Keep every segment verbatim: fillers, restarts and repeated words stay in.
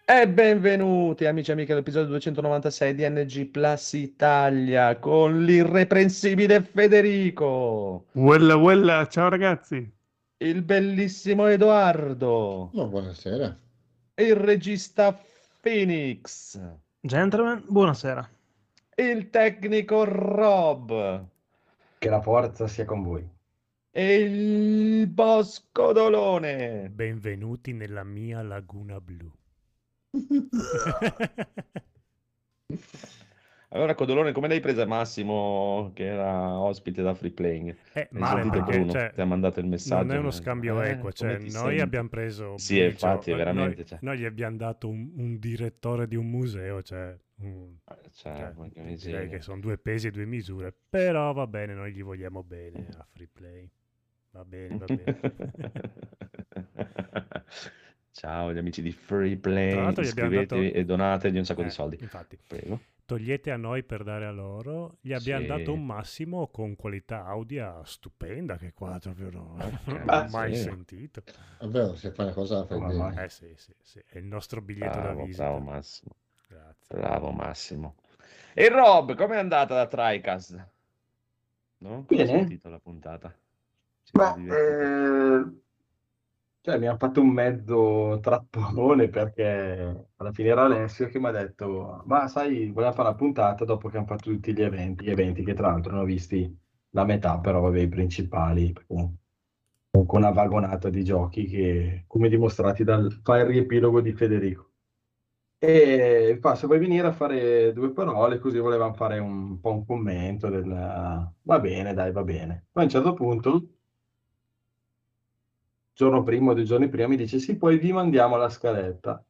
E benvenuti amici e amiche all'episodio duecentonovantasei di N G Plus Italia con l'irreprensibile Federico, Quella, quella, ciao ragazzi. il bellissimo Edoardo, No, buonasera. il regista Phoenix, Gentlemen, buonasera. il tecnico Rob Che la forza sia con voi. e il Bosco Dolone. Benvenuti nella mia laguna blu. Allora, Codolone, come l'hai presa Massimo, che era ospite da Free Playing? È Hai male sentito perché Bruno? cioè, Ti ha mandato il non è messaggio. uno Mi ha detto, scambio eh, equo, come cioè ti noi senti? abbiamo preso Sì, Biggio, infatti, eh, noi, veramente. Cioè, noi gli abbiamo dato un, un direttore di un museo, cioè, un- cioè, cioè, porca direi che miseria. sono due pesi e due misure, però va bene, noi gli vogliamo bene a Free Play. Va bene, va bene. Ciao, gli amici di Free Tra Play, l'altro gli abbiamo dato, iscrivetevi e donategli un sacco di eh, soldi. infatti, Prego. togliete a noi per dare a loro, gli abbiamo dato Sì, un massimo con qualità audio stupenda, che qua proprio no- non porca ho Ah, mai miseria. sentito. Davvero, se fai una cosa la fai come mai? bene. Eh sì, sì, sì, è il nostro biglietto da Bravo, bravo visita. Massimo. Grazie. Bravo Massimo. E Rob, com'è andata la TriCast? No? Come hai Bene, sentito la puntata? Siete ma divertiti? eh, cioè, mi ha fatto un mezzo trappolone perché alla fine era Alessio che mi ha detto, ma sai, vogliamo fare una puntata dopo che hanno fatto tutti gli eventi, gli eventi che tra l'altro ne ho visti la metà, però vabbè, i principali, perché con una vagonata di giochi che, come dimostrati dal fa il riepilogo di Federico. E fa, se vuoi venire a fare due parole, così volevamo fare un po' un commento del va bene, dai, va bene. Poi a un certo punto, il giorno prima o due giorni prima, mi dice: Sì, poi vi mandiamo la scaletta.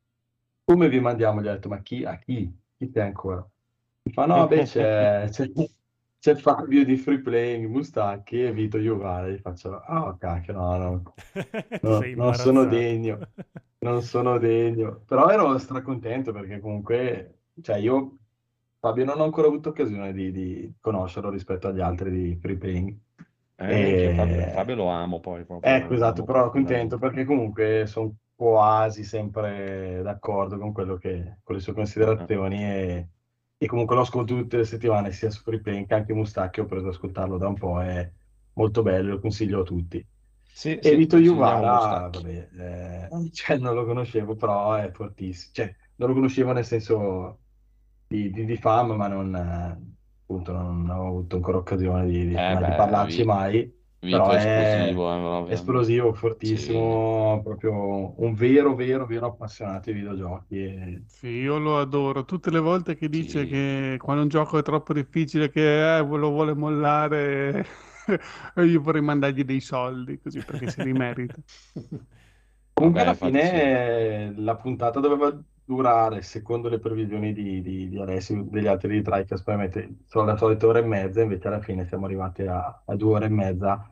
Come vi mandiamo? Gli ho detto: Ma chi? A chi? Chi c'è ancora? Mi fa: No, beh, c'è, c'è- c'è Fabio di Free Playing, Mustacchi e Vito Iuvara. Gli faccio: Ah, cacchio, no, no, Ti no, sei non sono imbarazzato. degno, non sono degno. Però ero stracontento perché comunque, cioè io, Fabio, non ho ancora avuto occasione di, di conoscerlo rispetto agli altri di Free Playing. Eh, neanch'io Fabio, Fabio E... lo amo poi, Ecco, proprio lo esatto, amo però contento profondamente. perché comunque sono quasi sempre d'accordo con quello che, con le sue Ah, considerazioni e, e comunque lo ascolto tutte le settimane, sia su Free Playing che anche Mustacchi, ho preso ad ascoltarlo da un po', è molto bello, lo consiglio a tutti. sì, E sì, Vito consigliamo Iuvara, Mustacchi. vabbè, eh, cioè, non lo conoscevo, però è fortissimo. Cioè, non lo conoscevo nel senso di, di, di fama, ma non, eh, appunto, non ho avuto ancora occasione di, di- Eh ma di beh, parlarci Vi- mai, Vito però è è esplosivo, eh, proprio. esplosivo, Sì. fortissimo, proprio un vero, vero, vero appassionato di videogiochi. E... Sì, io lo adoro. Tutte le volte che dice Sì. che quando un gioco è troppo difficile, che eh, lo vuole mollare, io vorrei mandargli dei soldi così perché se li merita. Comunque Vabbè, alla infatti sì. fine la puntata doveva durare, secondo le previsioni di, di, di Alessio, degli altri di Tricast, probabilmente sono la solita ora e mezza, invece alla fine siamo arrivati a, a due ore e mezza,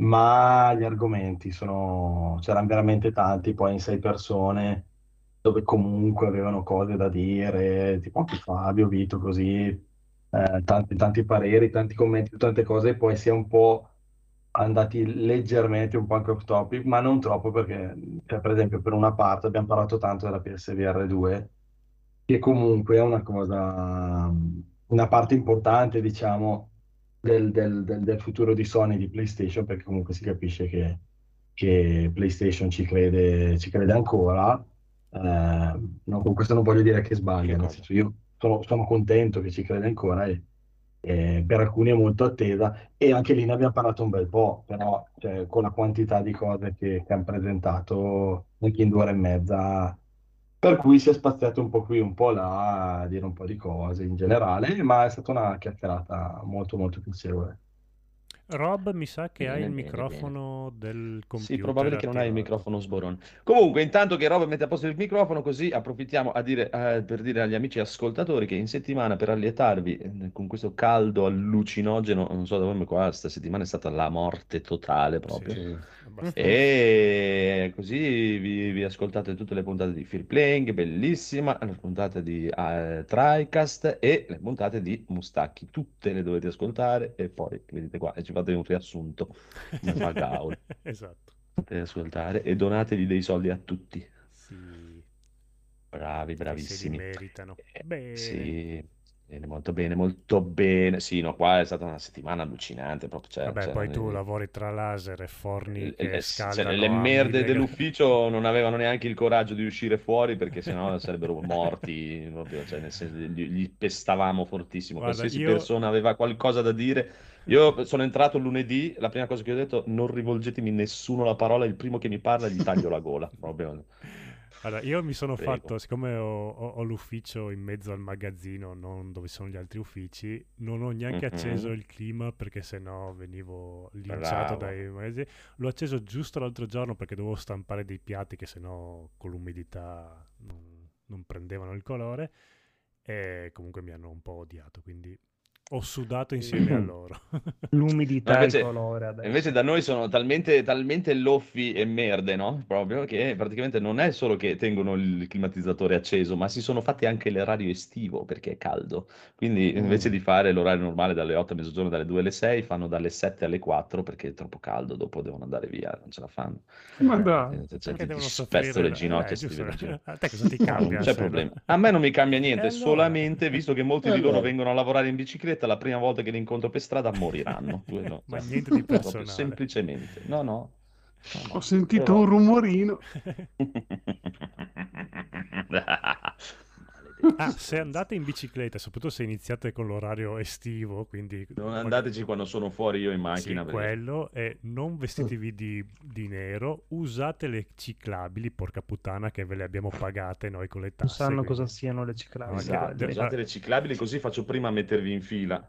ma gli argomenti sono, c'erano veramente tanti, poi in sei persone, dove comunque avevano cose da dire, tipo anche Fabio, Vito, così, eh, tanti, tanti pareri, tanti commenti, su tante cose, e poi si è un po' andati leggermente un po' anche off topic, ma non troppo perché, cioè, per esempio, per una parte abbiamo parlato tanto della P S V R due, che comunque è una cosa, una parte importante, diciamo, del, del- del- del futuro di Sony e di PlayStation, perché comunque si capisce che, che PlayStation ci crede, ci crede ancora. Eh, no, con questo non voglio dire che Che sbaglia, nel cosa? senso io sono, sono contento che ci crede ancora e, e per alcuni è molto attesa e anche lì ne abbiamo parlato un bel po', però cioè, con la quantità di cose che, che hanno presentato anche in due ore e mezza, per cui si è spaziato un po' qui, un po' là, a dire un po' di cose in generale, ma è stata una chiacchierata molto molto piacevole. Rob, mi sa che hai il Bene, bene, bene. microfono del Sì, computer probabile che non hai il attivato. microfono sborone. Comunque, intanto che Rob mette a posto il microfono, così approfittiamo a dire, eh, per dire agli amici ascoltatori che in settimana, per allietarvi eh, con questo caldo allucinogeno, non so da voi, ma qua sta settimana è stata la morte totale proprio. Sì, Sì. abbastanza. E così vi, vi ascoltate tutte le puntate di Fear Playing, bellissima, le puntate di eh, TriCast e le puntate di Mustacchi. Tutte le dovete ascoltare e poi, vedete qua, e ci fate un riassunto, come fa Gaul. Esatto. Potete ascoltare e donategli dei soldi a tutti. Sì. bravi, che se li bravissimi. meritano. Eh, Bene. sì, bene, molto bene, molto bene. Sì, no, qua è stata una settimana allucinante, proprio, cioè, Vabbè, poi c'erano tu i- lavori tra laser e forni le, che le- cioè, le scaldano a merde mille gradi. dell'ufficio non avevano neanche il coraggio di uscire fuori perché sennò sarebbero morti, proprio, cioè, nel senso, gli, gli pestavamo fortissimo. Guarda, Qualsiasi io... persona aveva qualcosa da dire. Io sono entrato lunedì, la prima cosa che ho detto, non rivolgetemi nessuno la parola, il primo che mi parla gli taglio la gola, proprio. Allora, io mi sono Prego. fatto, siccome ho, ho- ho l'ufficio in mezzo al magazzino, non dove sono gli altri uffici, non ho neanche Mhm. acceso il clima perché sennò venivo linciato Bravo. dai magazzini. L'ho acceso giusto l'altro giorno perché dovevo stampare dei piatti che sennò con l'umidità non, non prendevano il colore e comunque mi hanno un po' odiato, quindi ho sudato insieme a loro. L'umidità No, e il invece, colore adesso. invece da noi sono talmente, talmente loffi e merde, no? Proprio che praticamente non è solo che tengono il climatizzatore acceso, ma si sono fatti anche l'orario estivo perché è caldo. Quindi invece Mm. di fare l'orario normale dalle otto a mezzogiorno, dalle due alle sei, fanno dalle sette alle quattro perché è troppo caldo, dopo devono andare via, non ce la fanno. Ma Eh, dai. Cioè, cioè, perché ti, devono ti soffrire? spezzo le la- ginocchia eh, se ti giusto. vedo in giro. A te cosa ti No, cambia? non c'è se- problema. A me non mi cambia E niente, allora? solamente visto che molti E di loro allora? vengono a lavorare in bicicletta, la prima volta che li incontro per strada moriranno. Quello, Ma cioè, niente di proprio personale. semplicemente. No, no. No, Ho no. sentito Però- un rumorino. Ah, se andate in bicicletta, soprattutto se iniziate con l'orario estivo, quindi Non magari- andateci quando sono fuori io in sì, macchina. perché- quello, e non vestitevi di, di nero, usate le ciclabili, porca puttana, che ve le abbiamo pagate noi con le Non tasse. sanno quindi- cosa siano le ciclabili. No, Esatto, de- usate le ciclabili così faccio prima a mettervi in fila.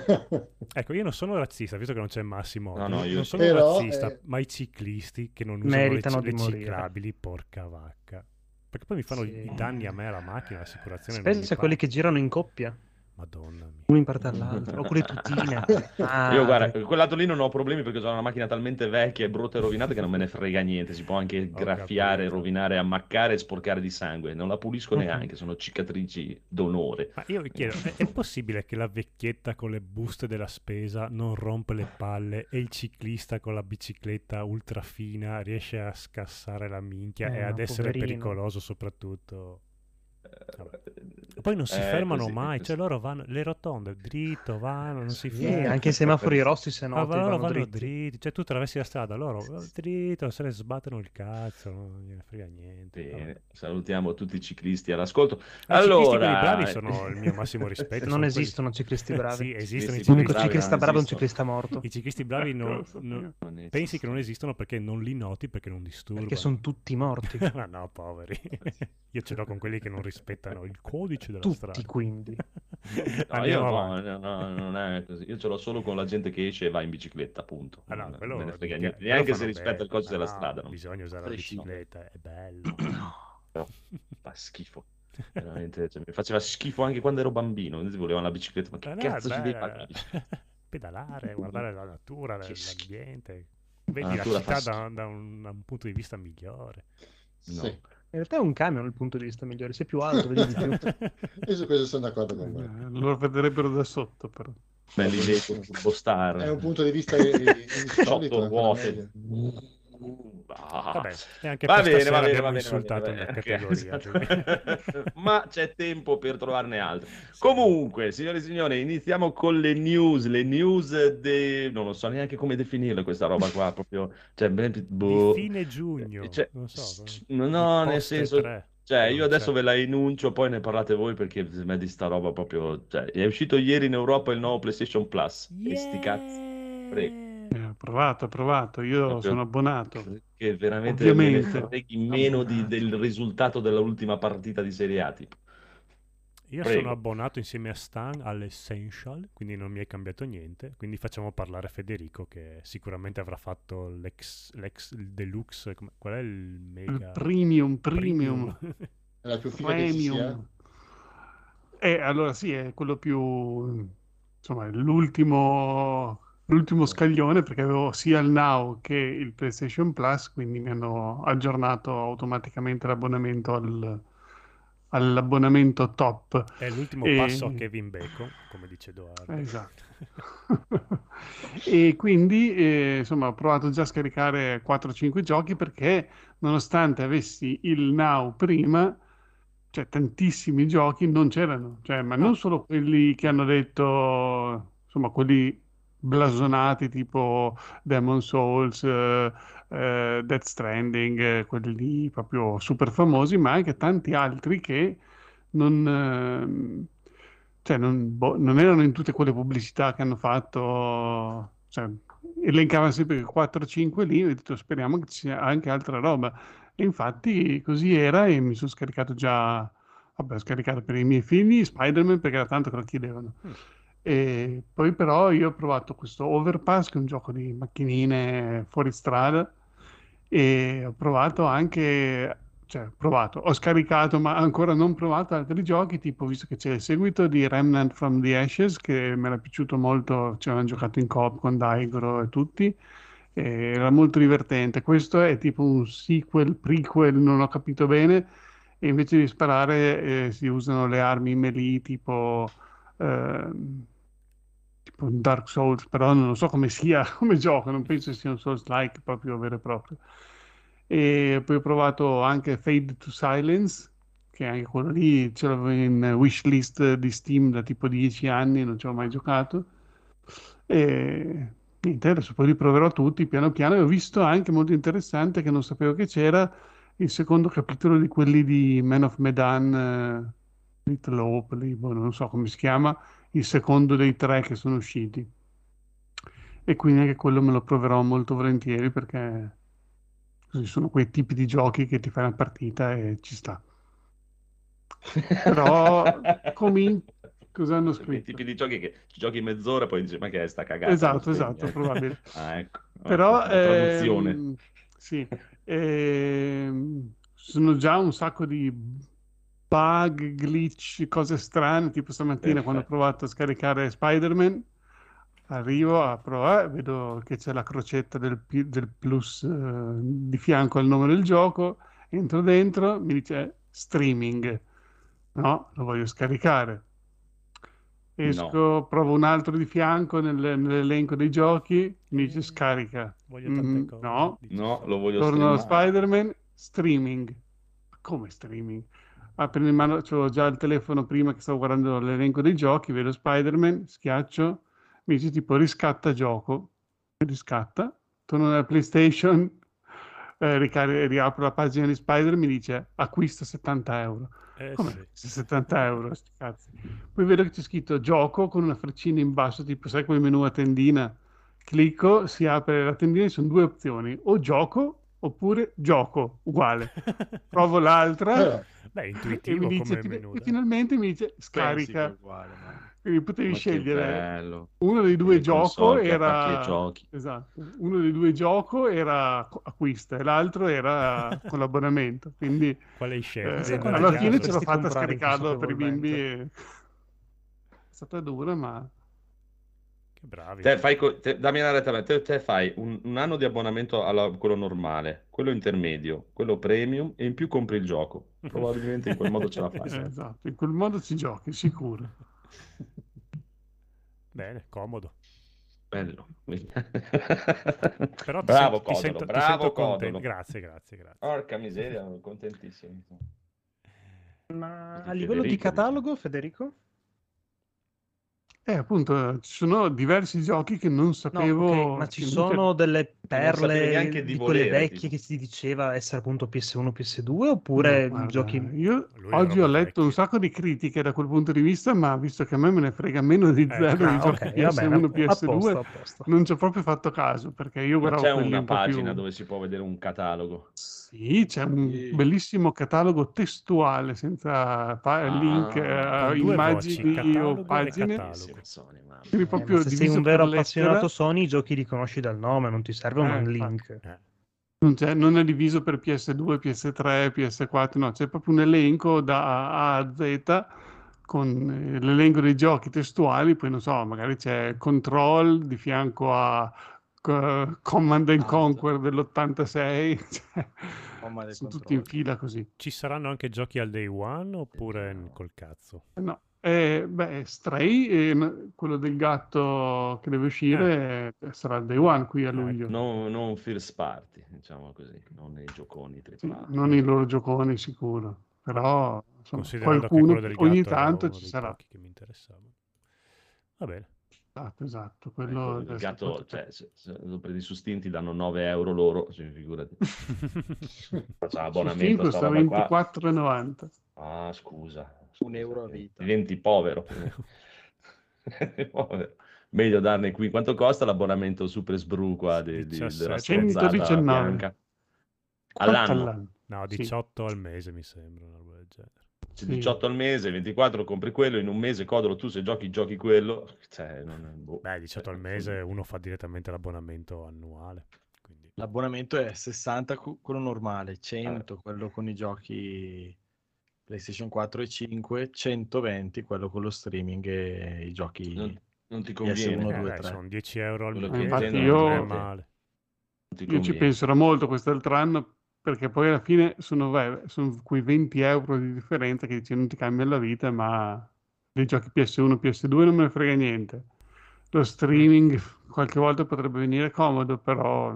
Ecco, io non sono razzista, visto che non c'è Massimo No, oggi, no, non- io non sì. sono Però, razzista, eh, ma i ciclisti che non usano le, meritano ci- di le morire. ciclabili, porca vacca. Perché poi mi fanno Sì. i danni a me alla macchina, l'assicurazione non mi Specie quelli paga. che girano in coppia, Madonna mia. uno in parte all'altro, o con le tutine. Ah, Io guarda, dai. quel lato lì non ho problemi perché ho una macchina talmente vecchia e brutta e rovinata che non me ne frega niente. Si può anche Ho graffiare, capito. rovinare, ammaccare e sporcare di sangue. Non la pulisco Mhm. neanche, sono cicatrici d'onore. Ma io vi chiedo, è, è possibile che la vecchietta con le buste della spesa non rompe le palle e il ciclista con la bicicletta ultra fina riesce a scassare la minchia Eh, e ad ma essere poverino. pericoloso soprattutto? Vabbè. Poi non si Eh, fermano così, mai, così. cioè loro vanno, le rotonde, dritto, vanno, non si Sì, fermano. anche i semafori rossi se Ah, noti ma loro vanno vanno dritti. dritti, cioè tu attraversi la strada, loro eh, dritto, se ne sbattono il cazzo, non gliene frega niente. Vabbè. Bene, salutiamo tutti i ciclisti all'ascolto. I ciclisti quelli Allora, bravi sono il mio massimo rispetto. sono Non quelli- esistono ciclisti bravi. Sì, esistono i Ciclisti L'unico ciclisti bravi ciclista non bravo è un esistono. ciclista morto. I ciclisti bravi non- Lo sapevo. non- Non pensi che esistono. non esistono perché non li noti, perché non disturbano. Perché sono tutti morti. Ma no, poveri. Io ce l'ho con quelli che non rispettano il codice della strada. Tutti quindi. No, io Andiamo no, avanti. no, no, non è così. Io ce l'ho solo con la gente che esce e va in bicicletta, appunto. Ah, no, Non quello me ne frega mica- niente, quello neanche se fanno rispetta bene. il codice Ah, della no, strada. No. bisogna usare la Prescino. bicicletta, è bello. Però fa schifo. Veramente, cioè, mi faceva schifo anche quando ero bambino. Tutti volevano la bicicletta, ma che Eh, no, cazzo è ci devi bello. fare con la bicicletta? Pedalare, guardare la natura, Che l- schifo. l'ambiente. Vedi la, natura fa città da, schifo. da un, da un punto di vista migliore. No. Sì, In realtà è un camion dal punto di vista migliore, sei più alto, vedi di più. io su questo sono d'accordo con Eh, voi. lo vedrebbero da sotto, però. Belle idee con Turbo Star. È un punto di vista eh, insolito, Ciotto è ancora vuote. meglio. Ah. Vabbè, e anche Va per bene, stasera va bene, abbiamo va bene, va insultato bene, la va bene. categoria. Ok. Ma c'è tempo per trovarne altre. Comunque, signore e signori, iniziamo con le news. Le news de... non lo so neanche come definirle questa roba qua, proprio... Cioè, ben- Di boh. fine giugno, Cioè, non so. s- di no, nel poste senso... tre, Cioè, che io non adesso c'è. ve la enuncio, poi ne parlate voi perché a me di sta roba proprio... Cioè, è uscito ieri in Europa il nuovo PlayStation Plus. E sti cazzi. Prego. Eh, ho provato, ho provato, io Proprio- sono abbonato. Che veramente me ne Ovviamente. freghi meno di- del risultato dell'ultima partita di Serie A, tipo. Io Prego. sono abbonato insieme a Stan all'Essential, quindi non mi è cambiato niente. Quindi facciamo parlare Federico, che sicuramente avrà fatto l'ex, l'ex il deluxe. come- Qual è il Il mega premium, premium, È la più figa che ci sia. premium. Eh, allora sì, è quello più, insomma, l'ultimo l'ultimo scaglione perché avevo sia il Now che il PlayStation Plus, quindi mi hanno aggiornato automaticamente l'abbonamento al, all'abbonamento top. È l'ultimo E- passo a Kevin Bacon, come dice Edoardo. Esatto. E quindi eh, insomma ho provato già a scaricare quattro cinque giochi perché nonostante avessi il Now prima cioè, tantissimi giochi non c'erano, cioè, ma non No. solo quelli che hanno detto, insomma, quelli blasonati tipo Demon Souls, eh, eh, Death Stranding, eh, quelli lì proprio super famosi, ma anche tanti altri che non, ehm, cioè, non, boh, non erano in tutte quelle pubblicità che hanno fatto, cioè, elencavano sempre quattro cinque lì, e ho detto speriamo che ci sia anche altra roba. E infatti così era e mi sono scaricato già, vabbè, ho scaricato per i miei figli Spider-Man perché era tanto che lo chiedevano. Mm. E poi però io ho provato questo Overpass, che è un gioco di macchinine fuori strada, e ho provato anche, cioè ho provato, ho scaricato ma ancora non provato altri giochi, tipo visto che c'è il seguito di Remnant from the Ashes, che mi era piaciuto molto, ci avevano giocato in coop con Daigoro e tutti, e era molto divertente. Questo è tipo un sequel, prequel, non ho capito bene, e invece di sparare eh, si usano le armi melee tipo, ehm, tipo un Dark Souls, però non lo so come sia come gioco, non penso sia un Souls-like proprio vero e proprio. E poi ho provato anche Fade to Silence, che anche quello lì ce l'avevo in wishlist di Steam da tipo dieci anni, non ci ho mai giocato. E niente, adesso poi li proverò tutti piano piano. E ho visto anche molto interessante che non sapevo che c'era il secondo capitolo di quelli di Man of Medan, eh, Little Hope, lì, boh, non so come si chiama, il secondo dei tre che sono usciti. E quindi anche quello me lo proverò molto volentieri perché così sono quei tipi di giochi che ti fai una partita e ci sta. Però comin- cosa hanno Sono quei scritto? tipi di giochi che ci giochi mezz'ora e poi dici ma che è sta cagata? Esatto, Lo spegni, esatto, eh. probabile. Ah, ecco, Però ecco, la traduzione. ehm, sì, ehm, sono già un sacco di bug, glitch, cose strane, tipo stamattina quando ho Perfetto. provato a scaricare Spider-Man, arrivo a provare, vedo che c'è la crocetta del, pi- del plus eh, di fianco al nome del gioco, entro dentro, mi dice streaming, no, lo voglio scaricare. No, Esco, provo un altro di fianco nel- nell'elenco dei giochi, mi dice Eh, scarica. voglio tante Mm, cose. no, Dici no, lo stop. voglio torno a streamare. Spider-Man, streaming. Come streaming? Ah, prendo in mano, c'ho già il telefono prima che stavo guardando l'elenco dei giochi, vedo Spider-Man, schiaccio, mi dice tipo riscatta gioco, riscatta, torno nella PlayStation, eh, ricari- riapro la pagina di Spider, mi dice acquista settanta euro. Eh Come sì. settanta euro, sti cazzi. Poi vedo che c'è scritto gioco con una freccina in basso, tipo sai quel menu a tendina. Clicco, si apre la tendina, ci sono due opzioni, o gioco oppure gioco, uguale. Provo l'altra Eh, Beh, e mi intuitivo dice, come fin- menu, e dai. finalmente mi dice Pensi che è scarica. uguale, ma... Quindi potevi Ma che scegliere bello. uno dei E due le gioco console che attacchi ai era giochi. esatto, uno dei due gioco era co- acquista e l'altro era con l'abbonamento. Quindi Quale hai scelto? Pensa eh, Sei quante alla andato a giochi fine caso? ce l'ho potresti fatta a comprare scaricarlo per i bimbi. inconsapevolmente. e- È stata dura, ma Che bravi. Te fai co- te- dammi una retta, te, te fai un, un anno di abbonamento a quello normale, quello intermedio, quello premium e in più compri il gioco. Probabilmente in quel modo ce la fai. eh, esatto, in quel modo ci giochi, sicuro. Bene, comodo. Bello. Però ti Bravo sento, ti Codolo, sento, ti bravo sento contento. Codolo. Grazie, grazie, grazie. Porca miseria, sono contentissimo. Ma Di a livello di Federico, catalogo, Federico? Eh, appunto, ci sono diversi giochi che non No, ok, ma sapevo ci che non c'erano. sono delle che non sapevi neanche perle di di quelle volere. vecchie Tipo. che si diceva essere appunto P S uno, P S due, No, oppure guarda, giochi... io Lui le oggi ho robe letto un vecchie. sacco di critiche da quel punto di vista, ma visto che a me me ne frega meno di Ecco. zero di Ah, giochi ok, va bene, P S uno, a P S due, posto, a posto. non ci ho proprio fatto caso, perché io Ma guardavo c'è quelli una un po' pagina più. dove si può vedere un catalogo. Sì, c'è un sì. bellissimo catalogo testuale, senza pa- link, Ah, eh, Con due voci, immagini o catalogo e pagine, catalogo. Sony, mamma quindi Eh, ma proprio se sei diviso un per vero appassionato lettera. Sony, i giochi li conosci dal nome, non ti serve Eh, un infatti. link. Eh. Non c'è- non è diviso per P S due, P S tre, P S quattro, no, c'è proprio un elenco da A a Z con eh, l'elenco dei giochi testuali, poi non so, magari c'è Control di fianco a co- Command and Alt. Conquer dell'ottantasei, cioè, Command and sono tutti in Control. fila così. Ci saranno anche giochi al day one oppure n- col cazzo? No, eh, beh, Stray, eh, n- quello del gatto che deve uscire, eh, sarà il day one qui a luglio. No, non first party, diciamo così, non i gioconi Sì, tripla A. non i loro gioconi sicuro, però insomma, Considerando che qualcuno quello del ogni gatto era tanto uno ci dei sarà. pochi che mi interessava. Va bene. Esatto, esatto. Ecco, Quello il adesso gatto, potete- cioè, se, se lo prendi su Steam ti danno nove euro loro, cioè, figurati. Facciamo su Steam abbonamento a sta costa roba qua. ventiquattro e novanta. Ah, scusa. Un scusa, euro a che vita. Diventi povero. Povero. Meglio darne qui. Quanto costa l'abbonamento Super Sbru qua di, di- della diciassette stronzata centodiciannove. bianca? Quanto All'anno? all'anno? No, Sì. diciotto al mese mi sembra, una roba del genere. Cioè, Sì. diciotto al mese, ventiquattro compri quello, in un mese Codolo tu se giochi giochi quello. Cioè, non è, boh. Beh, diciotto al mese uno fa direttamente l'abbonamento annuale. Quindi... L'abbonamento è sessanta cu- quello normale, cento quello con i giochi PlayStation quattro e cinque, centoventi quello con lo streaming e i giochi Non, non ti P S uno, conviene. Eh, due, dai, tre. sono dieci euro al Quello mese, che Infatti intendo io- non è non ti male. Io ci conviene. penserò molto quest'altro anno perché poi alla fine sono, beh, sono quei venti euro di differenza che dici non ti cambia la vita, ma dei giochi P S uno, P S due non me ne frega niente. Lo streaming qualche volta potrebbe venire comodo, però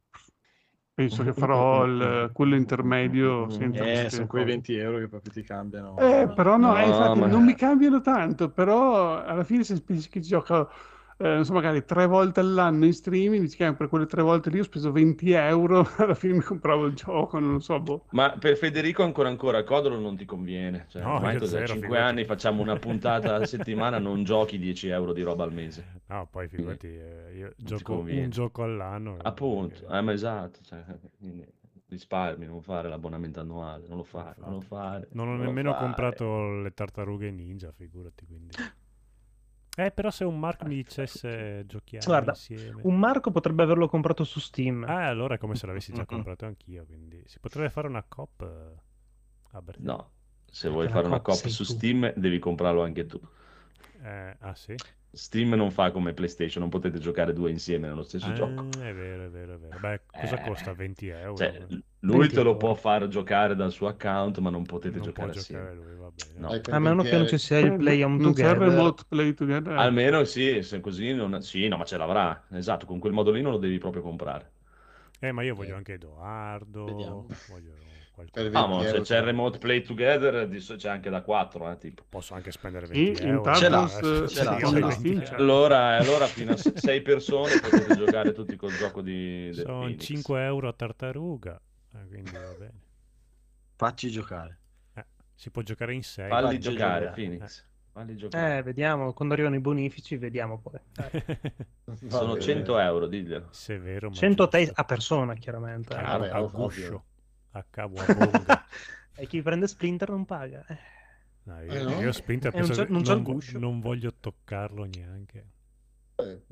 penso che farò il- quello intermedio senza Eh, queste sono quei cose. venti euro che proprio ti cambiano. Eh, però no, eh, No, infatti ma- non mi cambiano tanto, però alla fine se pensi che ci gioco, eh, non so, magari tre volte all'anno in streaming, dici che per quelle tre volte lì ho speso venti euro, alla fine mi compravo il gioco, non lo so, boh. Ma per Federico ancora ancora Codolo non ti conviene. Cioè, No, ormai io cos'è? zero, cinque figurati. anni facciamo una puntata a settimana, non giochi dieci euro di roba al mese. No, poi figurati, eh, io ti gioco conviene. un gioco all'anno. e- Appunto, e- eh, ma esatto. Cioè, quindi risparmi, non fare l'abbonamento annuale, non lo fare, non lo Infatti. fare. Non ho lo nemmeno fare. comprato le tartarughe ninja, figurati, quindi... Eh, però se un Mark mi dicesse giochiamo Guarda, insieme... Un Marco potrebbe averlo comprato su Steam. Ah, allora è come se l'avessi già Mm-mm. comprato anch'io, quindi si potrebbe fare una coop eh, a Bertino. No, se vuoi la fare una coop coop sei su tu. Steam devi comprarlo anche tu. Eh, ah sì? Steam non fa come PlayStation, non potete giocare due insieme nello stesso Ah, gioco. è vero, è vero, è vero. Beh, cosa Eh, costa? venti euro? Cioè, Eh, lui venti te lo euro. può far giocare dal suo account, ma non potete non può giocare assieme. giocare lui, va bene. No. Dai, per A meno che non ci venti sia il play on Non c'è il together. remote play together. Almeno sì, se così non... Sì, no, ma ce l'avrà. Esatto, con quel modo lì non lo devi proprio comprare. Eh, ma io voglio Eh. anche Edoardo, Vediamo. voglio Per qualcosa. Ah, ma venti se euro c'è il ce l'ha. remote play together, di solito c'è anche da quattro, eh, tipo. Posso anche spendere Sì, venti in euro. Ce l'ha, Tartarus, ce l'ha, eh, ce con l'ha. Steam venti c'è. euro. Allora, allora fino a se- sei persone potete giocare tutti col gioco di del Sono Phoenix. cinque euro a tartaruga, eh, quindi va bene. Facci giocare. Eh, si può giocare in sei. Falli Facci giocare, giocare. Phoenix. Falli giocare. Eh, vediamo, quando arrivano i bonifici, vediamo poi. Eh, Va Sono bene. cento euro, diglielo. Severo, ma cento a te giusto. a persona, chiaramente. Eh, eh. Ah, vabbè, a ovvio. guscio, a cavabonga. E chi prende Splinter non paga. Eh. No, io, Eh, no? io Splinter Eh, non penso c'è- che non c'è il non, vo- guscio. non voglio toccarlo neanche. Eh,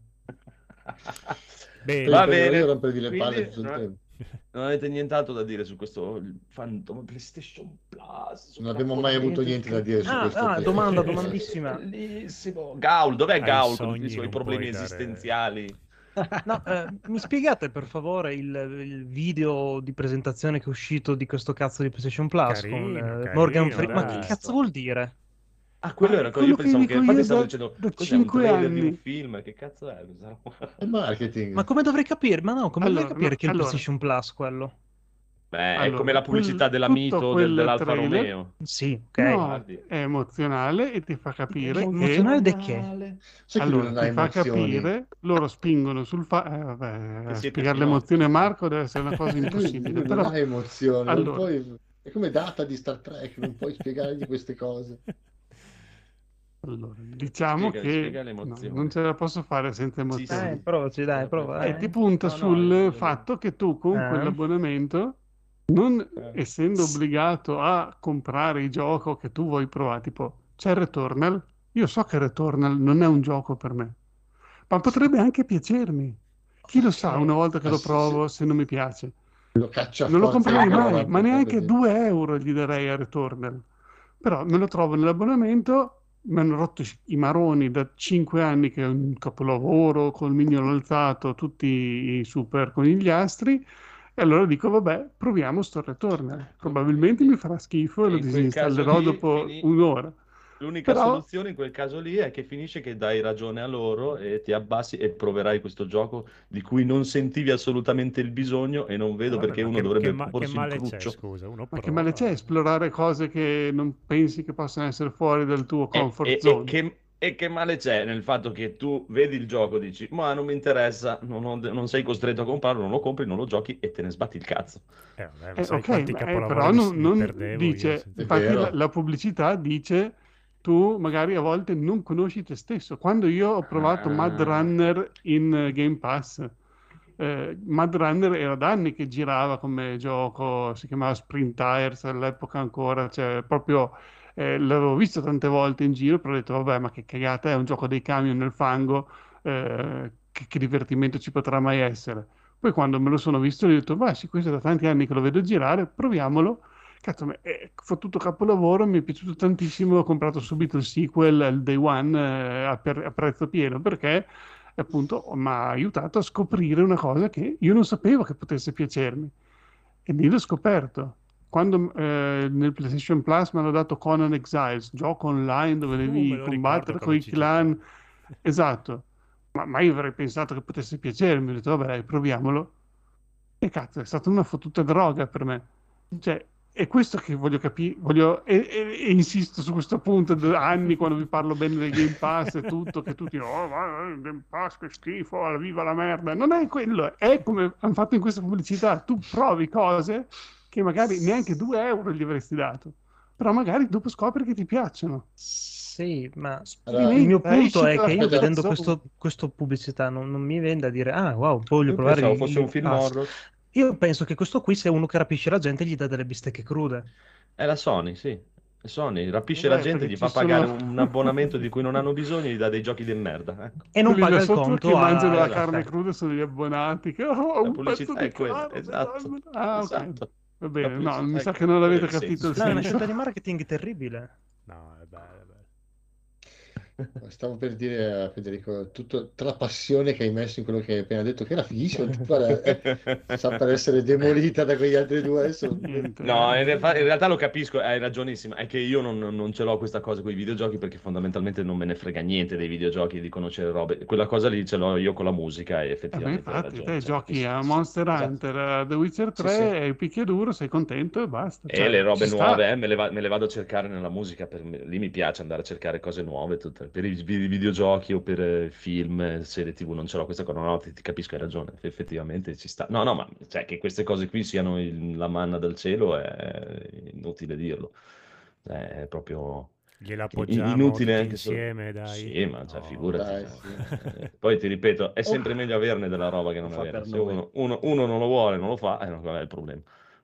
Bene, Va io bene. io rompergli le palle Quindi, tutto il no, tempo. non avete nient'altro da dire su questo Phantom PlayStation Plus? Non abbiamo mai avuto niente da dire su Ah, questo ah, tema. domanda, Eh, domandissima. Bellissimo. Gaul, dov'è Ai Gaul con sogni tutti i suoi non problemi puoi dare- esistenziali? No, eh, mi spiegate per favore il, il video di presentazione che è uscito di questo cazzo di PlayStation Plus Carino, con eh, carino, Morgan Freeman? Ma dai. che cazzo vuol dire? Ah, quello Ma era è quello. Io quello che pensavo che. dico Infatti io stavo da- dicendo. da Cos'è un cinque trailer di un anni. film? Che cazzo è? Questa roba? È marketing. Ma come dovrei capire? Ma no, come Allora, dovrei capire no, che è il allora. PlayStation Plus quello? Beh, è Allora, come la pubblicità quel- della tutto Mito del- quel dell'Alfa trailer- Romeo. Sì, ok. No, Guardi. è emozionale e ti fa capire che... Emozionale di che? Sai che lui Allora, non ha ti fa emozioni? capire, loro spingono sul fa... Eh, vabbè, Che siete spiegare finoti. l'emozione a Marco deve essere una cosa Lui- impossibile, lui però... non ha emozioni, non Allora. puoi- è come Data di Star Trek, non puoi spiegargli queste cose. Allora, diciamo Spiega- che spiega no, l'emozione. non ce la posso fare senza emozioni. Eh, provaci, dai, prova. E eh. ti punta No, no, sul io- fatto che tu con Eh. quell'abbonamento, non Eh. essendo obbligato a comprare il gioco che tu vuoi provare, tipo c'è Returnal, io so che Returnal non è un gioco per me, ma potrebbe anche piacermi. Chi lo sa una volta che Eh, lo sì, provo se non mi piace? Lo caccia a Non lo forza comprerei di mai, guarda, ma neanche per due euro gli darei a Returnal. Però me lo trovo nell'abbonamento, mi hanno rotto i maroni da cinque anni che è un capolavoro, col mignolo alzato, tutti i super conigliastri, e allora dico, vabbè, proviamo sto Returnal. Probabilmente mi farà schifo e lo In quel caso disinstallerò lì, dopo quindi- un'ora. L'unica Però- soluzione in quel caso lì è che finisce che dai ragione a loro e ti abbassi e proverai questo gioco di cui non sentivi assolutamente il bisogno e non vedo Vabbè, perché ma uno che, dovrebbe che ma- che porsi il male c'è, cruccio. scusa? Uno Ma che prova. male c'è esplorare cose che non pensi che possano essere fuori dal tuo E, comfort e- e zone? che, e che male c'è nel fatto che tu vedi il gioco, dici, ma non mi interessa, non, ho- non sei costretto a comprarlo, non lo compri, non lo giochi e te ne sbatti il cazzo. Eh, vabbè, ma Eh, sai ok, quanti ma, eh, capolavori però mi, non, mi non perdevo io dice, senza- È infatti vero. la, la pubblicità dice tu magari a volte non conosci te stesso. Quando io ho provato Mud Ah. Runner in eh, Game Pass, eh, Mud Runner era da anni che girava come gioco, si chiamava Sprint Tires all'epoca ancora, cioè proprio eh, l'avevo visto tante volte in giro, però ho detto vabbè ma che cagata, è un gioco dei camion nel fango, eh, che, che divertimento ci potrà mai essere? Poi quando me lo sono visto ho detto, beh sì, questo è da tanti anni che lo vedo girare, proviamolo. Cazzo, ma è fottuto capolavoro, mi è piaciuto tantissimo, ho comprato subito il sequel, il Day One, eh, a, per- a prezzo pieno, perché appunto mi ha aiutato a scoprire una cosa che io non sapevo che potesse piacermi. E lì l'ho scoperto. Quando eh, nel PlayStation Plus mi hanno dato Conan Exiles, gioco online dove Uh, me devi lo combattere ricordo con come i ci clan. giocavi. Esatto. Ma, ma io avrei pensato che potesse piacermi, ho detto vabbè, dai, proviamolo. E cazzo, è stata una fottuta droga per me. Cioè, è questo che voglio capire, voglio, e, e- e insisto su questo punto da anni quando vi parlo bene del Game Pass e tutto, che tutti, oh, ma il Game Pass che schifo, viva la merda. Non è quello, è come hanno fatto in questa pubblicità, tu provi cose che magari neanche due euro gli avresti dato, però magari dopo scopri che ti piacciono. Sì, ma Allora, il mio Sperimenta, punto esci è dalla che io aspetta, vedendo comfort zone. questo, questo pubblicità non, non mi viene da dire ah wow, voglio Io provare pensavo il, fosse il un film Pass. horror. Io penso che questo qui sia uno che rapisce la gente e gli dà delle bistecche crude. È la Sony, sì. È Sony rapisce la Vabbè, gente, perché gli ci fa pagare sono un abbonamento di cui non hanno bisogno e gli dà dei giochi di merda. Ecco. E non quelli là paga il sotto conto che mangiano alla- la al Esatto. carne caffè. cruda sono gli abbonati che oh, La un pezzo pubblicità di è quella, carne. esatto. dammi- Ah, ok. Esatto. Va La bene, no, pubblicità mi è sa che non quello, avete il capito il senso. No, è una senso. scelta di marketing terribile. No, è bello, è bello. Stavo per dire a Federico, tutto, tutta la passione che hai messo in quello che hai appena detto, che era fighissimo, tu, guarda, eh, sta per essere demolita da quegli altri due adesso. Niente. No, in eh. realtà, in realtà lo capisco, hai ragionissima, è che io non, non ce l'ho questa cosa con i videogiochi perché fondamentalmente non me ne frega niente dei videogiochi, di conoscere robe. Quella cosa lì ce l'ho io con la musica e Eh beh, effettivamente hai infatti, ragione. te cioè, giochi capisco. a Sì, Monster esatto. Hunter, a The Witcher Sì, tre, sì. e il picchiaduro, sei contento e basta. E Cioè, le robe ci nuove, sta. eh, me le, va- me le vado a cercare nella musica, per me- lì mi piace andare a cercare cose nuove, tutte. Per i vi- videogiochi o per eh, film, eh, serie tivù, non ce l'ho questa cosa, no, no, ti, ti capisco, hai ragione, effettivamente ci sta. No, no, ma cioè, che queste cose qui siano il- la manna dal cielo è inutile dirlo, Cioè, è proprio Gliela in- appoggiamo inutile tutti anche solo... insieme, dai. Sì, ma cioè, No. figurati. Dai, cioè, sì. eh, Poi ti ripeto, è Oh, sempre meglio averne della roba che Lo non fa averne. per Se noi. uno, uno- uno non lo vuole, non lo fa, eh, qual è il problema?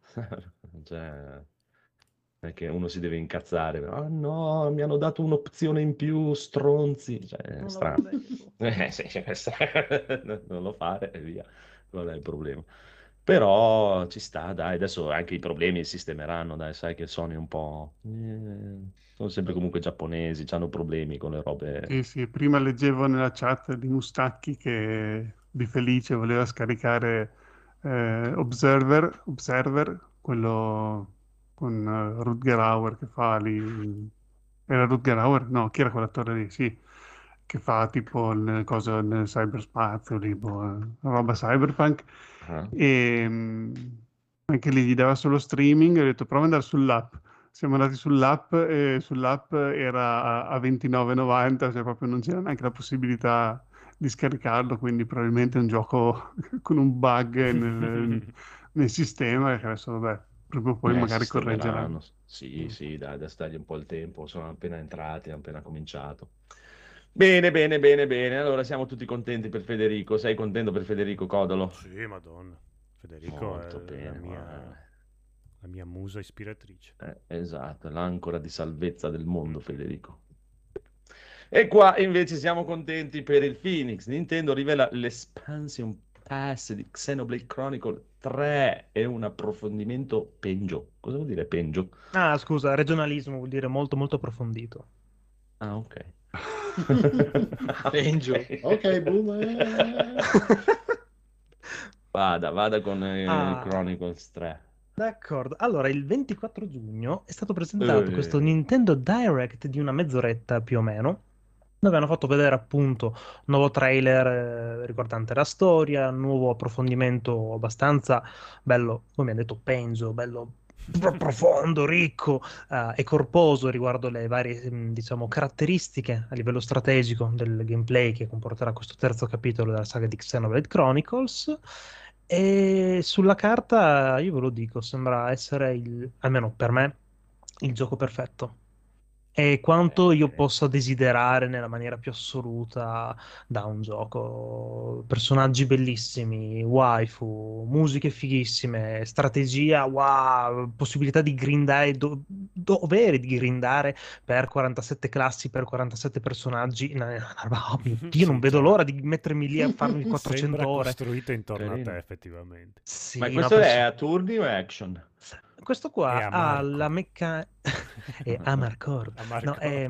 Cioè, è che uno si deve incazzare. Ah no, mi hanno dato un'opzione in più, stronzi. Cioè, è Non strano. l'avevo detto. Eh, sì, non lo fare e via. Qual è il problema? Però ci sta, dai, adesso anche i problemi si sistemeranno, dai, sai che Sony è un po'... eh, sono sempre comunque giapponesi, hanno problemi con le robe... Sì, sì, prima leggevo nella chat di Mustacchi che di Felice voleva scaricare eh, Observer, Observer, quello con eh, Rutger Hauer che fa lì... Era Rutger Hauer? No, chi era quell'attore lì? Sì, che fa tipo nel, coso, nel cyberspazio, lì, boh, eh, roba cyberpunk. Ah. E mm, anche lì gli dava solo streaming, ho detto prova ad andare sull'app. Siamo andati sull'app e sull'app era a, a ventinove e novanta, cioè proprio non c'era neanche la possibilità di scaricarlo, quindi probabilmente è un gioco con un bug nel, nel sistema che adesso vabbè, proprio poi Eh, magari sistemeranno. correggeranno. Sì, sì, dai, adesso dagli un po' il tempo, sono appena entrati, hanno appena cominciato. Bene, bene, bene, bene. Allora siamo tutti contenti per Federico. Sei contento per Federico Codolo? Sì, madonna. Federico Molto è bene, la mia, guarda. la mia musa ispiratrice. Eh, esatto, l'ancora di salvezza del mondo, Federico. E qua invece siamo contenti per il Phoenix. Nintendo rivela l'expansion pass di Xenoblade Chronicle tre e un approfondimento Penjo. Cosa vuol dire Penjo? Ah, scusa, regionalismo vuol dire molto molto approfondito. Ah, ok. Penjo. ok, boomer. Vada, vada con eh, Ah. Chronicles tre. D'accordo. Allora, il ventiquattro giugno è stato presentato Eh. questo Nintendo Direct di una mezz'oretta più o meno, dove hanno fatto vedere appunto un nuovo trailer eh, riguardante la storia, nuovo approfondimento abbastanza bello, come mi ha detto Penzo, bello pro- profondo, ricco eh, e corposo riguardo le varie, mh, diciamo, caratteristiche a livello strategico del gameplay che comporterà questo terzo capitolo della saga di Xenoblade Chronicles. E sulla carta, io ve lo dico, sembra essere il, almeno per me, il gioco perfetto. E quanto io Eh, possa desiderare nella maniera più assoluta da un gioco. Personaggi bellissimi, waifu, musiche fighissime, strategia, wow, possibilità di grindare, do- dovere di grindare per quarantasette classi, per quarantasette personaggi. No, no, no, oh mio Dio, non Sì, vedo cioè, l'ora di mettermi lì a farmi sembra quattrocento ore. costruito intorno a Carino. te, effettivamente. Sì, Ma no, questo è perso- a turni o è action? questo E qua a ha Marco. la meccanica... è Amarcord. A Marco. No, è...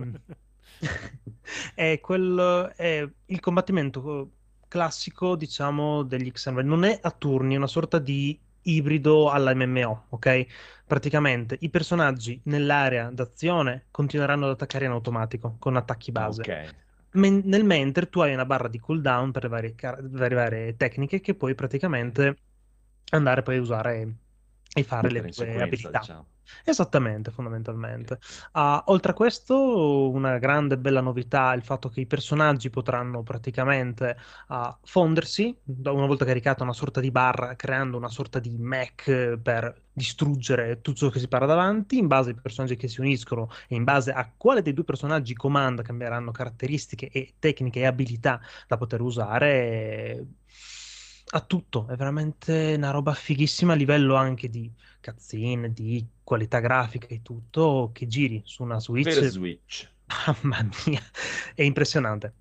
è quello... è il combattimento classico, diciamo, degli Xenoblade. Non è a turni, è una sorta di ibrido alla M M O, ok? Praticamente i personaggi nell'area d'azione continueranno ad attaccare in automatico, con attacchi base. Ok. Men- nel mentre tu hai una barra di cooldown per le varie, car- le varie tecniche che puoi praticamente andare poi a usare e fare le Mettere in tue sequenza, abilità. diciamo. Esattamente, fondamentalmente. Ah, oltre a questo, una grande bella novità è il fatto che i personaggi potranno praticamente ah, fondersi da una volta caricata una sorta di barra, creando una sorta di mech eh, per distruggere tutto ciò che si para davanti, in base ai personaggi che si uniscono e in base a quale dei due personaggi comanda cambieranno caratteristiche e tecniche e abilità da poter usare. A tutto, è veramente una roba fighissima a livello anche di cutscene, di qualità grafica e tutto, che giri su una Per Switch. Switch. Mamma mia, è impressionante.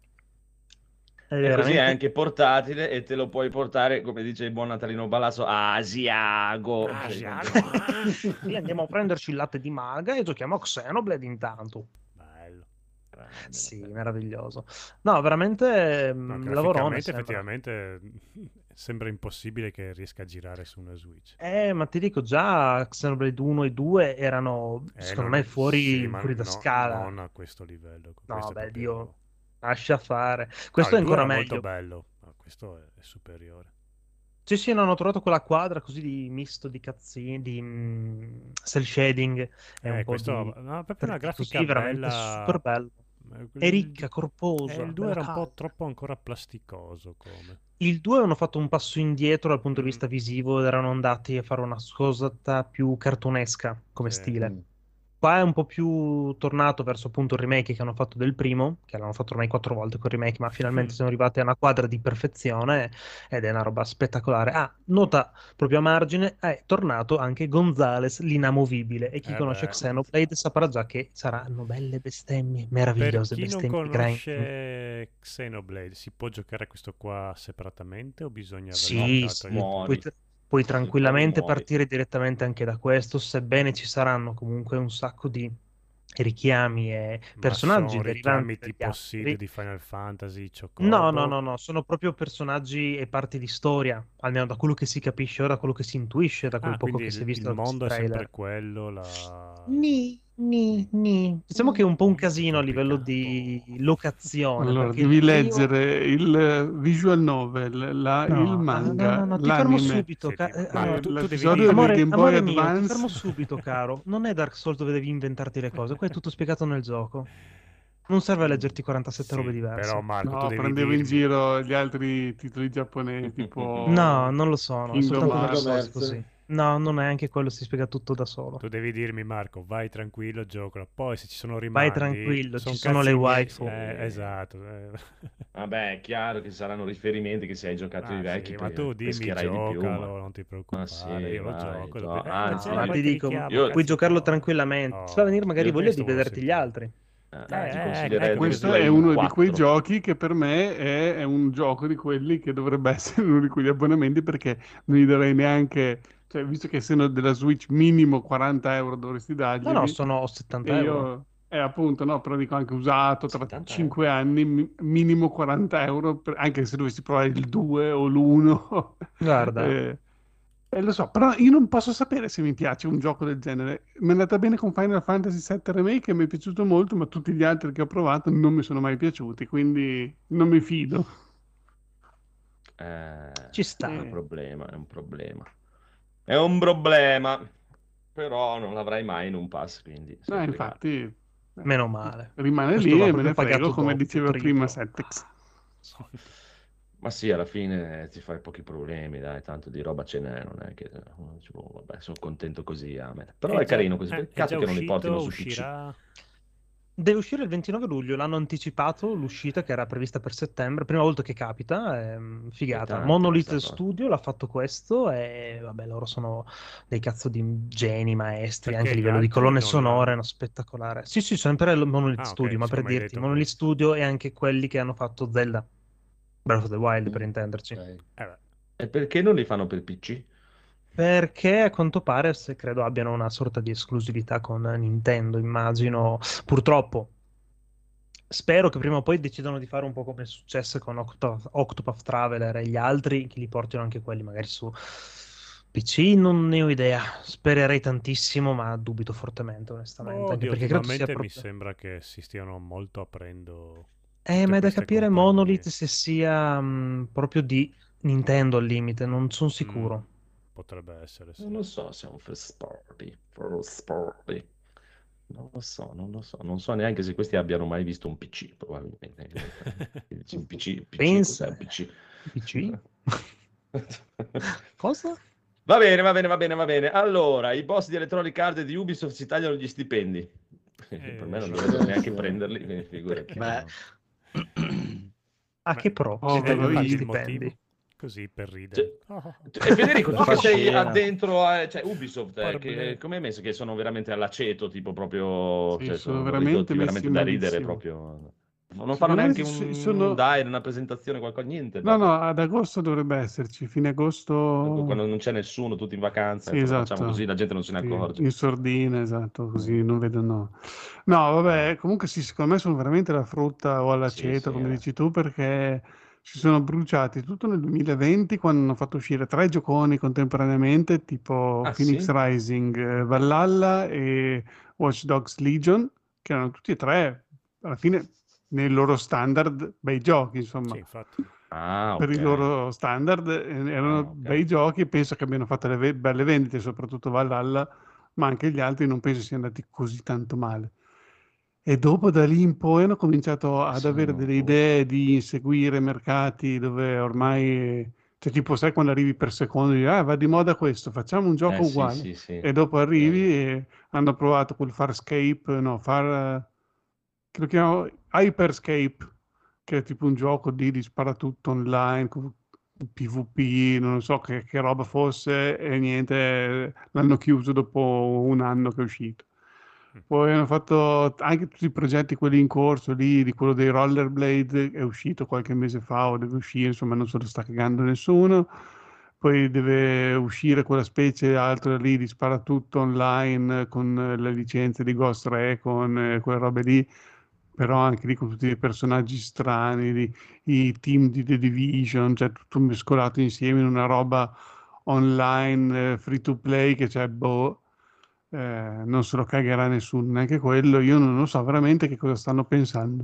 È E così è veramente... anche portatile e te lo puoi portare, come dice il buon Natalino Balasso, a Asiago. Ah, Cioè, Asiago. Sì, andiamo a prenderci il latte di malga e giochiamo a Xenoblade intanto. Bello. Grande, Sì, bello. meraviglioso. No, veramente No, mm, lavorone graficamente, sembra. effettivamente, sembra impossibile che riesca a girare su una Switch. Eh, ma ti dico già, Xenoblade uno e due erano, Eh, secondo non- me, fuori, sì, ma fuori da no- scala. non a questo livello. No, Questo è beh, proprio... Dio, lascia fare. No, Questo è il due ancora era molto meglio. bello, ma questo è, è superiore. Sì, sì, no, hanno trovato quella quadra così di misto di cazzini, di mm, cel shading e Eh, un po' questo di no, proprio una tre D grafica così, veramente bella. super bello. Eh, È Il, ricca, eh, corposa, il due bella era un po' calda. troppo ancora plasticoso come. Il due hanno fatto un passo indietro dal punto di Mm, vista visivo ed erano andati a fare una cosa più cartunesca come sì. stile. Mm. Qua è un po' più tornato verso appunto il remake che hanno fatto del primo, che l'hanno fatto ormai quattro volte col remake, ma finalmente Mm. siamo arrivati a una quadra di perfezione ed è una roba spettacolare. Ah, nota proprio a margine, è tornato anche Gonzales, l'inamovibile, e chi Eh conosce beh. Xenoblade saprà già che saranno belle bestemmie, Per meravigliose chi non bestemmie grinding. conosce Xenoblade, si può giocare questo qua separatamente o bisogna aver Sì, giocato sì, il muori. puoi, puoi tranquillamente muori. partire direttamente anche da questo, sebbene ci saranno comunque un sacco di richiami e Ma personaggi sono derivanti richiami dagli tipo Sid altri. di Final Fantasy, No, no, Chocobo? no, no, sono proprio personaggi e parti di storia, almeno da quello che si capisce ora, da quello che si intuisce, da quel Ah, poco quindi che si è il, visto il da questi mondo è sempre trailer. quello, la... Ni, ni, ni. Diciamo che è un po' un casino a livello di complicato. locazione, Allora, perché il devi primo... leggere il visual novel, la- il No, ah, no, manga, no, no, ti fermo l'anime, subito. Senti, ca- eh, ma allora, e tu, tu devi l'episodio dirmi... del amore, Game Boy amore mio, ti Advance. fermo subito, caro. Non è Dark Souls dove devi inventarti le cose, qua è tutto spiegato nel gioco. Non serve a leggerti quarantasette robe Sì, però diverse. Marco, tu No, devi prendevo in dirmi... giro gli altri titoli giapponesi, tipo No, non lo sono, è Kingdom soltanto Dark Kingdom Souls Hearts. Hearts. così. No, non è anche quello, si spiega tutto da solo. Tu devi dirmi, Marco, vai tranquillo, giocalo. Poi se ci sono Vai rimandi, tranquillo, son ci sono le cazzi miei. waifu. Eh, esatto. eh. Vabbè, è chiaro che saranno riferimenti che se hai giocato Ah, i vecchi sì, ma pe- tu dimmi pescherai di più. giocalo, Ma, non ti ma preoccupare, sì, io lo vai, gioco. to- dopo- eh, anzi, No, ma ma poi ti ti dico, richiamo, io- puoi cazzi giocarlo tuoi. tranquillamente. Oh, Ti fa venire magari io voglia di questo volevo vederti gli sentire. altri. eh, Eh, ti eh, consiglierei ecco, Questo Resident è Evil uno di quei quattro. giochi che per me è, è un gioco di quelli che dovrebbe essere uno di quegli abbonamenti, perché non gli darei neanche, cioè, visto che essendo della Switch minimo quaranta euro dovresti No, no, darglieli, sono e settanta euro. io, eh, appunto, no, però dico anche usato, tra settanta cinque anni, mi- minimo quaranta euro, per- anche se dovessi provare il due o l'uno. Guarda, eh, Eh, lo so, però io non posso sapere se mi piace un gioco del genere. Mi è andata bene con Final Fantasy sette Remake, che mi è piaciuto molto, ma tutti gli altri che ho provato non mi sono mai piaciuti, quindi non mi fido. Eh, Ci è sta. un Eh, problema, è un problema. È un problema, però non l'avrai mai in un pass, quindi sei no, fregato. infatti, eh, Meno male. rimane Questo lì va e me proprio ne frego, pagato come doppio, diceva prima triplo. Settex. Ma sì, alla fine ti fai pochi problemi, dai, tanto di roba ce n'è, non è che cioè, vabbè, sono contento così, amen. Però È è già, carino così, eh, è peccato già che non li portino uscito, su P C. uscirà... Deve uscire il ventinove luglio, l'hanno anticipato l'uscita che era prevista per settembre, prima volta che capita, ehm, figata. Inquietante Monolith questa cosa. Studio l'ha fatto questo e vabbè, loro sono dei cazzo di geni maestri, Perché anche a gli livello di altri colonne non sonore, l'hanno... hanno spettacolare. Sì, sì, sempre il Monolith Ah, Studio, ok, ma se non per mi hai dirti, detto Monolith questo. Studio e anche quelli che hanno fatto Zelda, Breath of the Wild, per Mm, intenderci. ok. Eh beh, E perché non li fanno per P C? Perché a quanto pare, se credo abbiano una sorta di esclusività con Nintendo, immagino, purtroppo. Spero che prima o poi decidano di fare un po' come è successo con Octo- Octopath Traveler e gli altri, che li portino anche quelli magari su P C, non ne ho idea. Spererei tantissimo, ma dubito fortemente, onestamente, anche oddio, perché credo sia ultimamente mi proprio... sembra che si stiano molto aprendo Eh, tutte ma è da queste capire compagnie. Monolith se sia mh, proprio di Nintendo al limite, non sono Mm, sicuro. potrebbe essere, sì. Non lo so se è un first party, first party. Non lo so, non lo so. Non so neanche se questi abbiano mai visto un P C, probabilmente. Dici, un P C, P C, cos'è Pensa... un P C? P C? Cosa? Va bene, va bene, va bene, va bene. Allora, i boss di Electronic Arts e di Ubisoft si tagliano gli stipendi. Per me Eh, non Ci dovrebbero vede neanche nessuno. prenderli, quindi figurati. Beh, A beh, che pro si e, e Povero tagliano gli infatti il Yves. stipendi? motivo? Così, per Cioè, ridere. Oh, oh, oh. e Federico, per tu che far sei scena. addentro a cioè, Ubisoft, eh, Par che, bleu. come hai messo che sono veramente all'aceto, tipo proprio, Sì, cioè, sono sono veramente ridotti messi veramente da ridere malissimo. proprio. Non fanno Secondo me neanche ci so- un sono... dire, una presentazione, qualcosa, niente No, proprio. no, ad agosto dovrebbe esserci, fine agosto. Quando non c'è nessuno, tutti in vacanza, Sì, ecco, lo facciamo così, esatto. la gente non se ne Sì, accorge. in sordina, esatto, così Mm. non vedono. No, Eh, vabbè, comunque sì, secondo me sono veramente la frutta o sì, all'aceto, sì, come eh. dici tu, perché si sono bruciati tutto nel duemilaventi quando hanno fatto uscire tre gioconi contemporaneamente, tipo Ah, Phoenix sì? Rising, eh, Valhalla e Watch Dogs Legion, che erano tutti e tre, alla fine, nei loro standard, bei giochi, insomma. Sì, infatti. Ah, Per i ok. loro standard eh, erano Ah, ok. bei giochi, penso che abbiano fatto le ve- belle vendite, soprattutto Valhalla, ma anche gli altri non penso siano andati così tanto male. E dopo da lì in poi hanno cominciato ad Adesso avere non delle conosco. idee di inseguire mercati dove ormai, cioè tipo sai quando arrivi per secondo, dici, ah, va di moda questo, facciamo un gioco Eh, sì, uguale. sì, sì. E dopo arrivi Ok. e hanno provato quel Farscape, no, Far, che lo chiamano Hyperscape, che è tipo un gioco di, di sparatutto online, con PvP, non so che, che roba fosse, e niente, l'hanno chiuso dopo un anno che è uscito. Mm. Poi hanno fatto anche tutti i progetti, quelli in corso lì, di quello dei Rollerblade, è uscito qualche mese fa o deve uscire, insomma non se lo sta cagando nessuno. Poi deve uscire quella specie altra lì di sparatutto online con eh, le licenze di Ghost Recon, eh, quelle robe lì, però anche lì con tutti i personaggi strani, di- i team di The Division, cioè tutto mescolato insieme in una roba online, eh, free to play, che c'è, boh, eh, non se lo cagherà nessuno, neanche quello. Io non lo so veramente che cosa stanno pensando.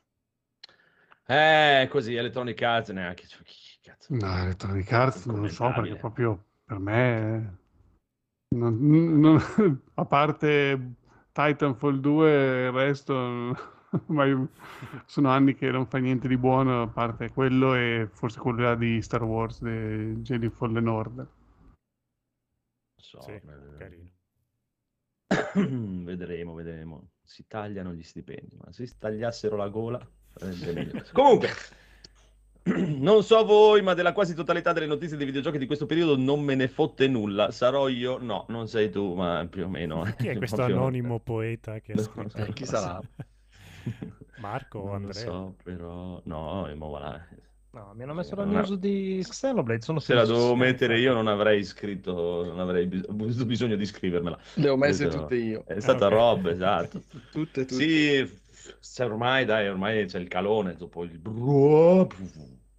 Eh, così, Electronic Arts neanche. Cioè, chi cazzo No, ne è? Electronic Arts non lo so perché Incommentabile. proprio per me, eh, non- non- a parte Titanfall due, il resto, ormai sono anni che non fa niente di buono, a parte quello e forse quello là di Star Wars, di Jedi Fallen Order. So, Sì, eh, carino. vedremo, vedremo. Si tagliano gli stipendi, ma se si tagliassero la gola sarebbe meglio. Comunque, non so voi, ma della quasi totalità delle notizie dei videogiochi di questo periodo non me ne fotte nulla. Sarò io? No, non sei tu, ma più o meno. Chi è questo Proprio- anonimo poeta che ha No, scritto? Eh, chi sarà? Marco o Non lo Andrea? so, però... No, e mo voilà. No, mi hanno messo Se la non a- news di Xenoblade, sono se la dovevo felicissimo. mettere io infatti. non avrei scritto, non avrei bis- avuto bisogno di scrivermela. Le ho messe Questo tutte io. è Ah, stata ok. roba, esatto. Tutte, tutte. Sì, c'è ormai, dai, ormai c'è il calone dopo il...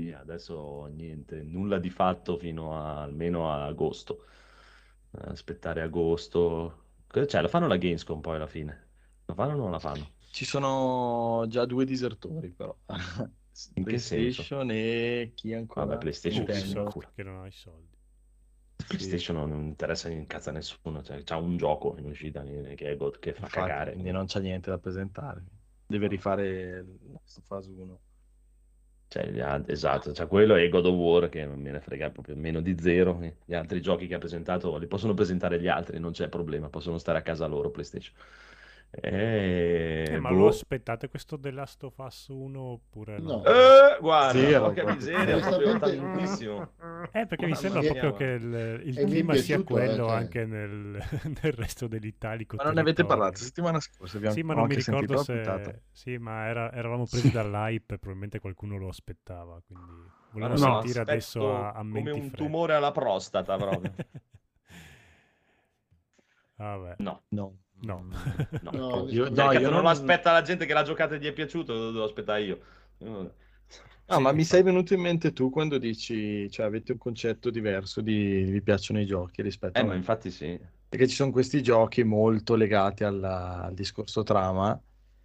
via. Adesso niente, nulla di fatto fino a, almeno a agosto. Aspettare agosto. Cosa c'è? La fanno la Gamescom poi alla fine? La fanno o non la fanno? Ci sono già due disertori, però. In che senso? PlayStation e chi ancora? Vabbè, PlayStation che si Nintendo. cura. Ubisoft, che non ha i soldi. PlayStation non interessa in cazzo a nessuno, cioè, c'ha un gioco in uscita che, che, che fa Infatti, cagare. quindi non c'è niente da presentare. Deve rifare Last of Us uno. Cioè, gli alt- esatto, c'è quello e God of War che non me ne frega proprio meno di zero. Gli altri giochi che ha presentato li possono presentare gli altri, non c'è problema, possono stare a casa loro PlayStation. Eh, E ma boh. lo aspettate questo The Last of Us uno oppure no? No. Eh, guarda, Zero, porca proprio. miseria, proprio Onestamente- tantissimo. Eh, perché mi Mamma sembra mia, proprio ma- che il, il E mi è clima sia piaciuto, quello eh, cioè. anche nel, nel resto dell'italico Ma non ne avete territorio. parlato la settimana scorsa? Abbiamo Sì, ma non mi anche sentito ricordo la puntata. se... Sì, ma era- eravamo presi dall'hype e probabilmente qualcuno lo aspettava, quindi volevo Guarda, no, sentire aspetto adesso a, a come menti un fredde. tumore alla prostata proprio. Vabbè, No. No, no. no. No, Io, Cioè, no, Cazzo, io non non lo aspetta la gente che l'ha giocato e gli è piaciuto, lo devo aspettare io. No, Sì, ma mi infatti. sei venuto in mente tu quando dici, cioè avete un concetto diverso di vi piacciono i giochi rispetto Eh, a ma me. infatti sì. Perché ci sono questi giochi molto legati alla- al discorso trama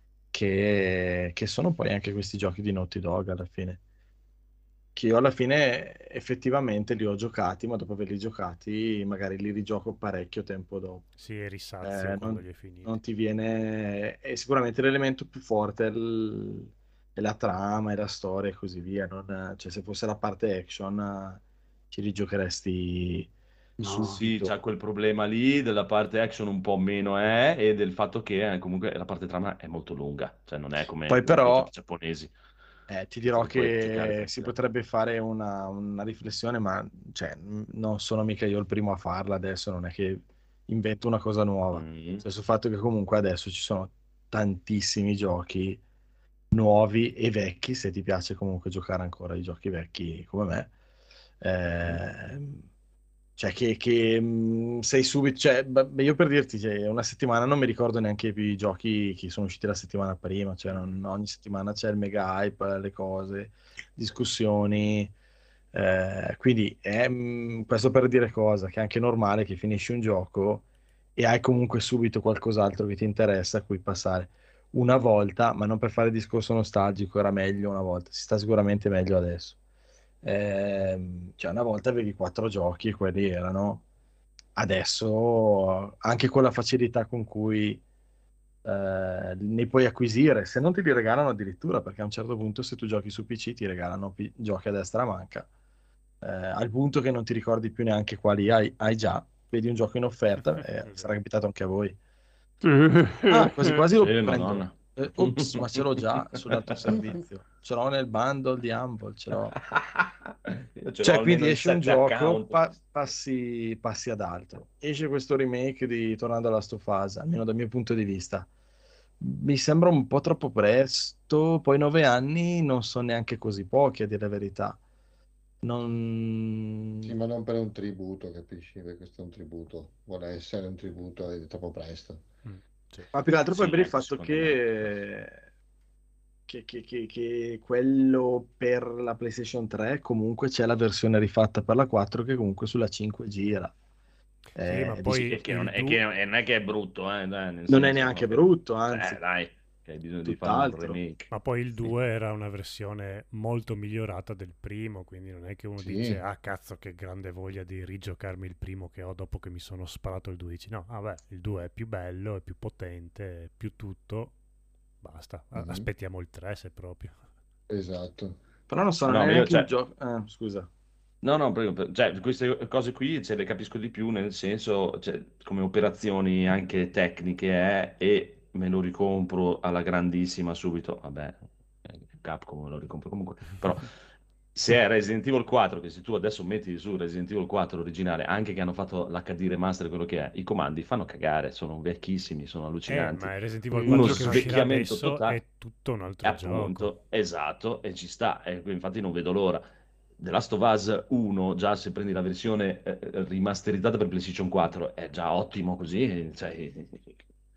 che, che sono poi anche questi giochi di Naughty Dog alla fine. Che io alla fine effettivamente li ho giocati, ma dopo averli giocati magari li rigioco parecchio tempo dopo. Sì, eri sazio Eh, quando non, li hai finiti. non ti viene... È sicuramente l'elemento più forte è, il- è la trama, è la storia e così via. Non- cioè, se fosse la parte action, eh, ci rigiocheresti No. Sì, subito. c'è quel problema lì della parte action un po' meno è e del fatto che eh, comunque la parte trama è molto lunga, cioè non è come Poi i però giochi giapponesi. eh, ti dirò Ti puoi giocare che si tranquillamente. potrebbe fare una, una riflessione, ma cioè, n- non sono mica io il primo a farla adesso, non è che invento una cosa nuova. Mm. Cioè, sul fatto che comunque adesso ci sono tantissimi giochi nuovi e vecchi, se ti piace comunque giocare ancora ai giochi vecchi come me. Ehm, cioè che, che, mh, sei subito, cioè, beh, io per dirti, cioè, una settimana non mi ricordo neanche più i giochi che sono usciti la settimana prima, cioè non- ogni settimana c'è il mega hype, le cose, discussioni, eh, quindi è, mh, questo per dire cosa, che è anche normale che finisci un gioco e hai comunque subito qualcos'altro che ti interessa a cui passare una volta, ma non per fare discorso nostalgico, era meglio una volta, si sta sicuramente meglio adesso. Ehm, cioè una volta avevi quattro giochi e quelli erano. Adesso anche con la facilità con cui eh, ne puoi acquisire, se non te li regalano addirittura, perché a un certo punto se tu giochi su P C ti regalano pi- giochi a destra manca, eh, al punto che non ti ricordi più neanche quali hai, hai già, vedi un gioco in offerta e sarà capitato anche a voi. Ah, quasi quasi lo Sì, prendo. Madonna. Eh, ops, ma ce l'ho già sull'altro servizio. Ce l'ho nel bundle di Humble, ce l'ho. Io ce l'ho Cioè, almeno quindi in esce un sette gioco, account. pa- passi, passi ad altro. Esce questo remake di Tornando alla Last of Us, almeno dal mio punto di vista. Mi sembra un po' troppo presto, poi nove anni non sono neanche così pochi, a dire la verità. Non... Sì, ma non per un tributo, capisci? Perché questo è un tributo. Vuole essere un tributo ed è troppo presto. Mm, sì. Ma più che altro poi Sì, per il ecco, fatto secondo me. che... Che, che- che- che quello per la PlayStation tre comunque c'è la versione rifatta per la quattro che comunque sulla cinque gira. Sì, Eh, ma dici- poi E che non il è, du- che non è che è brutto, eh, dai, nel non è senso, neanche che- brutto, anzi, Eh, dai, che hai bisogno di fare un tutt'altro. remake. ma poi il due era una versione molto migliorata del primo, quindi non è che uno Sì. dice ah cazzo che grande voglia di rigiocarmi il primo che ho dopo che mi sono sparato il due, dici no, vabbè, il due è più bello, è più potente, è più tutto, basta, A- Mhm. aspettiamo il tre se proprio. Esatto. Però non so, No, non è ma io, neanche cioè- un gioco... eh, scusa. No, no, prego, per- cioè, queste cose qui ce le capisco di più nel senso, cioè, come operazioni anche tecniche, eh, e me lo ricompro alla grandissima subito. Vabbè, eh, Capcom me lo ricompro comunque, però se è Resident Evil quattro, che se tu adesso metti su Resident Evil quattro originale, anche che hanno fatto l'H D remaster, quello che è, i comandi fanno cagare, sono vecchissimi, sono Eh, allucinanti. ma il Resident Evil Uno quattro che uscirà svecchiamento adesso totale. è tutto un E altro gioco. appunto, esatto, e ci sta, e infatti non vedo l'ora. The Last of Us uno, già se prendi la versione eh, rimasterizzata per PlayStation quattro, è già ottimo così, cioè,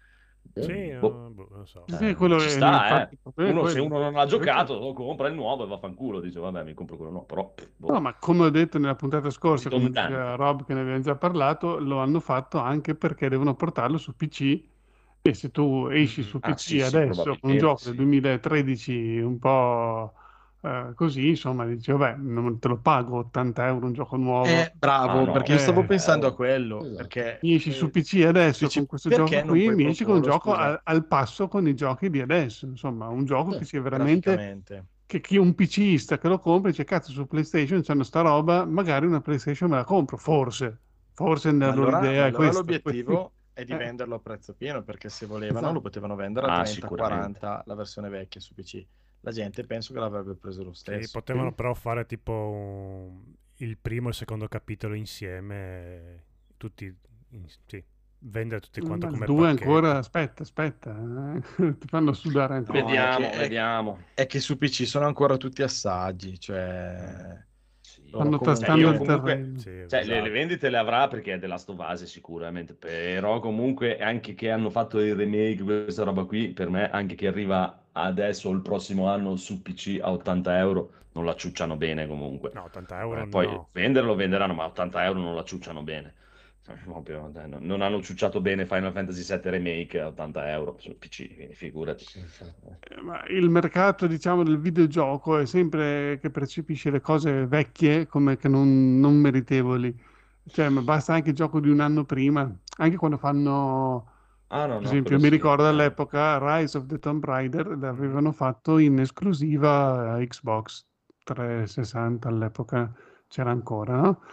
Sì, Boh. no, boh, non so. Sì, Eh, quello ci è- sta, infatti, eh. il problema è Uno, se quello. uno non ha Quello è giocato, quello. lo compra il nuovo e va a fanculo. Dice, vabbè, mi compro quello nuovo. Però, boh, No, ma come ho detto nella puntata scorsa, come ridondante. diceva Rob che ne abbiamo già parlato, lo hanno fatto anche perché devono portarlo su P C e se tu esci Mm, su ah, P C sì, sì, adesso con un probabilmente gioco del sì. duemilatredici un po' eh, così, insomma, dici, vabbè, non te lo pago ottanta euro un gioco nuovo. Eh, bravo, Ah, no, perché io stavo Eh, pensando a euro. quello, Esatto. perché mi esci su eh, P C adesso dici, con questo perché gioco non qui, puoi mi esci con un proporlo, gioco scusa, al, al passo con i giochi di adesso, insomma, un gioco che Sì. sia veramente graficamente. che chi un PCista che lo compra dice cazzo su PlayStation c'hanno sta roba, magari una PlayStation me la compro, forse, forse Ma nella loro allora, idea ma è allora questa. l'obiettivo è di Eh, venderlo a prezzo pieno, perché se volevano lo esatto. potevano vendere a Ah, trenta sicuramente. quaranta la versione vecchia su P C. La gente penso che l'avrebbe preso lo Sì, stesso. potevano però fare tipo un- il primo e il secondo capitolo insieme, tutti, in- sì, vendere tutti quanto Ma il come due ancora, pacchetto. aspetta, aspetta, eh, ti fanno sudare ancora. No, è Vediamo, che, è, vediamo. è che su P C sono ancora tutti assaggi, cioè Sì. loro Stanno comunque... Cioè, io tastando il comunque, terreno. Sì, è cioè, vero. le, le Esatto. vendite le avrà perché è The Last of Us sicuramente, però comunque anche che hanno fatto il remake, questa roba qui, per me, anche che arriva adesso o il prossimo anno su P C a ottanta euro, non la ciucciano bene comunque. No, ottanta euro Eh, poi no. venderlo venderanno, ma ottanta euro non la ciucciano bene. Cioè, proprio, dai, non, non hanno ciucciato bene Final Fantasy sette Remake a ottanta euro su P C, quindi figurati. Sì, infatti. Eh, Ma il mercato, diciamo, del videogioco è sempre che percepisce le cose vecchie come che non, non meritevoli. Cioè, ma basta anche il gioco di un anno prima, anche quando fanno, Ah, no, per no, esempio, quello mi sì. ricordo Eh. all'epoca Rise of the Tomb Raider Mhm. l'avevano fatto in esclusiva a Xbox trecentosessanta all'epoca, c'era ancora, no?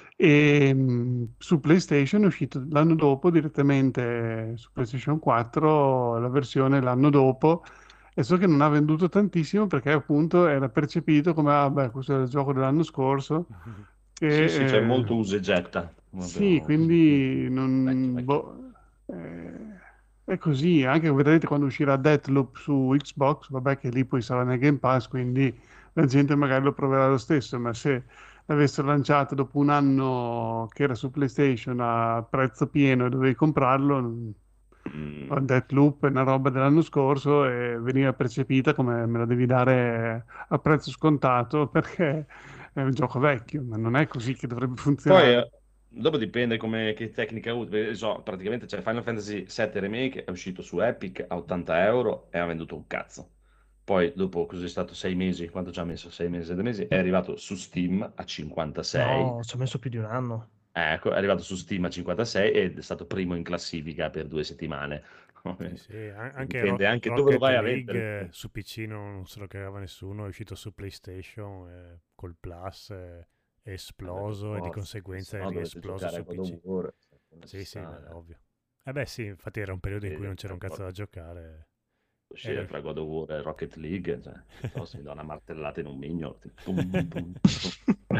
E mh, su PlayStation è uscito l'anno dopo direttamente su PlayStation quattro la versione l'anno dopo e so che non ha venduto tantissimo perché appunto era percepito come, ah, beh, questo è il gioco dell'anno scorso. Sì, Che, sì, c'è eh, molto usa e getta. sì, Proprio quindi vecchio, non, vecchio. boh, eh, è così. Anche vedrete quando uscirà Deathloop su Xbox, vabbè che lì poi sarà nel Game Pass, quindi la gente magari lo proverà lo stesso, ma se l'avessero lanciato dopo un anno che era su PlayStation a prezzo pieno e dovevi comprarlo, non- Mm. Deathloop è una roba dell'anno scorso e veniva percepita come me la devi dare a prezzo scontato perché è un gioco vecchio, ma non è così che dovrebbe Poi funzionare. eh, dopo dipende come, che tecnica usi. Perché, so, praticamente c'è Final Fantasy sette Remake, è uscito su Epic a ottanta euro e ha venduto un cazzo. Poi dopo cos'è stato sei mesi, quanto ci ha messo? sei mesi, sette mesi, è arrivato su Steam a cinquantasei. No, ci ho messo più di un anno. Ecco, è arrivato su Steam a cinquantasei ed è stato primo in classifica per due settimane. Sì, sì, a- anche Dipende Ro- anche dove lo Rocket vai a League vendere. eh, su P C non, non se lo cagava nessuno, è uscito su PlayStation eh, col Plus, eh, è esploso e di conseguenza Se è no dovete riesploso giocare a su God P C. of War. Come Sì, ci sì, beh, sta, ovvio. Eh beh sì, infatti era un periodo in eh. cui non c'era un cazzo Sì, da giocare. uscire Era... tra God of War e Rocket League, cioè, piuttosto mi do una martellata in un mignolo. tipo, pum, pum, pum, pum.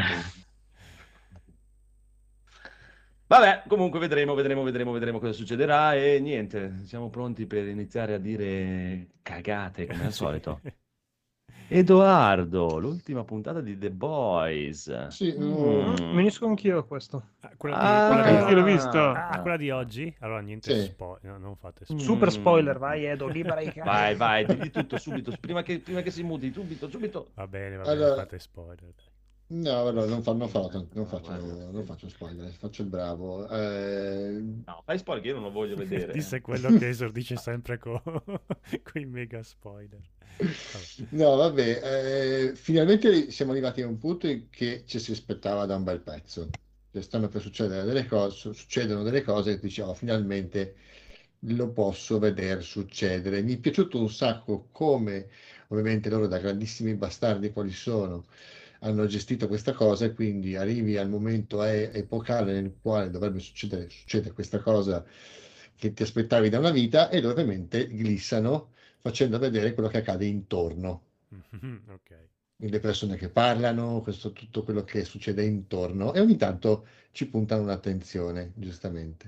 Vabbè, comunque vedremo, vedremo, vedremo, vedremo cosa succederà e niente, siamo pronti per iniziare a dire cagate come al Sì. solito. Edoardo, l'ultima puntata di The Boys. Sì, Mm, no, Mm. mi unisco anch'io a questo. Ah, quella di, Ah, quella di Anche io l'ho oggi. visto. Ah, quella di oggi? Allora niente Sì. spoiler, no, non fate spoiler. Super Mm. spoiler, vai Edo, libera i cazzi. Vai, vai, digli tutto subito, prima che, prima che si muti, subito, subito. Va bene, va bene, allora, fate spoiler. Dai. no, allora, non, fa- non faccio, non, No, faccio, guarda, non sì. faccio spoiler, faccio il bravo. Eh, No, fai spoiler che io non lo voglio vedere. Disse quello che esordisce sempre con i mega spoiler. Vabbè. no, vabbè, eh, finalmente siamo arrivati a un punto in che ci si aspettava da un bel pezzo. Cioè, stanno per succedere delle cose, su- succedono delle cose che diciamo finalmente lo posso vedere succedere. Mi è piaciuto un sacco come, ovviamente loro da grandissimi bastardi quali sono, hanno gestito questa cosa e quindi arrivi al momento e- epocale nel quale dovrebbe succedere, succede questa cosa che ti aspettavi da una vita e loro ovviamente glissano facendo vedere quello che accade intorno, Ok. le persone che parlano, questo, tutto quello che succede intorno e ogni tanto ci puntano un'attenzione, giustamente.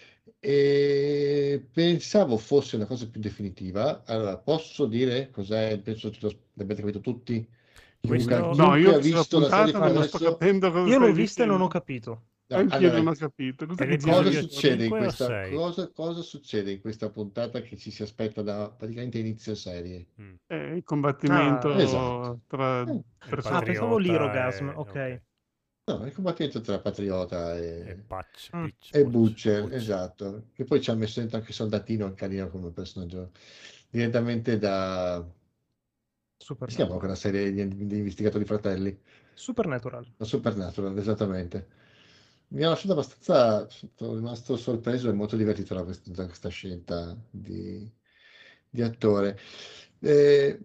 E pensavo fosse una cosa più definitiva. Allora, posso dire cos'è? Penso che lo l'abbiate capito tutti. Chiunque, Questo... No, io chiunque ho ha visto la visto la serie puntata, fino ma non sto adesso, capendo cosa Io l'ho stai vista e non dicendo. ho capito. No, Anch'io allora, non ho capito. Cos'è E che l'episodio cosa gira? succede in cinque o questa sei? cosa, cosa succede in questa puntata che ci si aspetta da praticamente inizio serie? Mm. È il Ah, combattimento Esatto. tra Eh, Il persone. ah, pensavo Patriota l'Irogasm, e... ok. no, il combattimento tra Patriota E e, Patch, Mm. Pitch, e Butch, Butcher, Butch. esatto. Che poi ci ha messo dentro anche Soldatino, il carino come personaggio, direttamente da... Come si chiama quella Supernatural. serie di, di investigatori fratelli? Supernatural. La Supernatural, esattamente. Mi ha lasciato abbastanza, sono rimasto sorpreso e molto divertito da questa, da questa scelta di, di attore. Eh,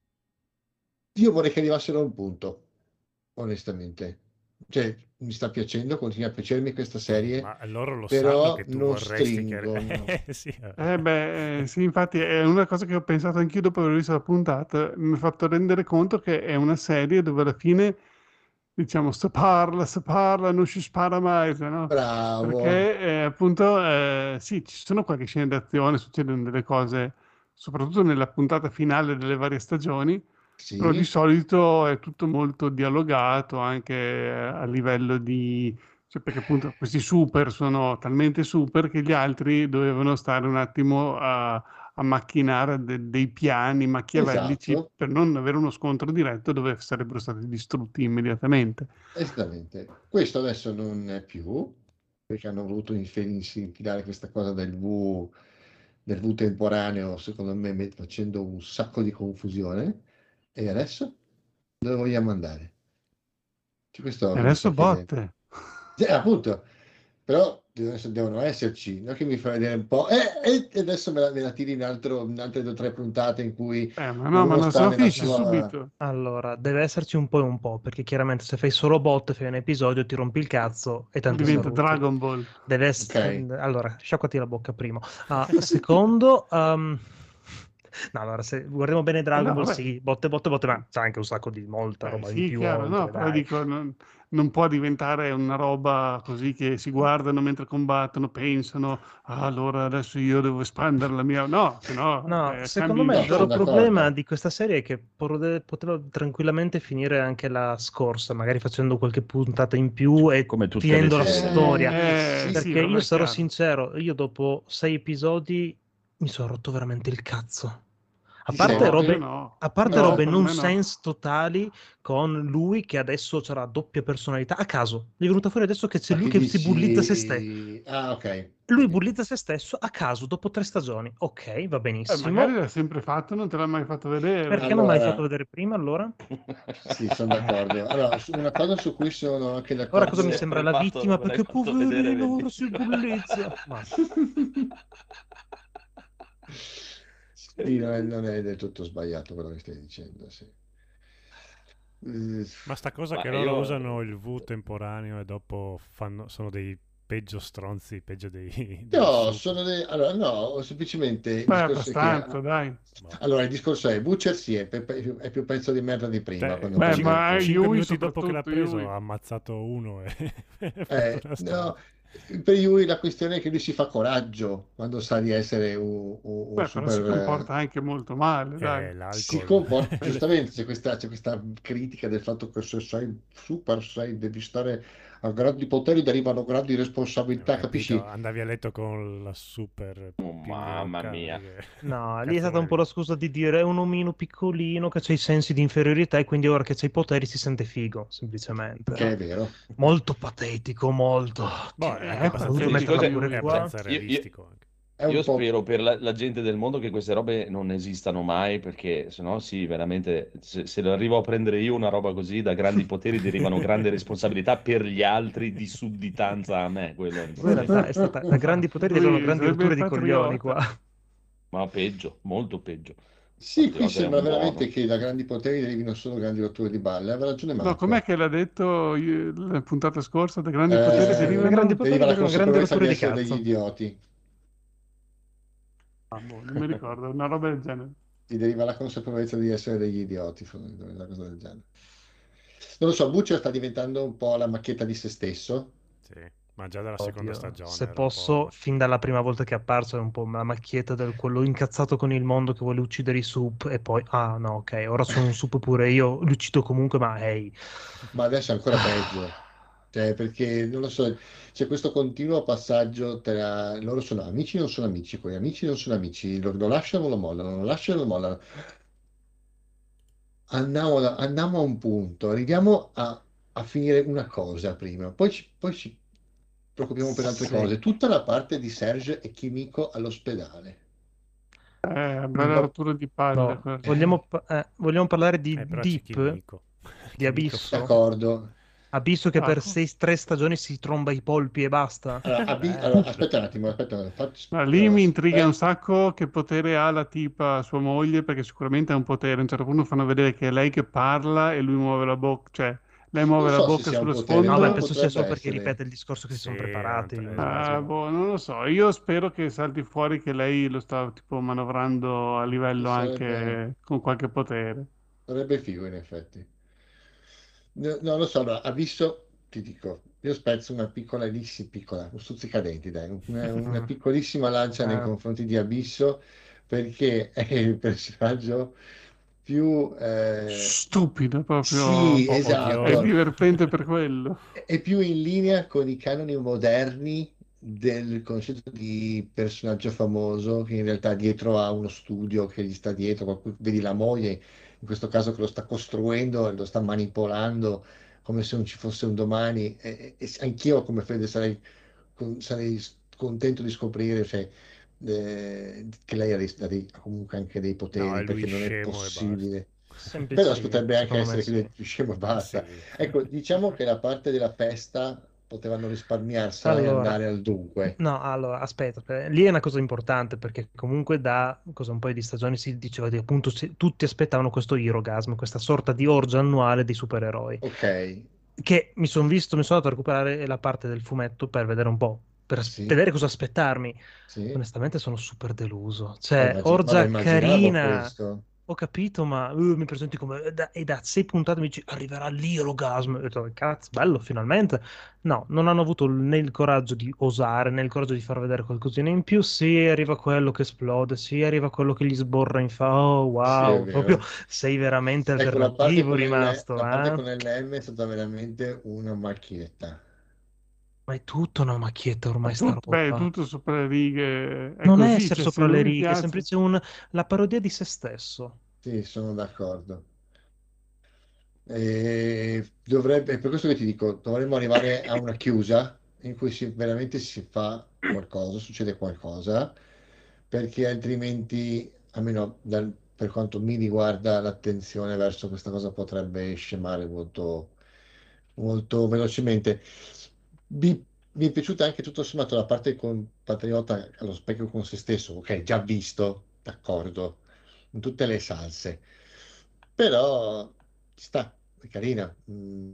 io vorrei che arrivassero a un punto, onestamente. Cioè, mi sta piacendo, continua a piacermi questa serie, Ma loro lo sanno però che tu non vorresti che... stringono. Eh, sì, eh. Eh beh, eh, sì, infatti è una cosa che ho pensato anch'io dopo aver visto la puntata. Mi ha fatto rendere conto che è una serie dove alla fine, diciamo, sto parla, sto parla, non si spara mai, no? Bravo, Perché eh, appunto, eh, sì, ci sono qualche scene d'azione, succedono delle cose, soprattutto nella puntata finale delle varie stagioni, però di sì, solito è tutto molto dialogato anche eh, a livello di... Cioè, perché appunto questi super sono talmente super che gli altri dovevano stare un attimo a, a macchinare de- dei piani machiavellici esatto, per non avere uno scontro diretto dove sarebbero stati distrutti immediatamente. esattamente. Questo adesso non è più, perché hanno voluto inf- infilare questa cosa del V, del V temporaneo, secondo me met- facendo un sacco di confusione. E adesso dove vogliamo andare? Cioè, questo E che mi sto adesso chiedendo. botte. Eh, appunto, però devono, ess- devono esserci, non che mi fai vedere un po', eh, eh, e adesso me la, me la tiri in, altro, in altre due o tre puntate in cui Eh, ma no, ma ognuno non se sta lo nella finisci No. sua... subito. Allora, deve esserci un po' e un po', perché chiaramente se fai solo bot, fai un episodio, ti rompi il cazzo e tanti Diventa saluti. Dragon Ball. Deve essere... Ok, Allora, sciacquati la bocca prima. Ah, secondo... um, No, allora, se guardiamo bene Eh Dragon no, Ball, vabbè. sì, botte, botte, botte, ma c'è anche un sacco di molta Eh, roba in sì, più chiaro, no, oltre, però dai. dico, non, non può diventare una roba così che si guardano mentre combattono, pensano, ah, allora adesso io devo espandere la mia... No, se no No, eh, secondo cambi me il il no, sono vero discorso. problema d'accordo. di questa serie è che porde- poteva tranquillamente finire anche la scorsa, magari facendo qualche puntata in più e Come tutte finendo le la serie. storia. Eh, Eh, sì, sì, Perché io vabbè, sarò chiaro. sincero, io dopo sei episodi mi sono rotto veramente il cazzo. A ti parte No, io robe, serve? no. a parte No, robe Per non me no. sense totali con lui che adesso c'ha doppia personalità. A caso, gli è venuto fuori adesso che c'è ma lui che che si bullizza se stesso. dici? Ah, ok, Lui capito. bullizza se stesso a caso dopo tre stagioni. Ok, va Eh, benissimo. magari l'ha sempre fatto, non te l'ha mai fatto vedere. Perché non me l'hai fatto Allora, vedere prima allora? sì, sono d'accordo. Allora, su una cosa su cui sono anche Ora cosa mi d'accordo... sembra Sempre la fatto, vittima non me l'hai perché fatto vedere, poverino ora vedi. si bullizza. Ma Sì, non è, non è del tutto sbagliato quello che stai dicendo, sì. Eh, Ma sta cosa Ma che loro io... usano il V temporaneo e dopo fanno, sono dei peggio stronzi, peggio dei, dei No, super. sono dei... Allora, no, semplicemente il Beh, discorso è che... abbastanza, dai. Boh. Allora, il discorso è, Butcher sì, è, pe- pe- è più pezzo di merda di prima, Cioè, quando Beh, prende ma il... cinque Yui minuti dopo che l'ha soprattutto, preso Yui. ha ammazzato uno e ha fatto Eh, una storia. no, per Yui la questione è che lui si fa coraggio quando sa di essere un, un- un Beh, però si super... comporta eh, anche molto male, Eh, dai. si l'alcol. comporta, Beh, giustamente, c'è questa, c'è questa critica del fatto che se sei super sei devi stare a grandi poteri, derivano grandi Eh, ho responsabilità, capito, capisci? andavi a letto con la super Oh, pingola mamma locale, mia. che- no, lì è cazzo stata vuoi un po' la dire? scusa di dire è un omino piccolino che ha i sensi di inferiorità e quindi ora che c'ha i poteri si sente figo, semplicemente. Che è vero. Molto patetico, molto. Boh, è anche Eh, abbastanza, Ho voluto patetico, metterla Scusa, pure Yui. è qua. abbastanza io, io- realistico anche. È un io po'... spero per la, la gente del mondo che queste robe non esistano mai, perché sennò sì, veramente, se, se lo arrivo a prendere io una roba così, da grandi poteri derivano grandi responsabilità per gli altri di sudditanza a me, quello è il Poi in realtà problema. è stata da grandi poteri Lui derivano grandi sarebbe rotture il di coglioni patriota. qua. Ma peggio, molto peggio. Sì, qui Patriota è sembra un veramente buono. che da grandi poteri derivino solo grandi rotture di balle. Aveva ragione No, com'è Marco. che l'ha detto io- la puntata scorsa? Da grandi poteri Sì, sì, da Eh, grandi derivano? poteri deriva la derivano grandi consapevolezza di rotture di essere degli cazzo. idioti. Ah, boh, non mi ricordo, una roba del genere. Ti deriva la consapevolezza di essere degli idioti, fondamentalmente, una cosa del genere. Non lo so, Butcher sta diventando un po' la macchietta di se stesso. Sì, ma già dalla seconda Oddio, stagione se era un posso, po'... fin dalla prima volta che è apparso è un po' la macchietta del quello incazzato con il mondo che vuole uccidere i sup e poi, ah no, ok, ora sono un sup pure io, li uccido comunque, ma ehi. Ma adesso è ancora peggio. Cioè, perché non lo so, c'è questo continuo passaggio tra loro sono amici, non sono amici, quegli amici non sono amici, lo, lo lasciano o lo mollano, lo lasciano o lo mollano. Andiamo, da- andiamo a un punto, arriviamo a, a finire una cosa prima, poi ci, poi ci preoccupiamo per altre Sì. cose. Tutta la parte di Serge e Kimiko all'ospedale. Eh, Mm. bella rottura di palle. No, quella. vogliamo, pa- eh, vogliamo parlare di Eh, però c'è Deep, Kimiko. di Kimiko Abisso? fa- D'accordo. Abisso che per Ah, sei, tre stagioni si tromba i polpi e basta. Allora, Abi- Bello. allora, aspetta un attimo, aspetta un attimo. Faccio- ma lì allora, mi intriga un eh, sacco che potere ha la tipa, sua moglie, perché sicuramente ha un potere. A un certo punto fanno vedere che è lei che parla e lui muove la bocca, cioè lei muove non la so se bocca sia un sullo potere, No, beh, però sfondo. penso sia potrebbe solo perché essere. ripete il discorso che si sono Sì, preparati. è un- Ah, esatto. boh, non lo so, io spero che salti fuori che lei lo sta tipo manovrando a livello Sarebbe, anche con qualche potere. sarebbe figo in effetti. No, non lo so, allora, ha visto, ti dico, io spezzo una piccolissima, piccola, un stuzzicadenti, dai, una, una Mm. piccolissima lancia nei Eh, confronti di Abisso perché è il personaggio più... eh, Stupido, proprio sì, O- è odioso. esatto, divertente per quello. è più in linea con i canoni moderni del concetto di personaggio famoso che in realtà dietro ha uno studio che gli sta dietro, qualcuno- vedi la moglie in questo caso che lo sta costruendo e lo sta manipolando come se non ci fosse un domani e, e- e anch'io come Fede sarei, con- sarei contento di scoprire cioè, eh, che lei ha, dei- ha dei- ha comunque anche dei No, poteri è lui perché non è scemo e basta. possibile. Però semplici, potrebbe anche secondo me essere che lui sì. è più scemo e basta. Sì. Ecco, diciamo che la parte della festa potevano risparmiarsela e Allora, andare al dunque. no, allora, aspetta, aspetta, lì è una cosa importante perché comunque da cosa, un paio di stagioni si diceva che appunto si- tutti aspettavano questo Eurogasm, questa sorta di orgia annuale dei supereroi. Ok, Che mi sono visto, mi sono andato a recuperare la parte del fumetto per vedere un po', per as- sì, vedere cosa aspettarmi. sì. Onestamente sono super deluso. Ma, Cioè, immagi- ma lo orgia immaginavo carina, questo. ho capito, ma uh, mi presenti come... E da, e da sei puntate mi dici arriverà l'Eurogasm. Ho detto, cazzo, bello, finalmente. No, non hanno avuto né il coraggio di osare, né il coraggio di far vedere qualcosina in più. Sì, arriva quello che esplode, sì, arriva quello che gli sborra in fa. Oh, Sì, è wow, proprio vero. sei veramente Ecco, la parte alternativo con L, rimasto, la parte eh? con L M è stata veramente una macchietta. Ma è tutta una macchietta È ormai sta tut- beh, è roba. tutto sopra le righe, è Non è così, essere cioè se sopra non le mi righe, è piace. semplice un... la parodia di se stesso. Sì, sono d'accordo. E dovrebbe, è per questo che ti dico, dovremmo arrivare a una chiusa in cui si- veramente si fa qualcosa, succede qualcosa, perché altrimenti, almeno dal- per quanto mi riguarda, l'attenzione verso questa cosa potrebbe scemare molto, molto velocemente. Mi, mi è piaciuta anche tutto sommato la parte con Patriota allo specchio con se stesso, ok, già visto, d'accordo, in tutte le salse, però ci sta, è carina. Mm,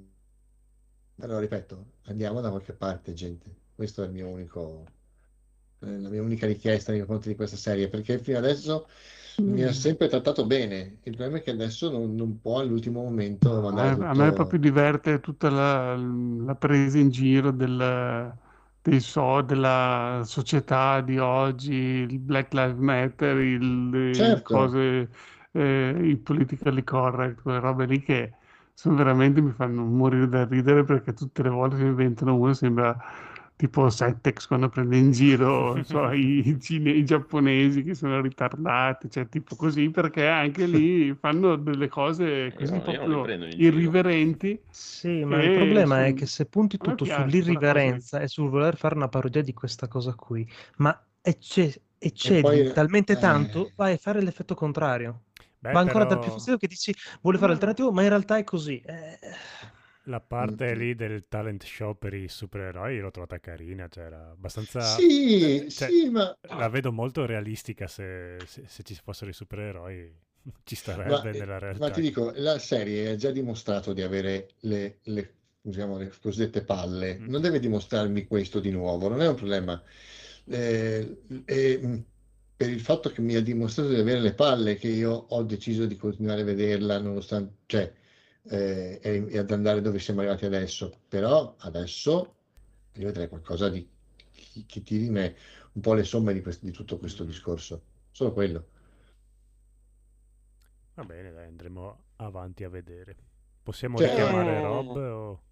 però ripeto, andiamo da qualche parte, gente. Questo è il mio unico, eh, la mia unica richiesta nei confronti di questa serie, perché fino adesso mi ha Mm. sempre trattato bene. Il problema è che adesso non, non può all'ultimo momento A mandare me, a me proprio tutto. diverte tutta la, la presa in giro del, dei so, della società di oggi, il Black Lives Matter, il, il Certo. cose, eh, il politically correct, quelle robe lì che sono veramente mi fanno morire da ridere perché tutte le volte che mi inventano uno sembra tipo Settex quando prende in giro, non so, i, i cine- i giapponesi che sono ritardati, cioè tipo così, perché anche lì fanno delle cose Eh, così Io, io non li proprio prendo in giro. irriverenti Sì, ma il che problema è che son- se punti a me tutto piace quella cosa lì. sull'irriverenza e sul voler fare una parodia di questa cosa qui, ma ecce- E poi, eccedi talmente eh, tanto, vai a fare l'effetto contrario. Beh, Va ancora a dar più però fastidio che dici vuole fare No. alternativo, ma in realtà è così. Eh, la mm, parte mm. lì del talent show per i supereroi l'ho trovata carina, cioè era abbastanza... Sì, eh, cioè, sì, ma, la vedo molto realistica se, se- se ci fossero i supereroi, ci ma, starebbe eh, nella ma ti realtà. dico, la serie ha già dimostrato di avere le, le, diciamo, le cosiddette palle. Mm. Non deve dimostrarmi questo di nuovo, non è un problema. Eh, e, mh, per il fatto che mi ha dimostrato di avere le palle, che io ho deciso di continuare a vederla, nonostante, cioè, eh, e, e ad andare dove siamo arrivati adesso. Però adesso io vedrei qualcosa di che, che tiri me un po' le somme di, questo- di tutto questo Mm. discorso. Solo quello. Va bene, dai, andremo avanti a vedere. Possiamo Cioè, richiamare eh, Rob Io... o...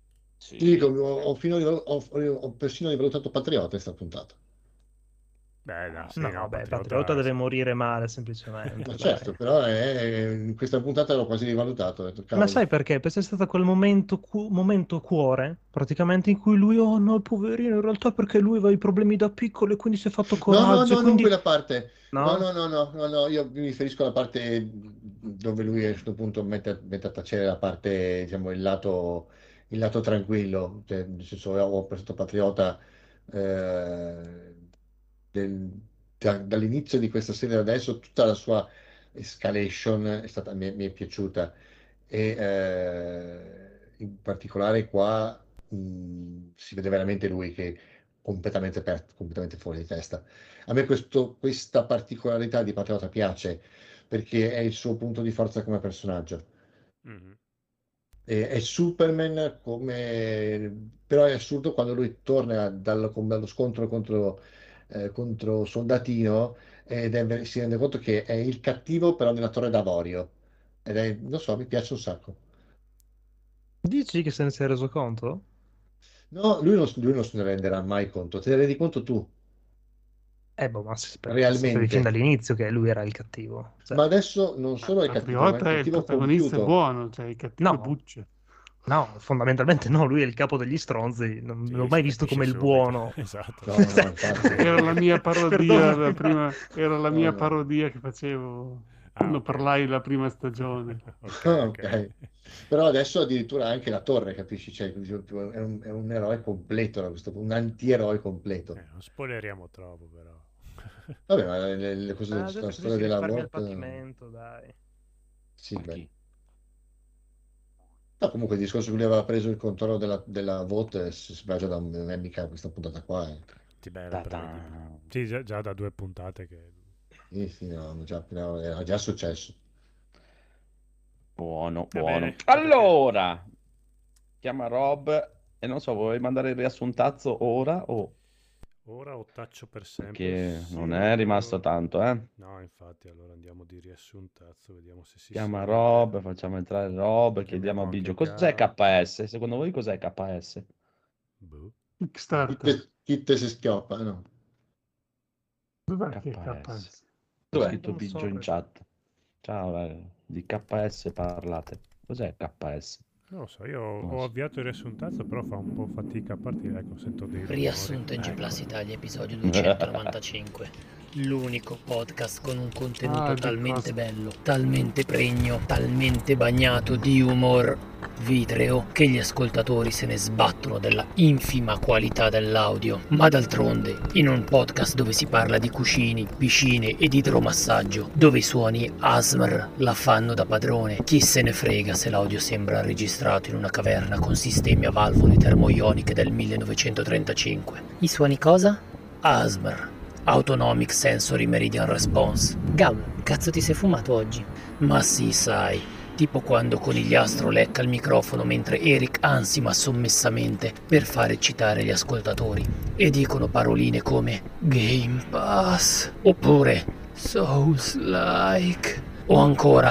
Sì, Ti dico, ho, ho fino a- ho- ho persino rivalutato Patriota in sta puntata. Beh, no, sì, No, no, beh, Patriota, Patriota deve sì. morire male, semplicemente. Ma dai. certo, però è- in questa puntata l'ho quasi rivalutato. Ho detto, Ma cavolo. sai perché? Perché c'è stato quel momento, cu- momento cuore, praticamente, in cui lui, oh no, poverino, in realtà perché lui aveva i problemi da piccolo e quindi si è fatto No, no, coraggio, no, e non quindi... quella parte. No, No? no, no, no, no, no, io mi riferisco alla parte dove lui a un certo punto mette, mette a tacere la parte, diciamo, il lato, il lato tranquillo. Cioè, nel senso, ho pensato Patriota eh, del- da- dall'inizio di questa serie ad adesso, tutta la sua escalation è stata, mi, è mi è piaciuta. E eh, in particolare qua mh, si vede veramente lui che è completamente, per- completamente fuori di testa. A me questo- questa particolarità di Patriota piace perché è il suo punto di forza come personaggio. Mhm. E- È Superman come... però è assurdo quando lui torna dallo, dallo scontro contro, eh, contro Soldatino ed è- si rende conto che è il cattivo però nella Torre d'Avorio. Ed è, non so, mi piace un sacco. Dici che se ne sei reso conto? No, lui non, lui non se ne renderà mai conto. Te ne rendi conto tu, Eh, boh, ma se- perché lo sapevi fin realmente. dall'inizio che lui era il cattivo. Cioè, Ma adesso non Ma solo è cattivo, ma è Patriota è il cattivo protagonista, è compiuto. buono, cioè il cattivo è no, Bucce. no, fondamentalmente no, lui è il capo degli stronzi, non Sì, l'ho si mai visto capisce come il subito. buono. Esatto. No, no, infatti. Era la mia parodia, Perdonami, la ma- prima, era la No, mia no. parodia che facevo Ah, quando ok. parlai la prima stagione. Ok, Ah, ok. ok. Però adesso addirittura anche la torre, capisci? Cioè, è un, è un eroe completo, da questo punto, un antieroe completo. Eh, non spoileriamo troppo, però. Vabbè, ma le, le cose, Ah, la adesso così storia si della risparmia il Vought, patimento, dai. sì, Ma beh. chi? No, comunque il discorso che lui aveva preso il controllo della, della Vought eh, si si va già da un- non è mica questa puntata qua. eh. Sì, beh, era Ta-ta. prevedibile. Sì, già, già da due puntate che... Sì, sì, no, già- no, era già successo. Buono, Va buono. bene, Allora, chiama Rob e non so, vuoi mandare il riassuntazzo ora o... Ora o taccio per sempre? Perché Sì, non è rimasto allora- tanto, eh? No, infatti, allora andiamo di riassuntazzo, vediamo se si Chiama sente. Rob, facciamo entrare Rob, chiediamo a anche Biggio. Cos'è Gao. K S? Secondo voi cos'è K S? Boh. Kickstarter. Kit, Kit si schioppa, no? Dov'è che è K S. K S? Dove è Dov'è? scritto Non Biggio so, in perché- chat? Ciao, raga. Di K S parlate. Cos'è K S? Non lo so, io ho, Non ho so. avviato il riassuntazzo, però fa un po' fatica a partire, ecco, sento dei rumori. Riassunto in G Ecco. Plus Italia, episodio duecentonovantacinque. L'unico podcast con un contenuto Ah, di talmente cosa? bello, talmente pregno, talmente bagnato di humor vitreo che gli ascoltatori se ne sbattono della infima qualità dell'audio. Ma d'altronde, in un podcast dove si parla di cuscini, piscine ed idromassaggio, dove i suoni A S M R la fanno da padrone, chi se ne frega se l'audio sembra registrato in una caverna con sistemi a valvole termoioniche del millenovecentotrentacinque. I suoni cosa? A S M R. Autonomic Sensory Meridian Response. Gab, cazzo ti sei fumato oggi? Ma sì, sai, tipo quando Conigliastro lecca il microfono mentre Eric ansima sommessamente per far eccitare gli ascoltatori e dicono paroline come Game Pass oppure Souls-like o ancora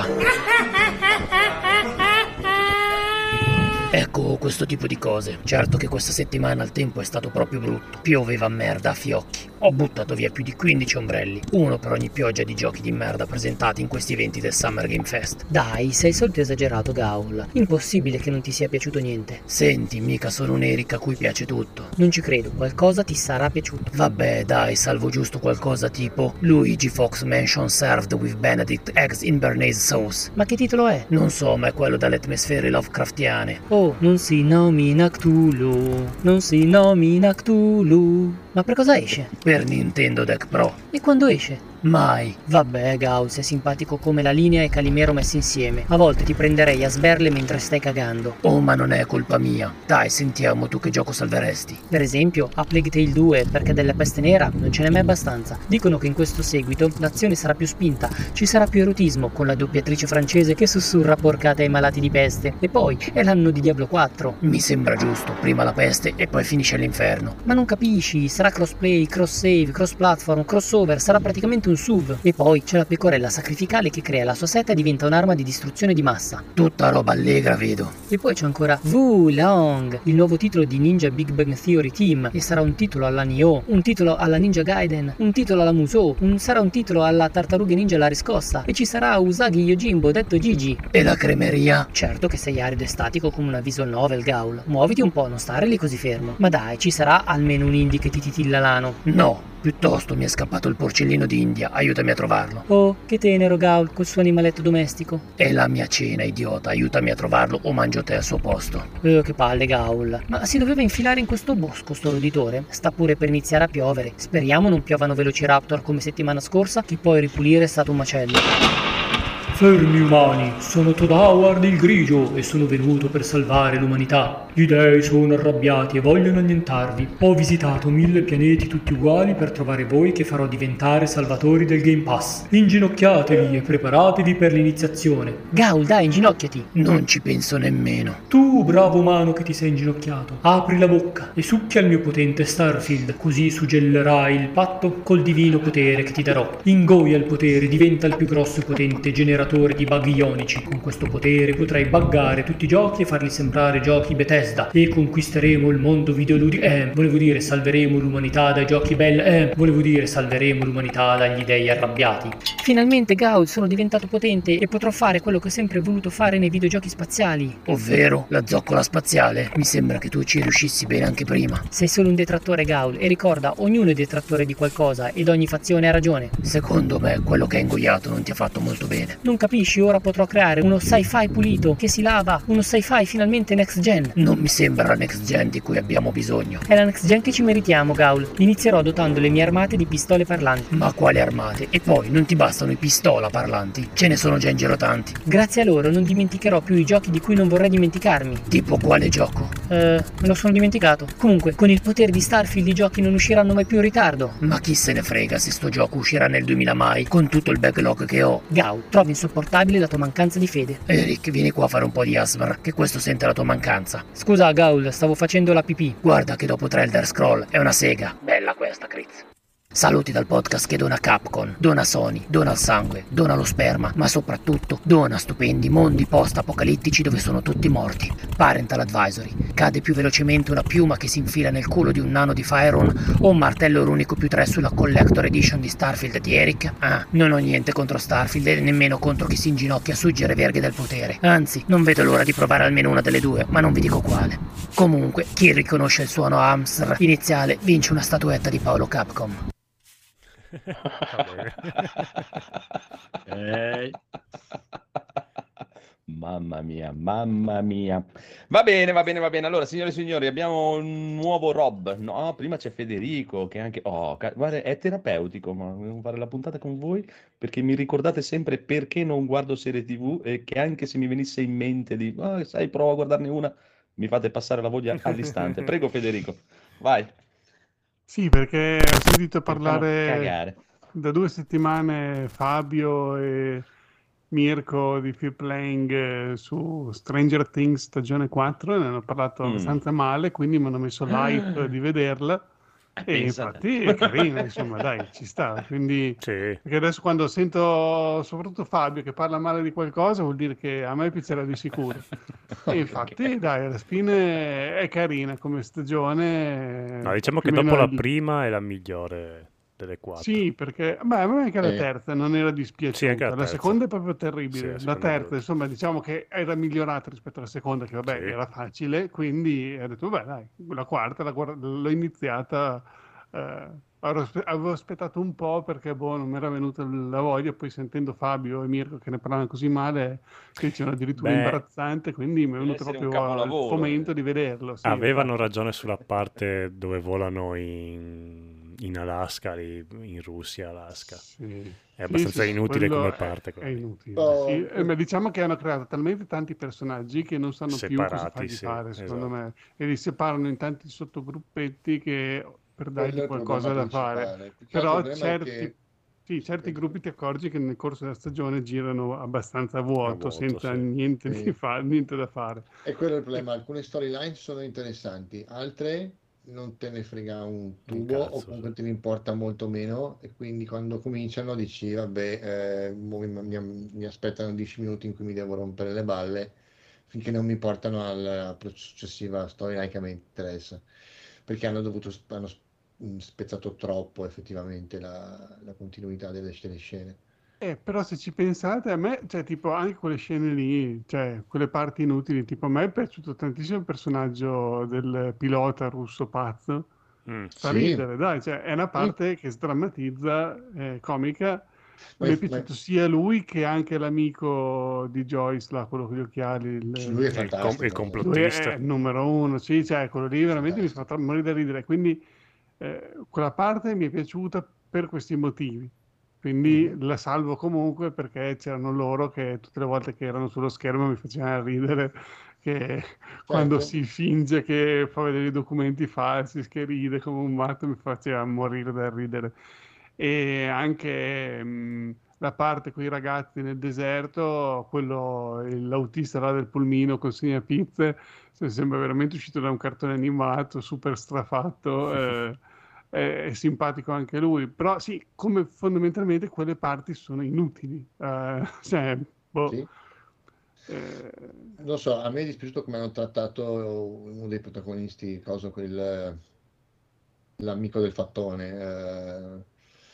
ecco, questo tipo di cose. Certo che questa settimana il tempo è stato proprio brutto. Pioveva merda a fiocchi. Ho buttato via più di quindici ombrelli, uno per ogni pioggia di giochi di merda presentati in questi eventi del Summer Game Fest. Dai, sei solito esagerato, Gaul. Impossibile che non ti sia piaciuto niente. Senti, mica sono un Eric a cui piace tutto. Non ci credo, qualcosa ti sarà piaciuto. Vabbè, dai, salvo giusto qualcosa tipo Luigi Fox Mansion served with Benedict eggs in Bernaise sauce. Ma che titolo è? Non so, ma è quello dalle atmosfere Lovecraftiane. Oh, non si nomina Cthulhu. Non si nomina Cthulhu. Ma per cosa esce? Per Nintendo Deck Pro. E quando esce? Mai. Vabbè, Gaul, sei simpatico come la linea e Calimero messi insieme. A volte ti prenderei a sberle mentre stai cagando. Oh, ma non è colpa mia. Dai, sentiamo tu che gioco salveresti. Per esempio, a Plague Tale due, perché della peste nera non ce n'è mai abbastanza. Dicono che in questo seguito l'azione sarà più spinta, ci sarà più erotismo, con la doppiatrice francese che sussurra porcate ai malati di peste. E poi è l'anno di Diablo quattro. Mi sembra giusto, prima la peste e poi finisce all'inferno. Ma non capisci, sarà crossplay, cross save, cross platform, crossover, sarà praticamente un un S U V. E poi c'è la pecorella sacrificale che crea la sua seta e diventa un'arma di distruzione di massa. Tutta roba allegra, vedo. E poi c'è ancora Wulong, il nuovo titolo di Ninja Big Bang Theory Team, e sarà un titolo alla Nioh, un titolo alla Ninja Gaiden, un titolo alla Musou, un, sarà un titolo alla Tartarughe Ninja alla riscossa, e ci sarà Usagi Yojimbo, detto Gigi. E la cremeria? Certo che sei arido e statico come una visual novel, Gaul. Muoviti un po', non stare lì così fermo. Ma dai, ci sarà almeno un indie che ti titilla l'ano. No, piuttosto mi è scappato il porcellino d'India, aiutami a trovarlo. Oh, che tenero Gaul col suo animaletto domestico. È la mia cena, idiota, aiutami a trovarlo o mangio te al suo posto. Oh, che palle Gaul. Ma si doveva infilare in questo bosco sto roditore? Sta pure per iniziare a piovere. Speriamo non piovano velociraptor come settimana scorsa, che poi ripulire è stato un macello. Fermi umani, sono Todd Howard il Grigio e sono venuto per salvare l'umanità. Gli dei sono arrabbiati e vogliono annientarvi. Ho visitato mille pianeti tutti uguali per trovare voi che farò diventare salvatori del Game Pass. Inginocchiatevi e preparatevi per l'iniziazione. Gaul, dai, inginocchiati. Non ci penso nemmeno. Tu, bravo umano che ti sei inginocchiato, apri la bocca e succhia il mio potente Starfield, così suggellerai il patto col divino potere che ti darò. Ingoia il potere, diventa il più grosso e potente generatore di bug ionici. Con questo potere potrai buggare tutti i giochi e farli sembrare giochi Bethesda, e conquisteremo il mondo videoludico. Eh, volevo dire salveremo l'umanità dai giochi belli. Eh, volevo dire salveremo l'umanità dagli dei arrabbiati. Finalmente, Gaul, sono diventato potente e potrò fare quello che ho sempre voluto fare nei videogiochi spaziali. Ovvero la zoccola spaziale. Mi sembra che tu ci riuscissi bene anche prima. Sei solo un detrattore, Gaul, e ricorda, ognuno è detrattore di qualcosa ed ogni fazione ha ragione. Secondo me quello che hai ingoiato non ti ha fatto molto bene. Non capisci? Ora potrò creare uno sci-fi pulito, che si lava, uno sci-fi finalmente next gen. Non mi sembra la next gen di cui abbiamo bisogno. È la next gen che ci meritiamo, Gaul. Inizierò dotando le mie armate di pistole parlanti. Ma quali armate? E poi non ti bastano i pistola parlanti? Ce ne sono già in giro tanti. Grazie a loro non dimenticherò più i giochi di cui non vorrei dimenticarmi. Tipo quale gioco? Eh, me lo sono dimenticato. Comunque, con il potere di Starfield i giochi non usciranno mai più in ritardo. Ma chi se ne frega se sto gioco uscirà nel duemila mai, con tutto il backlog che ho. Gaul, trovi insopportabile la tua mancanza di fede. Eric, vieni qua a fare un po' di asmr, che questo sente la tua mancanza. Scusa, Gaul, stavo facendo la pipì. Guarda che dopo tre Elder Scroll è una sega. Bella questa, Critz. Saluti dal podcast che dona Capcom, dona Sony, dona il sangue, dona lo sperma, ma soprattutto dona stupendi mondi post-apocalittici dove sono tutti morti. Parental Advisory. Cade più velocemente una piuma che si infila nel culo di un nano di Faerun o un martello runico più tre sulla Collector Edition di Starfield di Eric? Ah, non ho niente contro Starfield e nemmeno contro chi si inginocchia a suggere verghe del potere. Anzi, non vedo l'ora di provare almeno una delle due, ma non vi dico quale. Comunque, chi riconosce il suono AMSR iniziale vince una statuetta di Paolo Capcom. Ehi. Mamma mia, mamma mia. Va bene, va bene, va bene. Allora, signore e signori, abbiamo un nuovo Rob. No, prima c'è Federico che anche... Oh, ca- guarda, è terapeutico, ma devo fare la puntata con voi perché mi ricordate sempre perché non guardo serie tivù e che anche se mi venisse in mente di... Oh, sai, provo a guardarne una, mi fate passare la voglia all'istante. Prego, Federico, vai. Sì, perché ho sentito Mi fanno parlare cagare. da due settimane Fabio e Mirko di Fear Playing eh, su Stranger Things stagione quattro, ne hanno parlato Mm. abbastanza male, quindi mi hanno messo l'hype di vederla e Pensa a te. infatti è carina, insomma, dai, ci sta. Quindi, Sì. perché adesso quando sento soprattutto Fabio che parla male di qualcosa vuol dire che a me piacerà di sicuro. E infatti, dai, alla fine è carina come stagione. No, diciamo più che o dopo meno la il- prima è la migliore delle quattro. Sì, perché beh, a me anche la Eh. terza non era dispiaciuta, Sì, anche la la terza. seconda è proprio Sì, terribile, la la seconda è terza brutta. insomma diciamo che era migliorata rispetto alla seconda che vabbè Sì. era facile, quindi ho detto vabbè dai, la quarta la guarda- l'ho iniziata, eh, ero aspe- avevo aspettato un po' perché boh, non mi era venuta la voglia, poi sentendo Fabio e Mirko che ne parlavano così male, che dicevano addirittura Beh, imbarazzante, quindi mi è deve venuto essere un proprio al capolavoro. fomento di vederlo. Sì, Avevano infatti. ragione sulla parte dove volano in, in Alaska, lì, in Russia, Alaska. Sì. È abbastanza Sì, sì, inutile quello come è- parte. È, quella lì. inutile. Oh, Sì, eh, ma diciamo che hanno creato talmente tanti personaggi che non sanno più cosa Separati, fargli sì, fare, secondo esatto. me. E li separano in tanti sottogruppetti che per quello è dargli il qualcosa problema da fare. principale. Più che altro Però il problema è certi, che sì, certi gruppi ti accorgi che nel corso della stagione girano abbastanza a vuoto, vuoto, senza sì. niente, Sì. di fa- niente da fare. è quello il problema. Alcune storyline sono interessanti, altre non te ne frega un tubo Un cazzo, o comunque sì. te ne importa molto meno e quindi quando cominciano dici vabbè, eh, mo mi, mi- mi aspettano dieci minuti in cui mi devo rompere le balle finché non mi portano alla successiva storyline che mi interessa, perché hanno dovuto hanno mh, spezzato troppo effettivamente la, la continuità delle, delle scene. Eh, però se ci pensate, a me, cioè, tipo, anche quelle scene lì, cioè, quelle parti inutili, tipo, a me è piaciuto tantissimo il personaggio del pilota russo pazzo. Mm. Fa Sì, ridere, dai, cioè, è una sì, parte che sdrammatizza, è comica. ma, Mi è ma piaciuto sia lui che anche l'amico di Joyce, là, quello con gli occhiali. il- lui è Il, com- il fantastico. Cioè. Lui è complottista. il numero uno, sì, cioè, quello lì veramente mi fa Fantastico. tra- morire da ridere. Quindi eh, quella parte mi è piaciuta per questi motivi. Quindi Mhm. la salvo comunque perché c'erano loro che tutte le volte che erano sullo schermo mi facevano ridere, che quando Certo. si finge che fa vedere i documenti falsi, che ride come un matto, mi faceva morire dal ridere. E anche mh, la parte con i ragazzi nel deserto, quello, l'autista là del pulmino consegna pizze, se- sembra veramente uscito da un cartone animato, super strafatto. eh, è, è simpatico anche lui, però sì, come fondamentalmente quelle parti sono inutili. eh, cioè, boh, Sì. eh, Non so, a me è dispiaciuto come hanno trattato uno dei protagonisti, cosa, quel, l'amico del fattone. eh.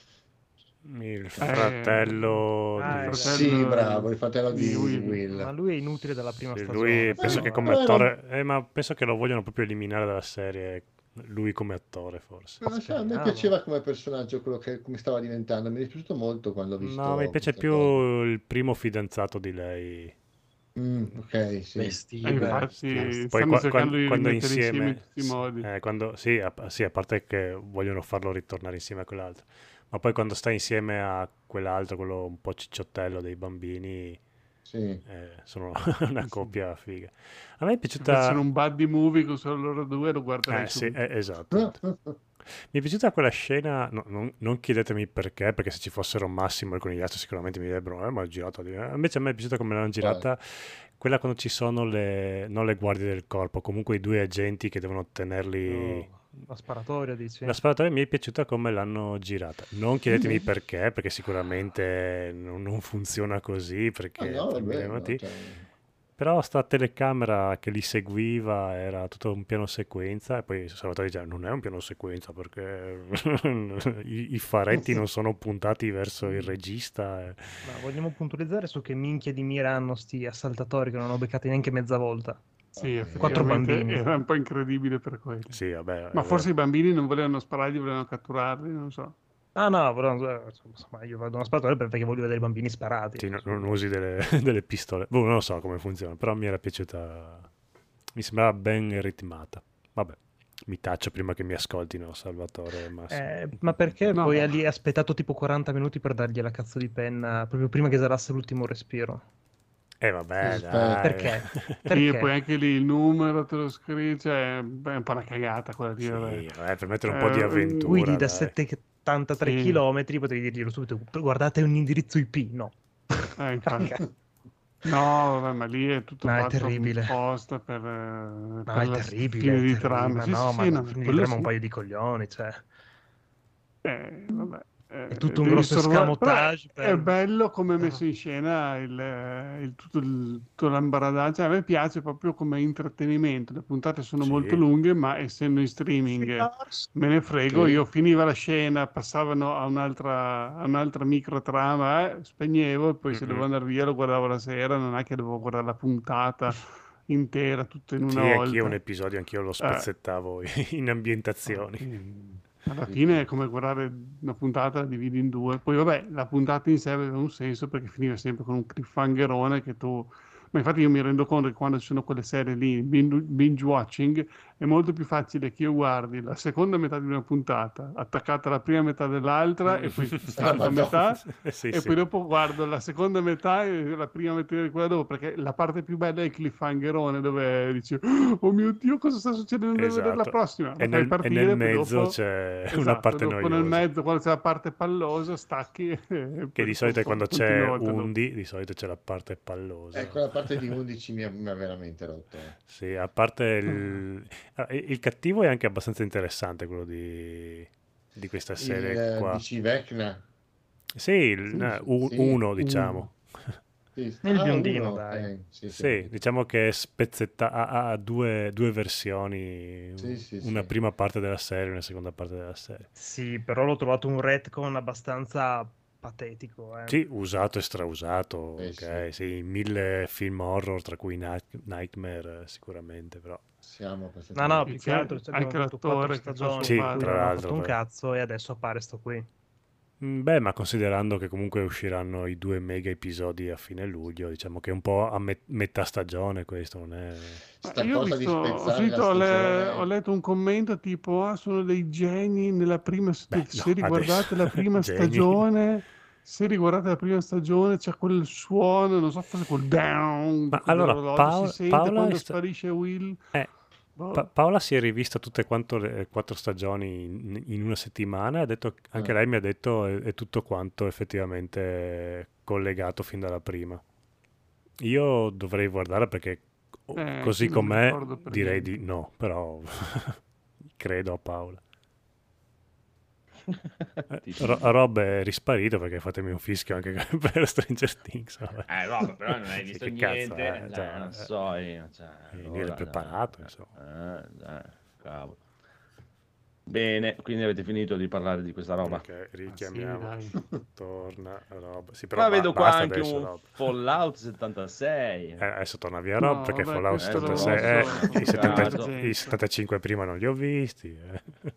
Il eh, fratello il Ah, di... il- Sì, fratello bravo, il fratello di di, di Will. Ma Will. lui è inutile dalla prima Sì, stagione, lui penso che Eh, però... come però era un- attore... Eh, ma penso che lo vogliono proprio eliminare dalla serie. Lui come attore, forse. non so, a me Speriamo. piaceva come personaggio quello che come stava diventando. Mi è dispiaciuto molto quando ho No, mi visto piace questa più cosa. il primo fidanzato di lei. Mm, ok, sì. E Eh, Steve. infatti Steve. Poi stanno qua- cercando quan- di quando, rimettere insieme in insieme, tutti i s- modi. eh, quando, sì, a, sì, a parte che vogliono farlo ritornare insieme a quell'altro, ma poi quando sta insieme a quell'altro, quello un po' cicciottello dei bambini, Sì. eh, sono una coppia figa. A me è Se facessero piaciuta, un buddy movie con solo loro due lo guarderei eh, sì, subito. eh, esatto. Mi è piaciuta quella scena, no, non, non chiedetemi perché, perché se ci fossero Massimo e con gli altri sicuramente mi direbbero, eh, ma è girata di... eh." Invece a me è piaciuta come l'hanno girata, quella quando ci sono le, non le guardie del corpo, comunque i due agenti che devono tenerli... Oh, la sparatoria, dici? La sparatoria mi è piaciuta come l'hanno girata. Non chiedetemi perché, perché sicuramente non, non funziona così, Ah, perché no, per mille vabbè, no, motivi. cioè, Però sta telecamera che li seguiva era tutto un piano sequenza e poi Salvatore dice non è un piano sequenza perché i, i faretti non sono puntati verso il regista. e- Ma vogliamo puntualizzare su che minchia di mira hanno sti assaltatori che non ho beccati neanche mezza volta. Sì, ok. Quattro effettivamente bambini. era un po' incredibile per quello. Sì, vabbè. Ma eh, forse i bambini non volevano spararli, volevano catturarli, non so. Ah no, però, eh, insomma, io vado a uno sparatore perché voglio vedere i bambini sparati. sì, no- non usi delle, delle pistole. Boh, non lo so come funziona, però mi era piaciuta. Mi sembrava ben ritmata. Vabbè, mi taccio prima che mi ascoltino Salvatore e Massimo. Eh, ma perché No, poi ma- ha lì aspettato tipo quaranta minuti per dargli la cazzo di penna proprio prima che esalasse l'ultimo respiro? Eh vabbè, Aspetta. dai. Perché? Sì, Perché? e poi anche lì il numero te lo scrivi, cioè, beh, è un po' una cagata quella di... Sì, vabbè. vabbè, per mettere un po' di Eh, avventura, Guidi da dai. settantatré Sì. chilometri, potevi dirglielo subito, guardate un indirizzo I P, no. Eh, infatti. Ok. No, vabbè, ma lì è tutto No, è fatto terribile. apposta per, eh, No, per è la terribile, fine è di terribile. trama. Ma Sì, no, sì, ma sì, la no, fine di quello trama è un sì. paio di coglioni, cioè. Eh, vabbè. Eh, È tutto un devi grosso sorvolare- escamotage però è, è per- bello come è messo in scena il, eh, il- tutto il tutto l'ambaradaccio. A me piace proprio come intrattenimento. Le puntate sono Sì. molto lunghe, ma essendo in streaming eh, me ne frego. Sì. Io finiva la scena, passavano a un'altra, a un'altra micro trama, eh, spegnevo e poi se Mhm. dovevo andare via lo guardavo la sera. Non è che dovevo guardare la puntata intera, tutta in una Sì, anch'io un volta. episodio, anch'io lo Eh. spezzettavo in ambientazioni. Quindi, alla fine è come guardare una puntata, la dividi in due. Poi vabbè, la puntata in sé aveva un senso perché finiva sempre con un cliffhangerone che tu... Ma infatti io mi rendo conto che quando ci sono quelle serie lì, bin- binge watching, è molto più facile che io guardi la seconda metà di una puntata attaccata alla prima metà dell'altra e poi salto a Madonna. metà Sì, e sì. poi dopo guardo la seconda metà e la prima metà di quella dopo, perché la parte più bella è il cliffhangerone dove dici oh mio Dio cosa sta succedendo, devo vedere la Esatto. prossima, E la fai nel, e partire nel poi mezzo dopo c'è una esatto, parte dopo nel noiosa. mezzo quando c'è la parte pallosa stacchi e Che poi di solito è dopo quando continui c'è la volta dopo. Undi, di solito c'è la parte pallosa. Ecco la parte di undici mi ha, mi ha veramente rotto. eh. Sì, a parte il... ah, il il cattivo è anche abbastanza interessante, quello di, di questa Il serie eh, qua. dici Vecna? Sì, il- Sì, eh, sì, u- Sì, uno uno. diciamo. sì. Il Ah, biondino, uno. dai. Eh, sì, sì, ho Sì, capito. diciamo che è spezzetta- ha, ha due, due versioni, Sì, sì, una sì. prima parte della serie e una seconda parte della serie. Sì, però l'ho trovato un retcon abbastanza patetico, eh. Sì, usato e strausato, Eh, ok, sì. sì, mille film horror, tra cui Night- Nightmare eh, sicuramente, però... Siamo No, abbastanza no, Sì, più che c'è altro abbiamo anche avuto quattro l'attore che fa stagioni suo Sì, in cui padre. tra non hanno l'altro, fatto un tra- cazzo e adesso appare sto qui. Mm, Beh, ma considerando che comunque usciranno i due mega episodi a fine luglio, diciamo che è un po' a me- metà stagione questo, non è... Ma sta io ho cosa di visto, ho spezzare la sentito, ho, le- ho stagione. letto un commento tipo, ah, sono dei geni nella prima, se, Beh, se no, riguardate la adesso, prima geni. stagione, se riguardate la prima stagione c'è quel suono, non so, forse quel down Ma allora, dell'orologio, si Paola, sente Paola, è quando sta- sparisce Will. eh, Boh. Pa- Paola si è rivista tutte quanto le quattro stagioni in, in una settimana e ha detto, anche Eh. lei mi ha detto è, è tutto quanto effettivamente collegato fin dalla prima. Io dovrei guardare perché oh, Eh, così sì, non mi com'è ricordo per direi niente. di no, però credo a Paola. Eh, Ti Ro- fido. Rob è risparito perché fatemi un fischio anche per Stranger Things. Vabbè. Eh, vabbè, però non hai Sì, visto che cazzo, niente, eh, cioè, cioè, non eh, so io, cioè, vieni allora, preparato, eh, insomma. eh, eh, cavolo. Bene, quindi avete finito di parlare di questa roba. Ok, Ma sì, richiamiamo. dai. Torna Rob. Sì, però Ma ba- vedo qua basta anche adesso, un Rob. Fallout settantasei. Eh, adesso torna via Rob No, perché vabbè, Fallout questo Adesso l'ho settantasei, Rob visto eh, i, settanta cazzo. i emergenza. settantacinque prima non li ho visti. eh.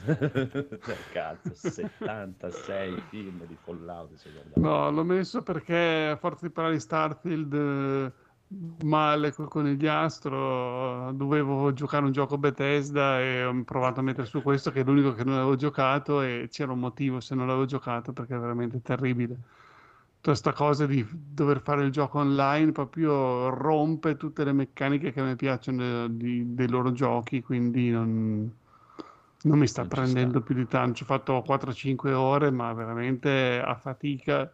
Cioè, cazzo, settantasei film di Fallout, se guardate. No, l'ho messo perché a forza di parlare di Starfield eh, male col conigliastro, dovevo giocare un gioco Bethesda e ho provato a mettere su questo che è l'unico che non avevo giocato e c'era un motivo se non l'avevo giocato perché è veramente terribile. Tutta sta cosa di dover fare il gioco online proprio rompe tutte le meccaniche che a me piacciono di- dei loro giochi, quindi non, non mi sta Non ci sta. prendendo più di tanto. Ci ho fatto quattro cinque ore, ma veramente a fatica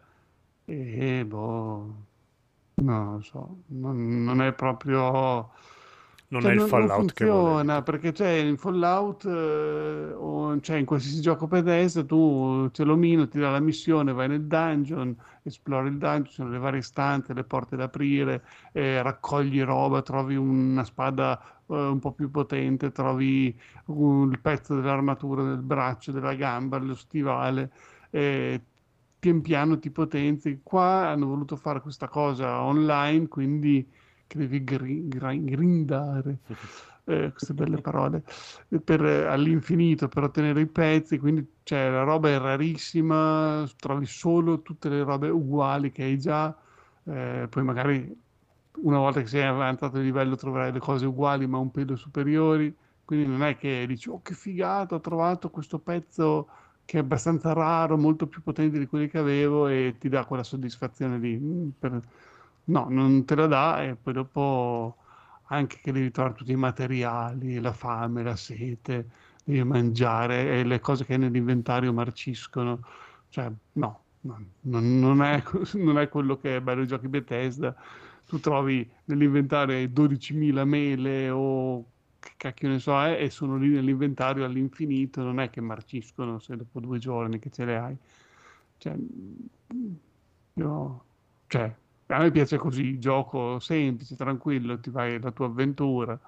e boh, non lo so, non, non è proprio... Non Cioè, è il non, non Fallout che volevi funziona tu. perché c'è in Fallout, eh, o cioè in qualsiasi gioco Bethesda, tu ce lo mino, ti dà la missione, vai nel dungeon, esplori il dungeon, ci sono le varie stanze, le porte da aprire, eh, raccogli roba, trovi una spada eh, un po' più potente, trovi un- il pezzo dell'armatura del braccio, della gamba, lo stivale, eh, pian piano ti potenzi. Qua hanno voluto fare questa cosa online, quindi che devi gri- gra- grindare, eh, queste belle parole, eh, per, eh, all'infinito per ottenere i pezzi, quindi cioè, la roba è rarissima, trovi solo tutte le robe uguali che hai già, eh, poi magari una volta che sei avanzato di livello troverai le cose uguali ma un pelo superiori, quindi non è che dici, oh che figata, ho trovato questo pezzo che è abbastanza raro, molto più potente di quelli che avevo e ti dà quella soddisfazione lì. Mm, per- No, non te la dà e poi dopo anche che devi trovare tutti i materiali, la fame, la sete, devi mangiare e le cose che hai nell'inventario marciscono. Cioè, no, no, non, non è, non è quello che è bello ai giochi Bethesda. Tu trovi nell'inventario dodicimila mele o che cacchio ne so, è, e sono lì nell'inventario all'infinito, non è che marciscono se dopo due giorni che ce le hai. Cioè, io, cioè, a me piace così, gioco semplice, tranquillo, ti fai la tua avventura.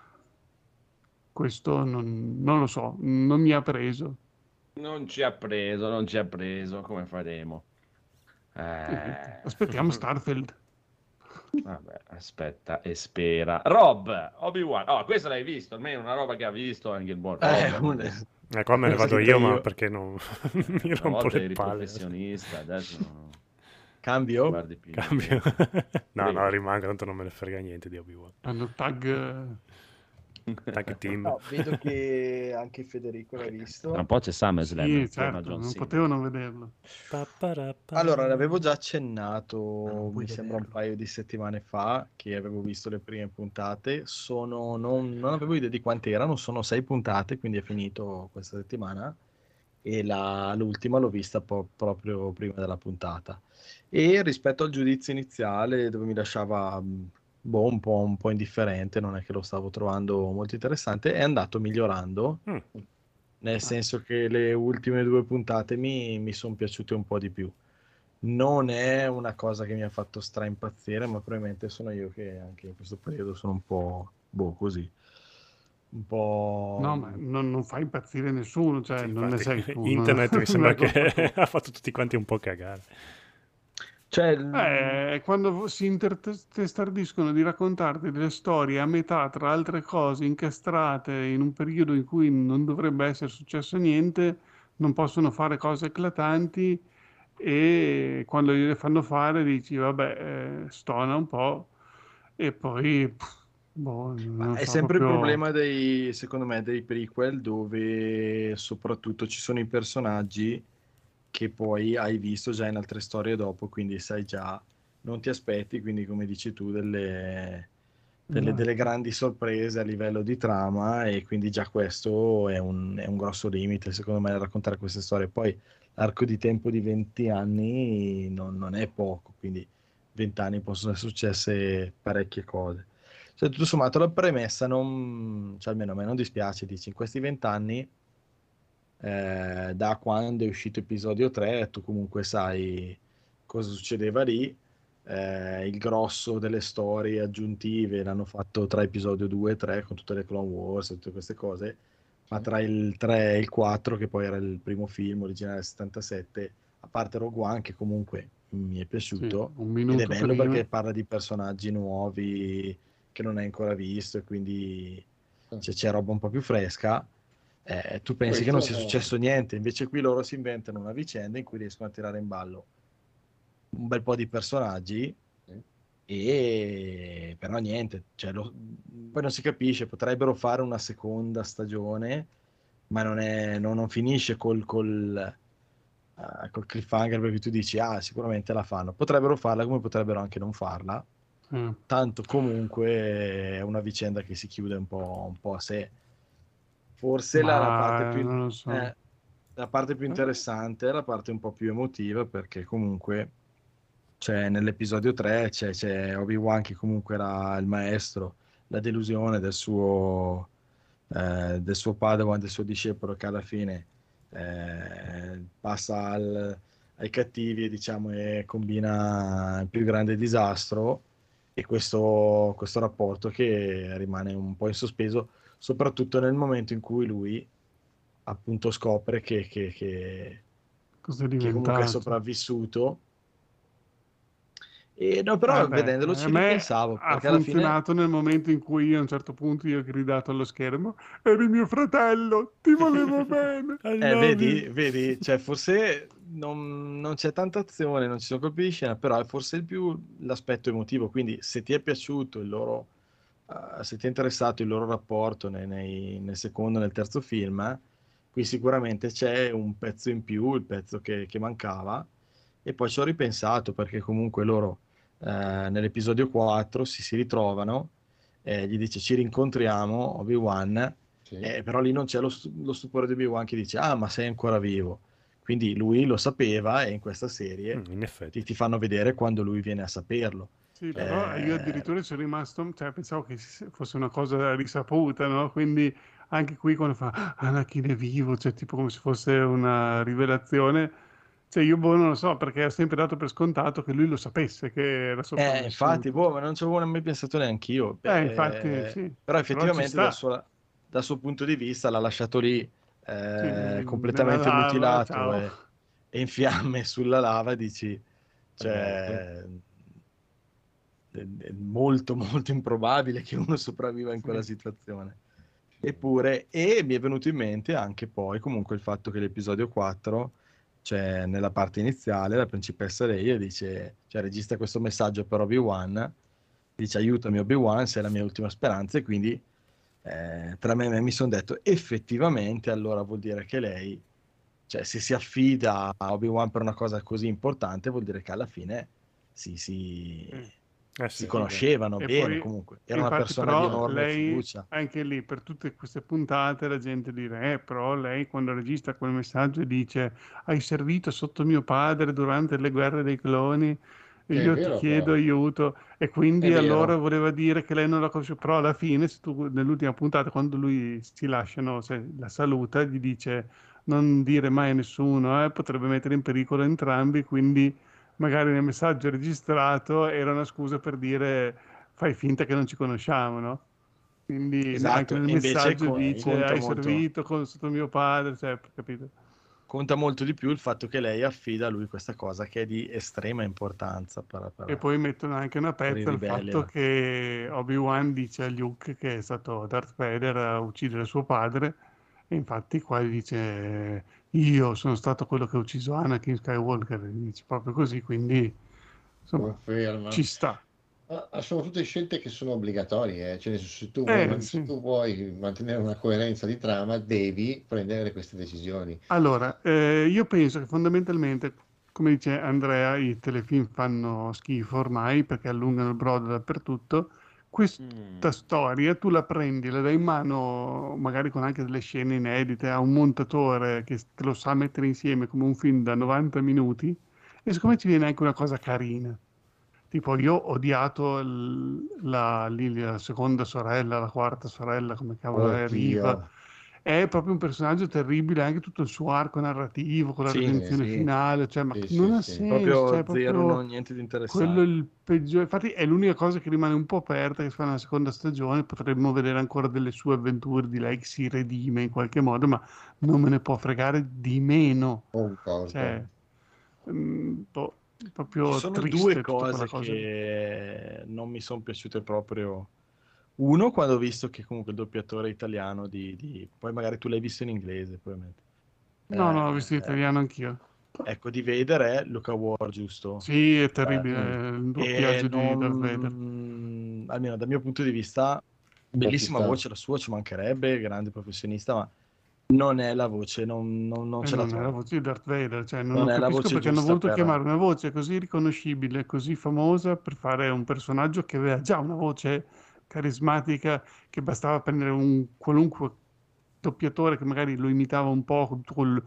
Questo non, non lo so, non mi ha preso. Non ci ha preso, non ci ha preso, come faremo? E niente, Eh, aspettiamo Starfield. vabbè, aspetta e spera. Rob, Obi-Wan, oh, questo l'hai visto, almeno una roba che ha visto anche il buon Eh, Rob. un- Eh, qua me ne L'ho vado scritto io, ma io. perché non mi Una rompo volta le eri palle. professionista, adesso non Cambio? guardi più Cambio. niente. No, no, Prego. rimango, tanto non me ne frega niente di Obi-Wan. Hanno tag... Tag team. No, vedo che anche Federico l'ha visto. Tra un po' c'è SummerSlam, Sì, torna certo, John non Cena. potevo non vederlo. Pa-pa-ra-pa. Allora, l'avevo già Ma accennato, non puoi mi sembra un vederlo. paio di settimane fa, che avevo visto le prime puntate. Sono, non, non avevo idea di quante erano, sono sei puntate, quindi è finito questa settimana. e la, l'ultima l'ho vista po- proprio prima della puntata. E rispetto al giudizio iniziale, dove mi lasciava mh, boh, un po', un po' indifferente, non è che lo stavo trovando molto interessante, è andato migliorando, Mm. nel senso che le ultime due puntate mi, mi sono piaciute un po' di più. Non è una cosa che mi ha fatto stra impazzire, ma probabilmente sono io che anche in questo periodo sono un po' boh, così. Un po'. No, ma non, non fa impazzire nessuno, cioè Sì, non ne infatti, sei tu. internet mi non sembra è colpa che tua. ha fatto tutti quanti un po' cagare. Cioè, Eh, quando si intertestardiscono di raccontarti delle storie a metà tra altre cose incastrate in un periodo in cui non dovrebbe essere successo niente, non possono fare cose eclatanti e quando gliele fanno fare dici vabbè, eh, stona un po' e poi pff, boh, ma non è so, sempre il proprio problema dei, secondo me, dei prequel, dove soprattutto ci sono i personaggi che poi hai visto già in altre storie dopo, quindi sai già, non ti aspetti, quindi come dici tu, delle, delle, delle esatto. grandi sorprese a livello di trama, e quindi già questo è un, è un grosso limite, secondo me, nel raccontare queste storie. Poi l'arco di tempo di venti anni non, non è poco, quindi venti anni possono essere successe parecchie cose. Cioè, tutto sommato, la premessa non, cioè almeno a me non dispiace, dici, in questi venti anni, eh, da quando è uscito episodio tre, tu comunque sai cosa succedeva lì. Eh, il grosso delle storie aggiuntive l'hanno fatto tra episodio due e tre, con tutte le Clone Wars e tutte queste cose, ma Sì. tra il tre e il quattro, che poi era il primo film originale del settantasette, a parte Rogue One, che comunque mi è Sì, piaciuto, un ed è minuto bello prima. perché parla di personaggi nuovi che non hai ancora visto, e quindi Sì. c'è, c'è roba un po' più fresca. Eh, tu pensi che non sia Questo successo niente, invece qui loro si inventano una vicenda in cui riescono a tirare in ballo un bel po' di personaggi, sì. e però niente, cioè, lo- poi non si capisce, potrebbero fare una seconda stagione, ma non, è, non, non finisce col, col, eh, col cliffhanger, perché tu dici, ah, sicuramente la fanno. Potrebbero farla, come potrebbero anche non farla, Eh, tanto comunque è una vicenda che si chiude un po', un po' a sé. Forse la, la parte ma più, non lo so. eh, la parte più Eh, interessante è la parte un po' più emotiva, perché comunque c'è nell'episodio tre c'è, c'è Obi-Wan che comunque era il maestro, la delusione del suo, eh, del suo Padawan, del suo discepolo, che alla fine eh, passa al- ai cattivi e diciamo e combina il più grande disastro, e questo, questo rapporto che rimane un po' in sospeso, soprattutto nel momento in cui lui appunto scopre che, che, che, cosa è che comunque è diventato? sopravvissuto. E no, Eh però beh, vedendolo a ci me ripensavo, ha perché alla fine funzionato nel momento in cui io a un certo punto io ho gridato allo schermo, eri mio fratello, ti volevo bene. I eh, love you. vedi, vedi, cioè forse non, non c'è tanta azione, non ci sono colpi di scena, però è forse il più l'aspetto emotivo. Quindi se ti è piaciuto il loro, eh, se ti è interessato il loro rapporto nei- nei- nel secondo e nel terzo film, eh, qui sicuramente c'è un pezzo in più, il pezzo che, che mancava. E poi ci ho ripensato, perché comunque loro eh, nell'episodio quattro si, si ritrovano, eh, gli dice ci rincontriamo, Obi-Wan, Sì. eh, però lì non c'è lo, stu- lo stupore di Obi-Wan che dice ah, ma sei ancora vivo. Quindi lui lo sapeva, e in questa serie Mm, in ti, effetti. ti fanno vedere quando lui viene a saperlo. Sì, però io Eh, addirittura ci sono rimasto, cioè pensavo che si- fosse una cosa risaputa, no? Quindi anche qui quando fa "Ah, Anakin è vivo", cioè tipo come se fosse una rivelazione, cioè io boh, non lo so, perché ho sempre dato per scontato che lui lo sapesse che era eh, infatti, sopravvissuto. boh, ma non ci avevo nemmeno pensato neanche io. Eh, infatti Beh, sì, però però ci effettivamente dal sta, suo, dal suo punto di vista l'ha lasciato lì, sì, eh, nella completamente lava, mutilato ciao. e, e in fiamme sulla lava, dici, Eh beh, que- cioè, è, è molto molto improbabile che uno sopravviva in quella Sì. situazione. sì. Eppure, e mi è venuto in mente anche poi comunque il fatto che l'episodio quattro, cioè nella parte iniziale, la principessa Leia dice, cioè registra questo messaggio per Obi-Wan, dice aiutami Obi-Wan, sei la mia ultima speranza, e quindi eh, tra me e me mi sono detto effettivamente allora vuol dire che lei, cioè se si affida a Obi-Wan per una cosa così importante, vuol dire che alla fine si, si, Sì. Eh si sì. conoscevano E bene poi, comunque, e era una infatti, persona di però, enorme lei fiducia. anche lì per tutte queste puntate la gente dirà, eh, però lei quando registra quel messaggio dice: hai servito sotto mio padre durante le guerre dei cloni e Che è io ti vero, chiedo però. aiuto. E È quindi allora vero. voleva dire che lei non la conosce, però alla fine, se tu nell'ultima puntata, quando lui si lasciano, se la saluta, gli dice: non dire mai a nessuno, eh, potrebbe mettere in pericolo entrambi, quindi magari nel messaggio registrato era una scusa per dire fai finta che non ci conosciamo, no? Quindi anche Esatto, nel e invece messaggio co- Ok. dice conta hai molto, servito con, sotto mio padre, cioè, capito? conta molto di più il fatto che lei affida a lui questa cosa che è di estrema importanza per, E per- poi mettono anche una per i pezza al ribelli. fatto che Obi-Wan dice a Luke che è stato Darth Vader a uccidere suo padre, e infatti qua gli dice io sono stato quello che ha ucciso Anakin Skywalker, gli dice proprio così, quindi insomma Conferma. ci sta. Ah, ah, sono tutte scelte che sono obbligatorie, eh. Cioè, nel senso, se tu vuoi, Eh man- se sì. tu vuoi mantenere una coerenza di trama, devi prendere queste decisioni. Allora, eh, io penso che fondamentalmente, come dice Andrea, i telefilm fanno schifo ormai perché allungano il brodo dappertutto. Questa Mm. storia tu la prendi, la dai in mano, magari con anche delle scene inedite, a un montatore che te lo sa mettere insieme come un film da novanta minuti, e siccome ci viene anche una cosa carina. Tipo, io ho odiato il- la, lì la seconda sorella, la quarta sorella, come cavolo è, Oddio. Riva. È proprio un personaggio terribile, anche tutto il suo arco narrativo con la Sì, Sì, redenzione sì, finale, cioè, ma sì, non sì, ha sì. senso, cioè, proprio è zero, no, proprio niente di quello è interessante. il peggiore. Infatti è l'unica cosa che rimane un po' aperta, che si fa nella seconda stagione, potremmo vedere ancora delle sue avventure di lei che si redime in qualche modo, ma non me ne può fregare di meno. Concordo. Cioè, mm, boh, Ci proprio sono due triste tutta quella cose cosa lì. che non mi sono piaciute proprio. Uno, quando ho visto che comunque il doppiatore italiano di, di- poi magari tu l'hai visto in inglese, probabilmente. No, no, ho visto Eh, l'italiano anch'io. ecco, di Vader è Luca Ward, giusto? Sì, è Eh, terribile Mm. eh, il e doppiaggio di Darth Vader. non, almeno dal mio punto di vista, Però ci bellissima sta. voce la sua, ci mancherebbe, grande professionista, ma non è la voce, non, non- non E ce la non è la trovo. voce di Darth Vader, cioè non, Non non è la capisco voce perché hanno giusta voluto per... chiamare una voce così riconoscibile, così famosa per fare un personaggio che aveva già una voce carismatica, che bastava prendere un qualunque doppiatore che magari lo imitava un po' con tutto quel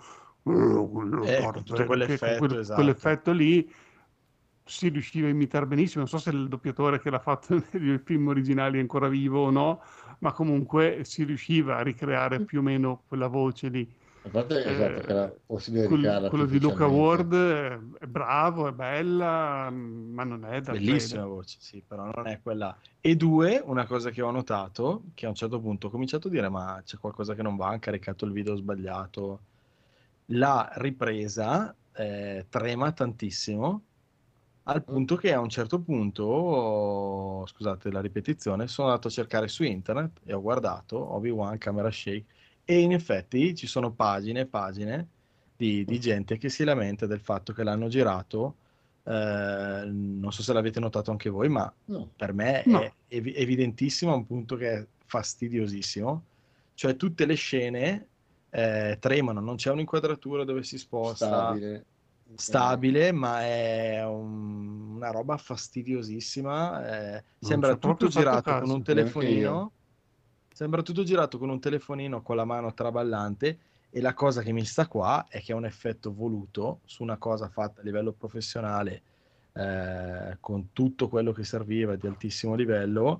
quello Ecco, Darth tutto Vader, che con quell'effetto, quel- esatto. quell'effetto lì si riusciva a imitare benissimo. Non so se il doppiatore che l'ha fatto nei film originali è ancora vivo o no, ma comunque si riusciva a ricreare più o meno quella voce lì. A parte, esatto, che era Eh, possibile quel- ricrearla quello di Luca Ward artificialmente. è, è bravo, è bella, mm, ma non è Darth Bellissima Vader. voce, sì, però non è quella. E due, una cosa che ho notato, che a un certo punto ho cominciato a dire, ma c'è qualcosa che non va, han caricato il video sbagliato. La ripresa eh, trema tantissimo, al punto che a un certo punto, scusate la ripetizione, sono andato a cercare su internet e ho guardato Obi-Wan Camera Shake e in effetti ci sono pagine e pagine di, di gente che si lamenta del fatto che l'hanno girato. Eh, non so se l'avete notato anche voi, ma No. per me No, è evi- evidentissimo a un punto che è fastidiosissimo. Cioè tutte le scene eh, tremano, non c'è un'inquadratura dove si sposta Stabile. Ok. stabile, ma è un- una roba fastidiosissima. eh, non ci sembra ho tutto proprio fatto girato con un caso. Neanche io. telefonino. Sembra tutto girato con un telefonino con la mano traballante. E la cosa che mi sta qua è che è un effetto voluto su una cosa fatta a livello professionale, eh, con tutto quello che serviva di altissimo livello,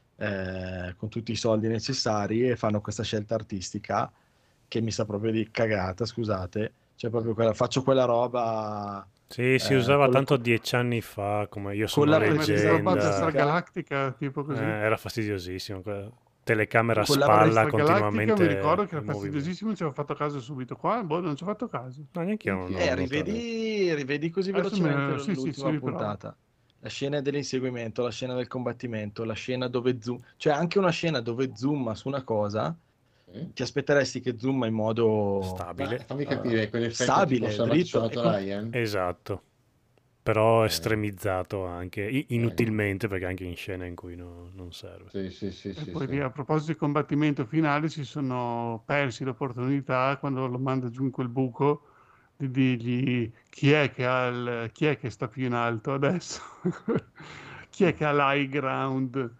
eh, con tutti i soldi necessari, e fanno questa scelta artistica che mi sa proprio di cagata, scusate. Cioè proprio quella, faccio quella roba Sì, si eh, usava con, la- tanto dieci anni fa, come Io con sono la Eh, ma tipo precisa Battlestar leggenda. artistica, Galactica, tipo Eh, così. era fastidiosissimo. quella Telecamera a con la spalla Battlestar Galactica mi ricordo continuamente che era in movimento. fastidiosissimo, non ci avevo fatto caso subito. Qua, boh, non ci ho fatto caso. No, neanche io non Anch'io. l'ho eh, notato. rivedi, rivedi così Adesso velocemente me... sì, sì, sì, l'ultima riprovo. puntata. La scena dell'inseguimento, la scena del combattimento, la scena dove zoom, cioè anche una scena dove zooma su una cosa, Sì. ti aspetteresti che zooma in modo Ma Stabile. fammi eh, capire, quell'effetto tipo stabile, Salvatore dritto. E Salvato com- Ryan? Esatto. Però Eh, estremizzato anche, i- eh, inutilmente, perché anche in scene in cui no- non serve. Sì, sì, sì, E sì, poi sì. lì, a proposito di combattimento finale, si sono persi l'opportunità quando lo manda giù in quel buco di dirgli chi è che ha il... chi è che sta più in alto adesso. chi è che ha l'high ground?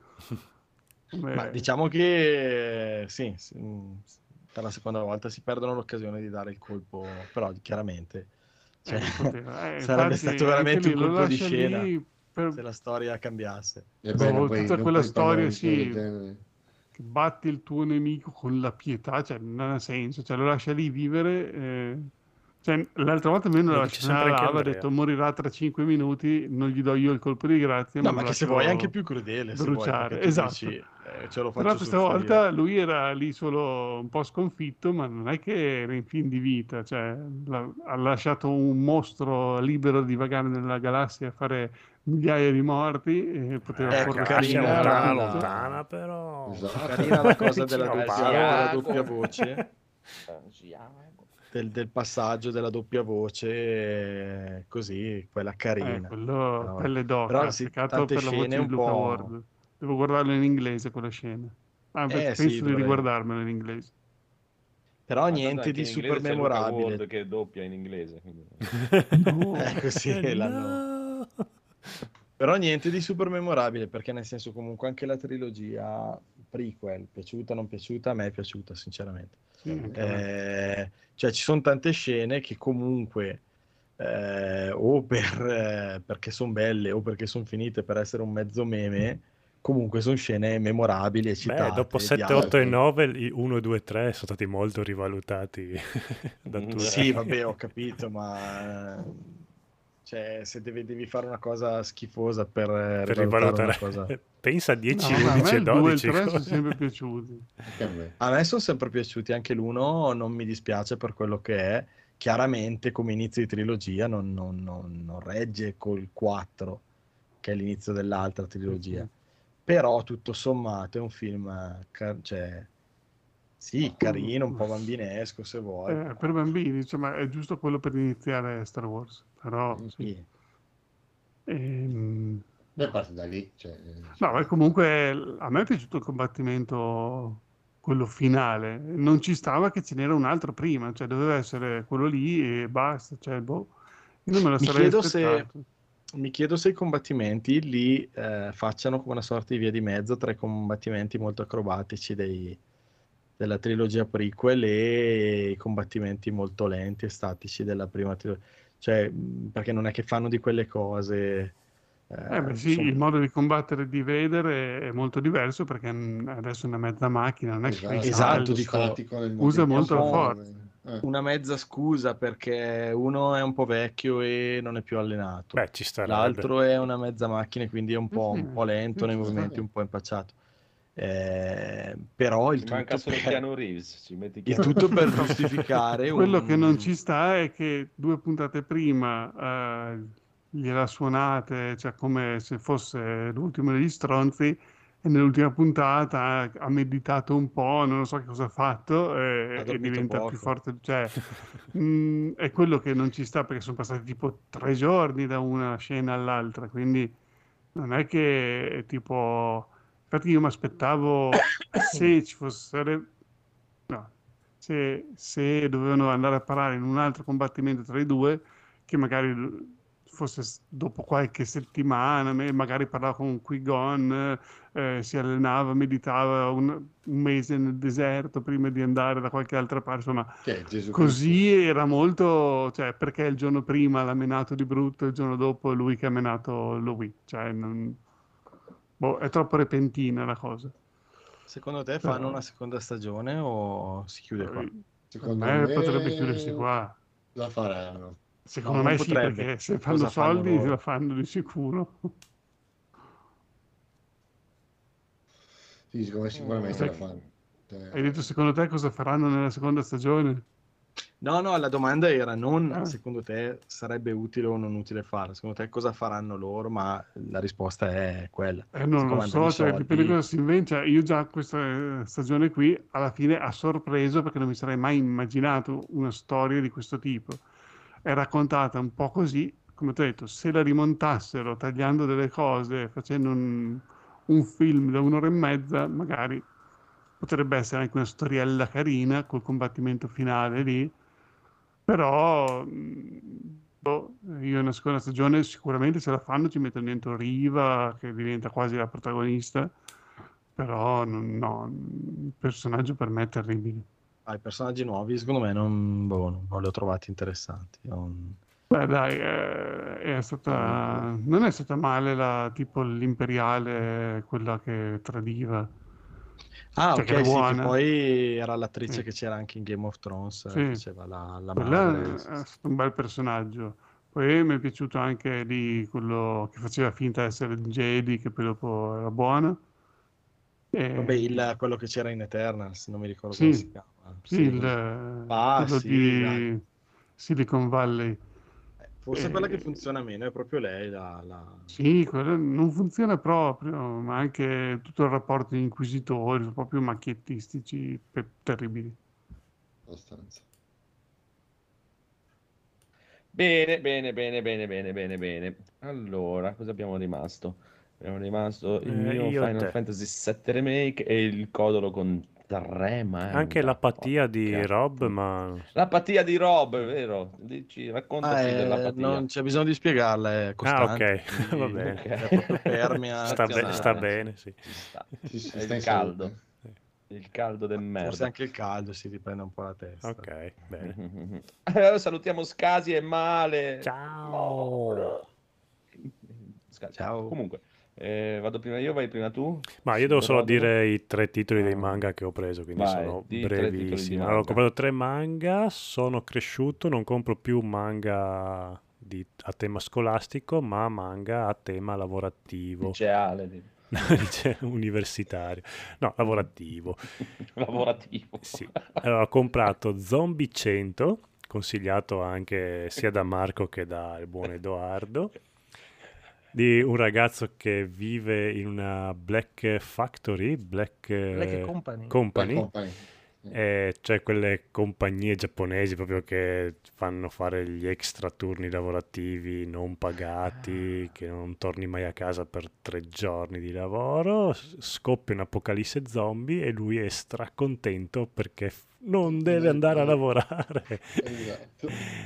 Come- Ma diciamo che sì, sì, mm, per la seconda volta si perdono l'occasione di dare il colpo, però chiaramente cioè, Eh, poteva- eh, sarebbe infatti, stato anche veramente lì un lo colpo di lascia scena lì per- se la storia cambiasse. E beh, Boh, non puoi, tutta non quella puoi parlare storia, di cose del sì, genere. che batti il tuo nemico con la pietà, cioè non ha senso, cioè lo lascia lì vivere. eh. Cioè, l'altra volta almeno Lo lo dice lascia nella sempre anche lava, ha Andrea. detto morirà tra cinque minuti, non gli do io il colpo di grazia, No, ma ma lo che se lascio vuoi è anche più crudele, se vuoi, perché bruciare. tu Esatto. dici eh, ce lo Però faccio questa soffrire. volta lui era lì solo un po' sconfitto, ma non è che era in fin di vita, cioè la- ha lasciato un mostro libero di vagare nella galassia a fare migliaia di morti e poteva Eh, Ecco, porre galassia fine carina a lontana, la- tutto. lontana, però... Esatto. Carina la cosa della Vicino al doppia, palo. della Asiago. doppia voce, Asiago. del, del passaggio della doppia voce, eh, così, quella Eh, carina. quello Però, pelle d'oca, però sì, peccato tante per la voce scene di un Luca po'... Ward. Devo guardarlo in inglese quella scena. Ah, beh, Eh sì, penso di dovrei... riguardarmelo in inglese. Però Ma tanto niente anche di in super inglese c'è Luca Ward memorabile. che doppia in inglese. quindi- No. Ecco sì, Eh, l'hanno... no! Però niente di super memorabile, perché nel senso comunque anche la trilogia prequel, piaciuta o non piaciuta, a me è piaciuta sinceramente. Sì, anche a me. Eh, cioè ci sono tante scene che comunque eh, o per, eh, perché sono belle o perché sono finite per essere un mezzo meme, comunque sono scene memorabili e Beh, citate. dopo di sette, altri. otto e nove, i uno, due, tre sono stati molto rivalutati da Mm, tutti. Sì, vabbè, ho capito, ma cioè, se devi, devi fare una cosa schifosa per, eh, Per rivalutare una rivalutare. cosa... Pensa a dieci, No, ma a undici me e il due e il dodici. tre sono sempre piaciuti. Anche a me. A me sono sempre piaciuti, anche l'uno non mi dispiace per quello che è. Chiaramente come inizio di trilogia non, non- non- non regge col quattro, che è l'inizio dell'altra trilogia. Però tutto sommato è un film, eh, car- cioè, sì, carino, un po' bambinesco se vuoi. Eh, per bambini, insomma, è giusto quello per iniziare Star Wars. Però, sì. Sì. Ehm, Beh, parte da lì. Cioè, No, ma comunque a me è piaciuto il combattimento, quello finale. Non ci stava che ce n'era un altro prima, cioè doveva essere quello lì e basta. Cioè, boh, io non me lo Mi sarei chiedo se, aspettato. mi chiedo se i combattimenti lì eh, facciano come una sorta di via di mezzo tra i combattimenti molto acrobatici dei- della trilogia prequel e i combattimenti molto lenti e statici della prima trilogia. Cioè, mh, perché non è che fanno di quelle cose... eh, Eh beh sì, son- il modo di combattere di Vader è, è molto diverso perché mm, adesso è una mezza macchina, non è che fa i esatto, Esatto, salti. dico, statico nel modo usa in cui molto si la muove. forza. Eh. una mezza scusa perché uno è un po' vecchio e non è più allenato. Beh, ci starebbe. L'altro è una mezza macchina e quindi è un Sì, po', sì, un po' lento sì, nei ci movimenti, sta. un po' impacciato. Eh, però il Ci manca tutto, solo per, Keanu Reeves. Ci metti il Keanu tutto per No, giustificare quello che non un... ci sta è che due puntate prima eh, gliela suonate, cioè come se fosse l'ultimo degli stronzi, e nell'ultima puntata ha, ha meditato un po', non so che cosa ha fatto, Ha e, e dormito diventa poco. più forte. Cioè, mh, è quello che non ci sta perché sono passati tipo tre giorni da una scena all'altra, quindi non è che è tipo... Infatti io mi aspettavo se ci fosse... No, se, se dovevano andare a parare in un altro combattimento tra i due, che magari fosse s- dopo qualche settimana, me- magari parlava con Qui-Gon, eh, si allenava, meditava un, un mese nel deserto prima di andare da qualche altra parte, insomma, Che è Gesù così era molto, cioè, perché il giorno prima l'ha menato di brutto, il giorno dopo è lui che ha menato lui, cioè, non- boh, è troppo repentina la cosa. Secondo te fanno Però- una seconda stagione o si chiude qua? Per Secondo me, me potrebbe chiudersi qua. la faranno. Secondo No, non me sì, potrebbe. perché se fanno Cosa fanno soldi loro? la fanno di sicuro. Sì, secondo me sicuramente Sai la che- fanno. Cioè, Hai detto secondo te cosa faranno nella seconda stagione? No, no, la domanda era non Ah. secondo te sarebbe utile o non utile farla, secondo te cosa faranno loro, ma la risposta è quella. Eh, non lo Siccome hanno so, i cioè, soldi- dipende cosa si inventa. Cioè, io già questa eh, stagione qui alla fine ha sorpreso perché non mi sarei mai immaginato una storia di questo tipo. È raccontata un po' così, come ti ho detto, se la rimontassero tagliando delle cose, facendo un, un film da un'ora e mezza, magari potrebbe essere anche una storiella carina col combattimento finale lì, però mh, Boh, io una seconda stagione sicuramente se la fanno ci mettono dentro Riva che diventa quasi la protagonista, però non- no, il personaggio per me è terribile. Ah, i personaggi nuovi, secondo me, non, boh, non li ho trovati interessanti. Non- Beh, dai, eh, è stata, non è stata male la, tipo l'imperiale, quella che tradiva, Ah, cioè che era ok, sì, che buona. poi era l'attrice Sì, che c'era anche in Game of Thrones, eh, sì. faceva la, la madre. Quella è stato un bel personaggio. Poi mi è piaciuto anche lì quello che faceva finta di essere il Jedi, che poi dopo era buono. Vabbè, E, il- quello che c'era in Eternals, non mi ricordo come si sì, chiama. sì, Sì, quello- il, Ah, quello sì, dai. di Silicon Valley. Eh, Forse quella che E, funziona meno è proprio lei, la, la- sì, quello non funziona proprio, ma anche tutto il rapporto di inquisitori, sono proprio macchiettistici, pe- terribili. abbastanza. Bene, bene, bene, bene, bene, bene, bene. Allora, cosa abbiamo rimasto? Abbiamo rimasto il Eh, mio io Final te. Fantasy sette Remake e il Codolo con tre Anche manga. l'apatia di Porca Rob, pu- ma... L'apatia di Rob, è vero? Dici, Ah, raccontaci eh, dell'apatia. non c'è bisogno di spiegarla, è Ah, costante, ok, va quindi bene. Ok. è proprio permea. Sta, be- sta Stazionale. bene, sì. Ci sta. Sì, sì, È sta il in caldo. salute. Il caldo del Forse merda. anche il caldo si riprende un po' la testa. Ok, bene. Allora salutiamo Scasi e Male. Ciao! Scasi. Ciao. Comunque, eh, vado prima io, vai prima tu? Ma io devo solo Rodolo? dire i tre titoli dei Ah. manga che ho preso, quindi Vai, sono di tre titoli di brevissimi. manga. Allora, ho comprato tre manga, sono cresciuto, non compro più manga di- a tema scolastico, ma manga a tema lavorativo. Liceale. di- Dice universitario. No, lavorativo. Lavorativo. Sì. Allora, ho comprato Zombie cento, consigliato anche sia da Marco che dal buon Edoardo, di un ragazzo che vive in una Black Factory, Black, Black eh, Company. Company, Black Company. e cioè quelle compagnie giapponesi proprio che fanno fare gli extra turni lavorativi non pagati, che non torni mai a casa per tre giorni di lavoro, s- scoppia un'apocalisse zombie e lui è stracontento perché f- non deve andare a lavorare. Esatto.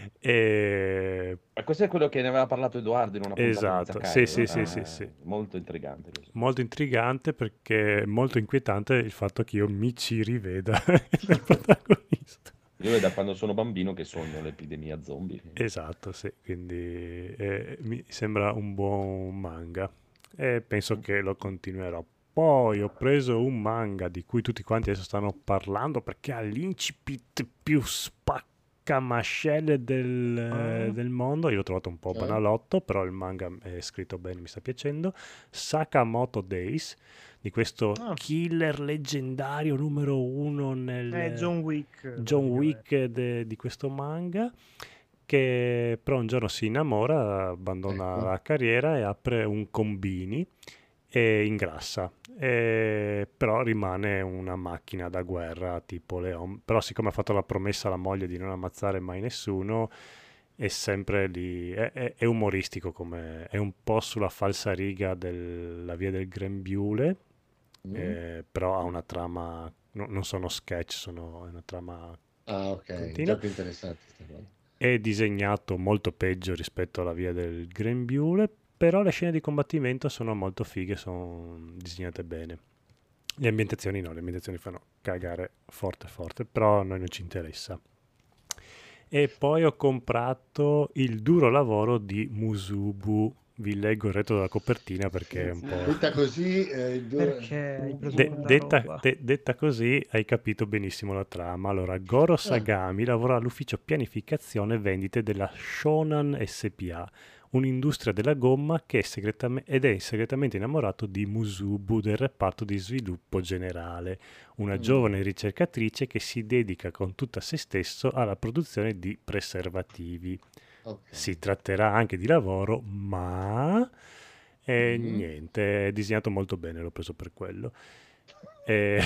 E... Ma questo è quello che ne aveva parlato Edoardo in una puntata di Esatto, Zaccaria, sì, sì, no? sì, Ah, sì, sì. Molto intrigante così. Molto intrigante perché è molto inquietante il fatto che io mi ci riveda nel protagonista. Io è da quando sono bambino che sogno l'epidemia zombie. Esatto, sì, quindi eh, mi sembra un buon manga e penso che lo continuerò. Poi ho preso un manga di cui tutti quanti adesso stanno parlando perché ha l'incipit più spaccamascelle del, eh, Ah. del mondo. Io l'ho trovato un po' Cioè? banalotto, però il manga è scritto bene, mi sta piacendo. Sakamoto Days, di questo Ah. killer leggendario numero uno nel... È John Wick. John praticamente. Wick de- di questo manga, che però un giorno si innamora, abbandona Ecco. la carriera e apre un combini e ingrassa. E però rimane una macchina da guerra tipo Leon. Però siccome ha fatto la promessa alla moglie di non ammazzare mai nessuno, è sempre lì, è, è- è umoristico, come è un po' sulla falsariga della via del grembiule, Mm. eh, però ha una trama, no- non sono sketch, sono è una trama Ah, ok, continua. già più interessante questa cosa. È disegnato molto peggio rispetto alla via del grembiule, però le scene di combattimento sono molto fighe, sono disegnate bene. Le ambientazioni no, le ambientazioni fanno cagare forte forte, però a noi non ci interessa. E poi ho comprato Il duro lavoro di Musubu. Vi leggo il retro della copertina perché è un po'... Detta così, eh, il due- Perché hai preso De- quella detta, roba? de- detta così hai capito benissimo la trama. Allora, Goro Sagami lavora all'ufficio pianificazione e vendite della Shonan S P A, un'industria della gomma che è segretame- ed è segretamente innamorato di Musubu del reparto di sviluppo generale, una Mm. giovane ricercatrice che si dedica con tutta se stesso alla produzione di preservativi. ok. Si tratterà anche di lavoro, ma e Mhm. niente, è disegnato molto bene, l'ho preso per quello. E...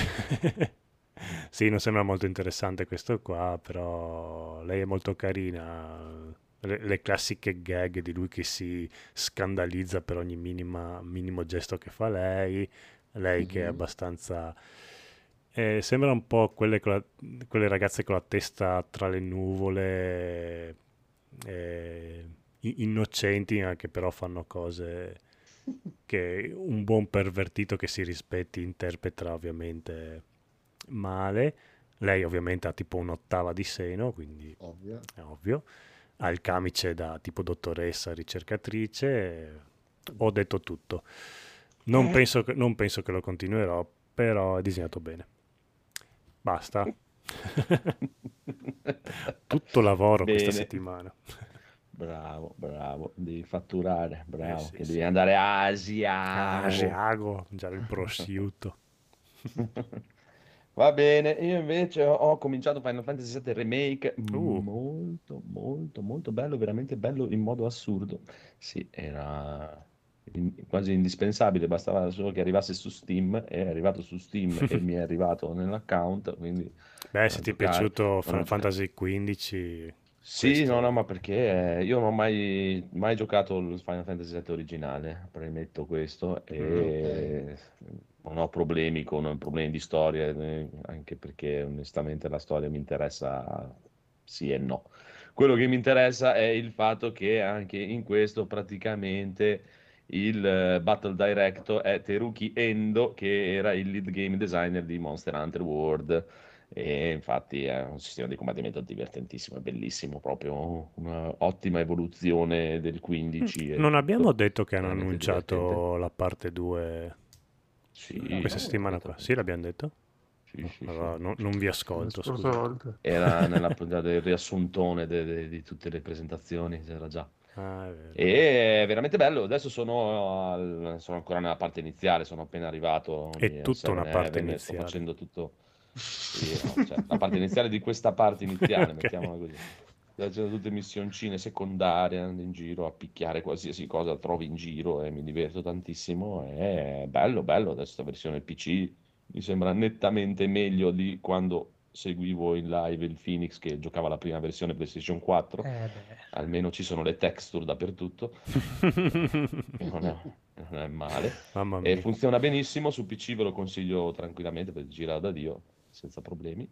sì, non sembra molto interessante questo qua, però lei è molto carina. Le, le classiche gag di lui che si scandalizza per ogni minima, minimo gesto che fa lei, lei che è Mhm. abbastanza... eh, sembra un po' quelle, con la- quelle ragazze con la testa tra le nuvole, eh, innocenti, anche però fanno cose che un buon pervertito che si rispetti interpreta ovviamente male. Lei ovviamente ha tipo un'ottava di seno, quindi Ovvio. è ovvio. Ha il camice da tipo dottoressa ricercatrice. Ho detto tutto. Non penso che, non penso che lo continuerò, però è disegnato bene. Basta. Tutto lavoro questa Bene. settimana. Bravo, bravo, devi fatturare, bravo, Eh sì, che sì. devi andare a Asiago. Asiago, mangiare il prosciutto. Va bene, io invece ho, ho cominciato Final Fantasy sette Remake, Uh. molto, molto, molto bello, veramente bello in modo assurdo. Sì, era in- quasi indispensabile, bastava solo che arrivasse su Steam, è arrivato su Steam e mi è arrivato nell'account, quindi Beh, da se ti è giocare. piaciuto Non ho Final giocato. Fantasy quindici, Sì, questo... no, no, ma perché eh, io non ho mai, mai giocato il Final Fantasy sette originale, premetto questo, Mm. e non ho problemi con problemi di storia, eh, anche perché onestamente la storia mi interessa sì e no. Quello che mi interessa è il fatto che anche in questo praticamente il eh, Battle Director è Teruki Endo, che era il lead game designer di Monster Hunter World. E infatti è un sistema di combattimento divertentissimo, è bellissimo, proprio un'ottima evoluzione del quindici e Non abbiamo tutto, detto che hanno veramente divertente. annunciato la parte due Sì, questa l'abbiamo settimana detto. qua? Sì, l'abbiamo detto? Sì, No, sì, allora sì. no- non vi La ascolto, scorsa scusate. volta. Era nella puntata del riassuntone de- de- di tutte le presentazioni, c'era già. Ah, è vero. E è veramente bello. Adesso sono, al- sono ancora nella parte iniziale, sono appena arrivato È di tutta una Seven parte Heaven e sto iniziale. facendo tutto. Sì, no, cioè, la parte iniziale di questa parte iniziale, Ok. mettiamola così. Sto facendo tutte missioncine secondarie, andando in giro a picchiare qualsiasi cosa trovi in giro e mi diverto tantissimo. È bello, bello. Adesso questa versione P C mi sembra nettamente meglio di quando seguivo in live il Phoenix che giocava la prima versione PlayStation quattro. Eh beh. Almeno ci sono le texture dappertutto. Non è, non è male. Mamma E mia. funziona benissimo, su P C ve lo consiglio tranquillamente per girare da Dio, senza problemi.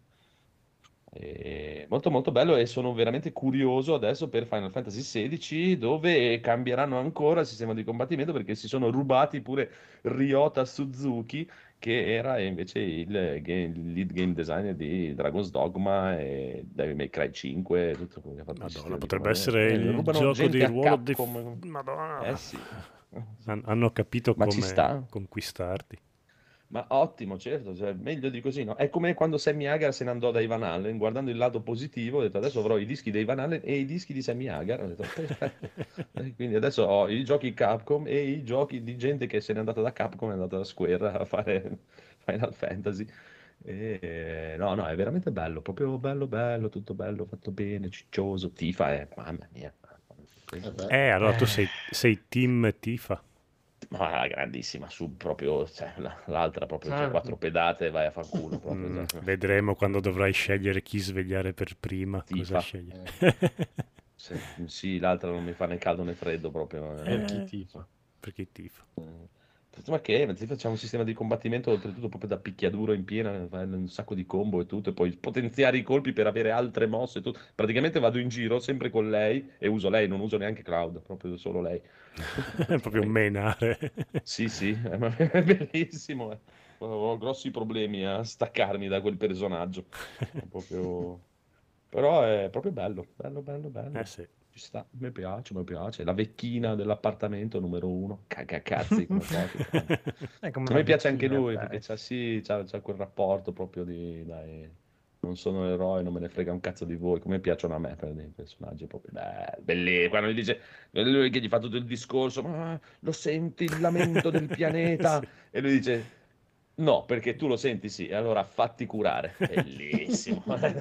E molto molto bello e sono veramente curioso adesso per Final Fantasy sedici dove cambieranno ancora il sistema di combattimento perché si sono rubati pure Ryota Suzuki che era invece il, game- il lead game designer di Dragon's Dogma e Devil May Cry cinque e tutto quello che ha fatto il Madonna, sistema di potrebbe combattimento. essere Eh, il rubano gioco di gente a ruolo di... Capcom. Madonna. Eh sì. Han- hanno capito Ma ci come sta. conquistarti. Ma ottimo, certo, cioè, meglio di così, no? È come quando Sammy Hagar se ne andò da Ivan Allen, guardando il lato positivo, ho detto adesso avrò i dischi di Ivan Allen e i dischi di Sammy Hagar, ho detto perfetto. E quindi adesso ho i giochi Capcom e i giochi di gente che se n'è andata da Capcom e è andata da Square a fare Final Fantasy. E, no, no, è veramente bello, proprio bello, bello, tutto bello, fatto bene, ciccioso. Tifa è, mamma mia. Eh beh, Eh, allora tu Eh. sei, sei team Tifa. Ma la grandissima, su proprio, cioè, la- l'altra proprio, c'è Certo. quattro pedate e vai a fanculo proprio. Mm, cioè. vedremo quando dovrai scegliere chi svegliare per prima. Cosa Tifa. scegli? Se- sì, l'altra non mi fa né caldo né freddo proprio. Per eh. chi Eh, tifa? perché Tifa? Ma che? Ma ti facciamo un sistema di combattimento oltretutto proprio da picchiaduro in piena, fai un sacco di combo e tutto, e poi potenziare i colpi per avere altre mosse e tutto. Praticamente vado in giro sempre con lei e uso lei, non uso neanche Cloud, proprio solo lei. Proprio menare. Sì, sì, è ma- è bellissimo. eh. Ho grossi problemi a staccarmi da quel personaggio. È proprio... Però è proprio bello, bello, bello, bello. Eh sì. Ci sta, mi piace, mi piace. La vecchina dell'appartamento numero uno. Cagacazzi come cosa. È come A una me piace anche vecchina, lui dai. perché c'ha, sì, c'ha, c'ha quel rapporto proprio di, dai, non sono eroe, non me ne frega un cazzo di voi, come piacciono a me per dei personaggi proprio beh, belli. Quando gli dice, lui che gli fa tutto il discorso, ma lo senti il lamento del pianeta? Sì. E lui dice, no, perché tu lo senti sì, e allora fatti curare. Bellissimo,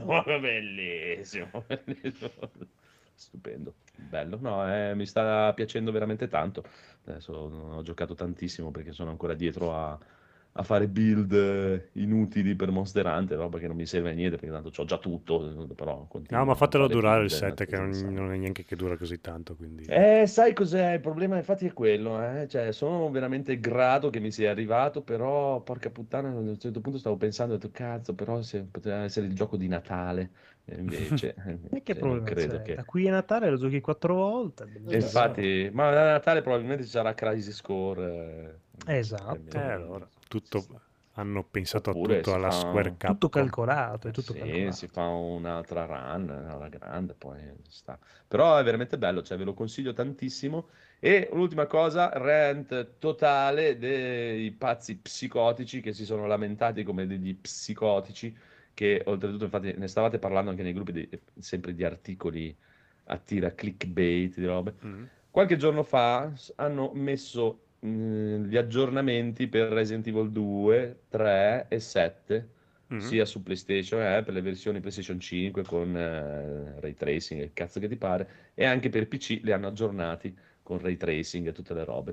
bellissimo, bellissimo. Stupendo, bello. No, eh, mi sta piacendo veramente tanto. Adesso non ho giocato tantissimo perché sono ancora dietro a, a fare build eh, inutili per Monster Hunter, roba che non mi serve a niente perché tanto c'ho già tutto, però continuo No, ma a fatelo fare durare il build, una set che cosa non, insana. non è neanche che dura così tanto, quindi... Eh, sai cos'è? Il problema infatti è quello, eh? Cioè, sono veramente grato che mi sia arrivato, però porca puttana, a un certo punto stavo pensando, ho detto, cazzo, però se poteva essere il gioco di Natale, E invece, E che invece non problema credo c'è? che... Da qui a Natale lo giochi quattro volte. E bellissimo. infatti, ma a Natale probabilmente ci sarà Crisis Score. eh, Esatto. almeno- Eh, allora, tutto, hanno pensato Oppure a tutto si alla fa- Square Tutto Capcom. calcolato, è tutto Sì, calcolato. si fa un'altra run alla grande, poi sta. Però è veramente bello, cioè ve lo consiglio tantissimo. E l'ultima cosa, rant totale dei pazzi psicotici che si sono lamentati come degli psicotici, che oltretutto infatti ne stavate parlando anche nei gruppi, di- sempre di articoli a tira clickbait, di robe. Mm. Qualche giorno fa s- hanno messo mh, gli aggiornamenti per Resident Evil due, tre e sette, Mm. sia su PlayStation, eh, per le versioni PlayStation cinque con eh, ray tracing, il cazzo che ti pare, e anche per P C li hanno aggiornati con ray tracing e tutte le robe.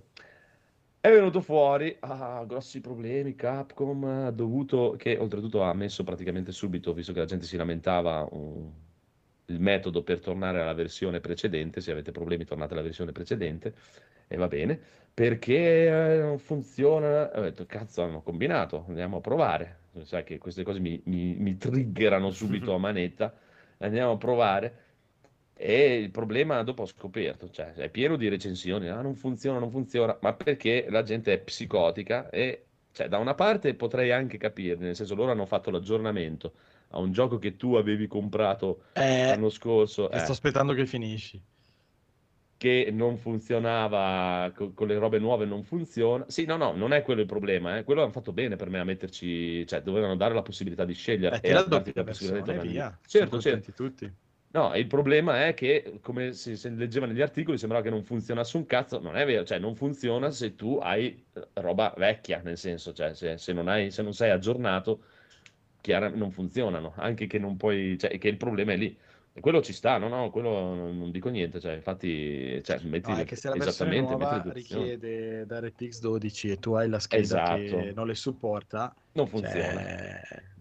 È venuto fuori, ah, grossi problemi, Capcom ha dovuto, che oltretutto ha messo praticamente subito, visto che la gente si lamentava, un- il metodo per tornare alla versione precedente, se avete problemi tornate alla versione precedente, e va bene, perché eh, non funziona, ho detto, cazzo hanno combinato, andiamo a provare, sai che queste cose mi, mi, mi triggerano subito a manetta, andiamo a provare. E il problema dopo ho scoperto, cioè è pieno di recensioni, ah non funziona, non funziona, ma perché la gente è psicotica e cioè, da una parte potrei anche capire, nel senso loro hanno fatto l'aggiornamento a un gioco che tu avevi comprato Eh, l'anno scorso, e sto eh, aspettando che finisci. che non funzionava co- con le robe nuove, non funziona. Sì, no, no, non è quello il problema, eh. Quello hanno fatto bene per me a metterci, cioè dovevano dare la possibilità di scegliere Metti e a la darti doppia la possibilità di versione e tornare via. indietro. Sono Certo, certo. contenti tutti. No, il problema è che, come si, si leggeva negli articoli, sembrava che non funzionasse un cazzo. Non è vero, cioè non funziona se tu hai eh, roba vecchia, nel senso, cioè se, se non hai, se non sei aggiornato, chiara- non funzionano. Anche che non puoi, cioè che il problema è lì. E quello ci sta, no, no, quello non, non dico niente, cioè infatti, cioè, metti No, è le- che se la versione esattamente, metti le nuova tue opzioni. richiede DirectX dodici e tu hai la scheda Esatto, che non le supporta, non funziona. cioè,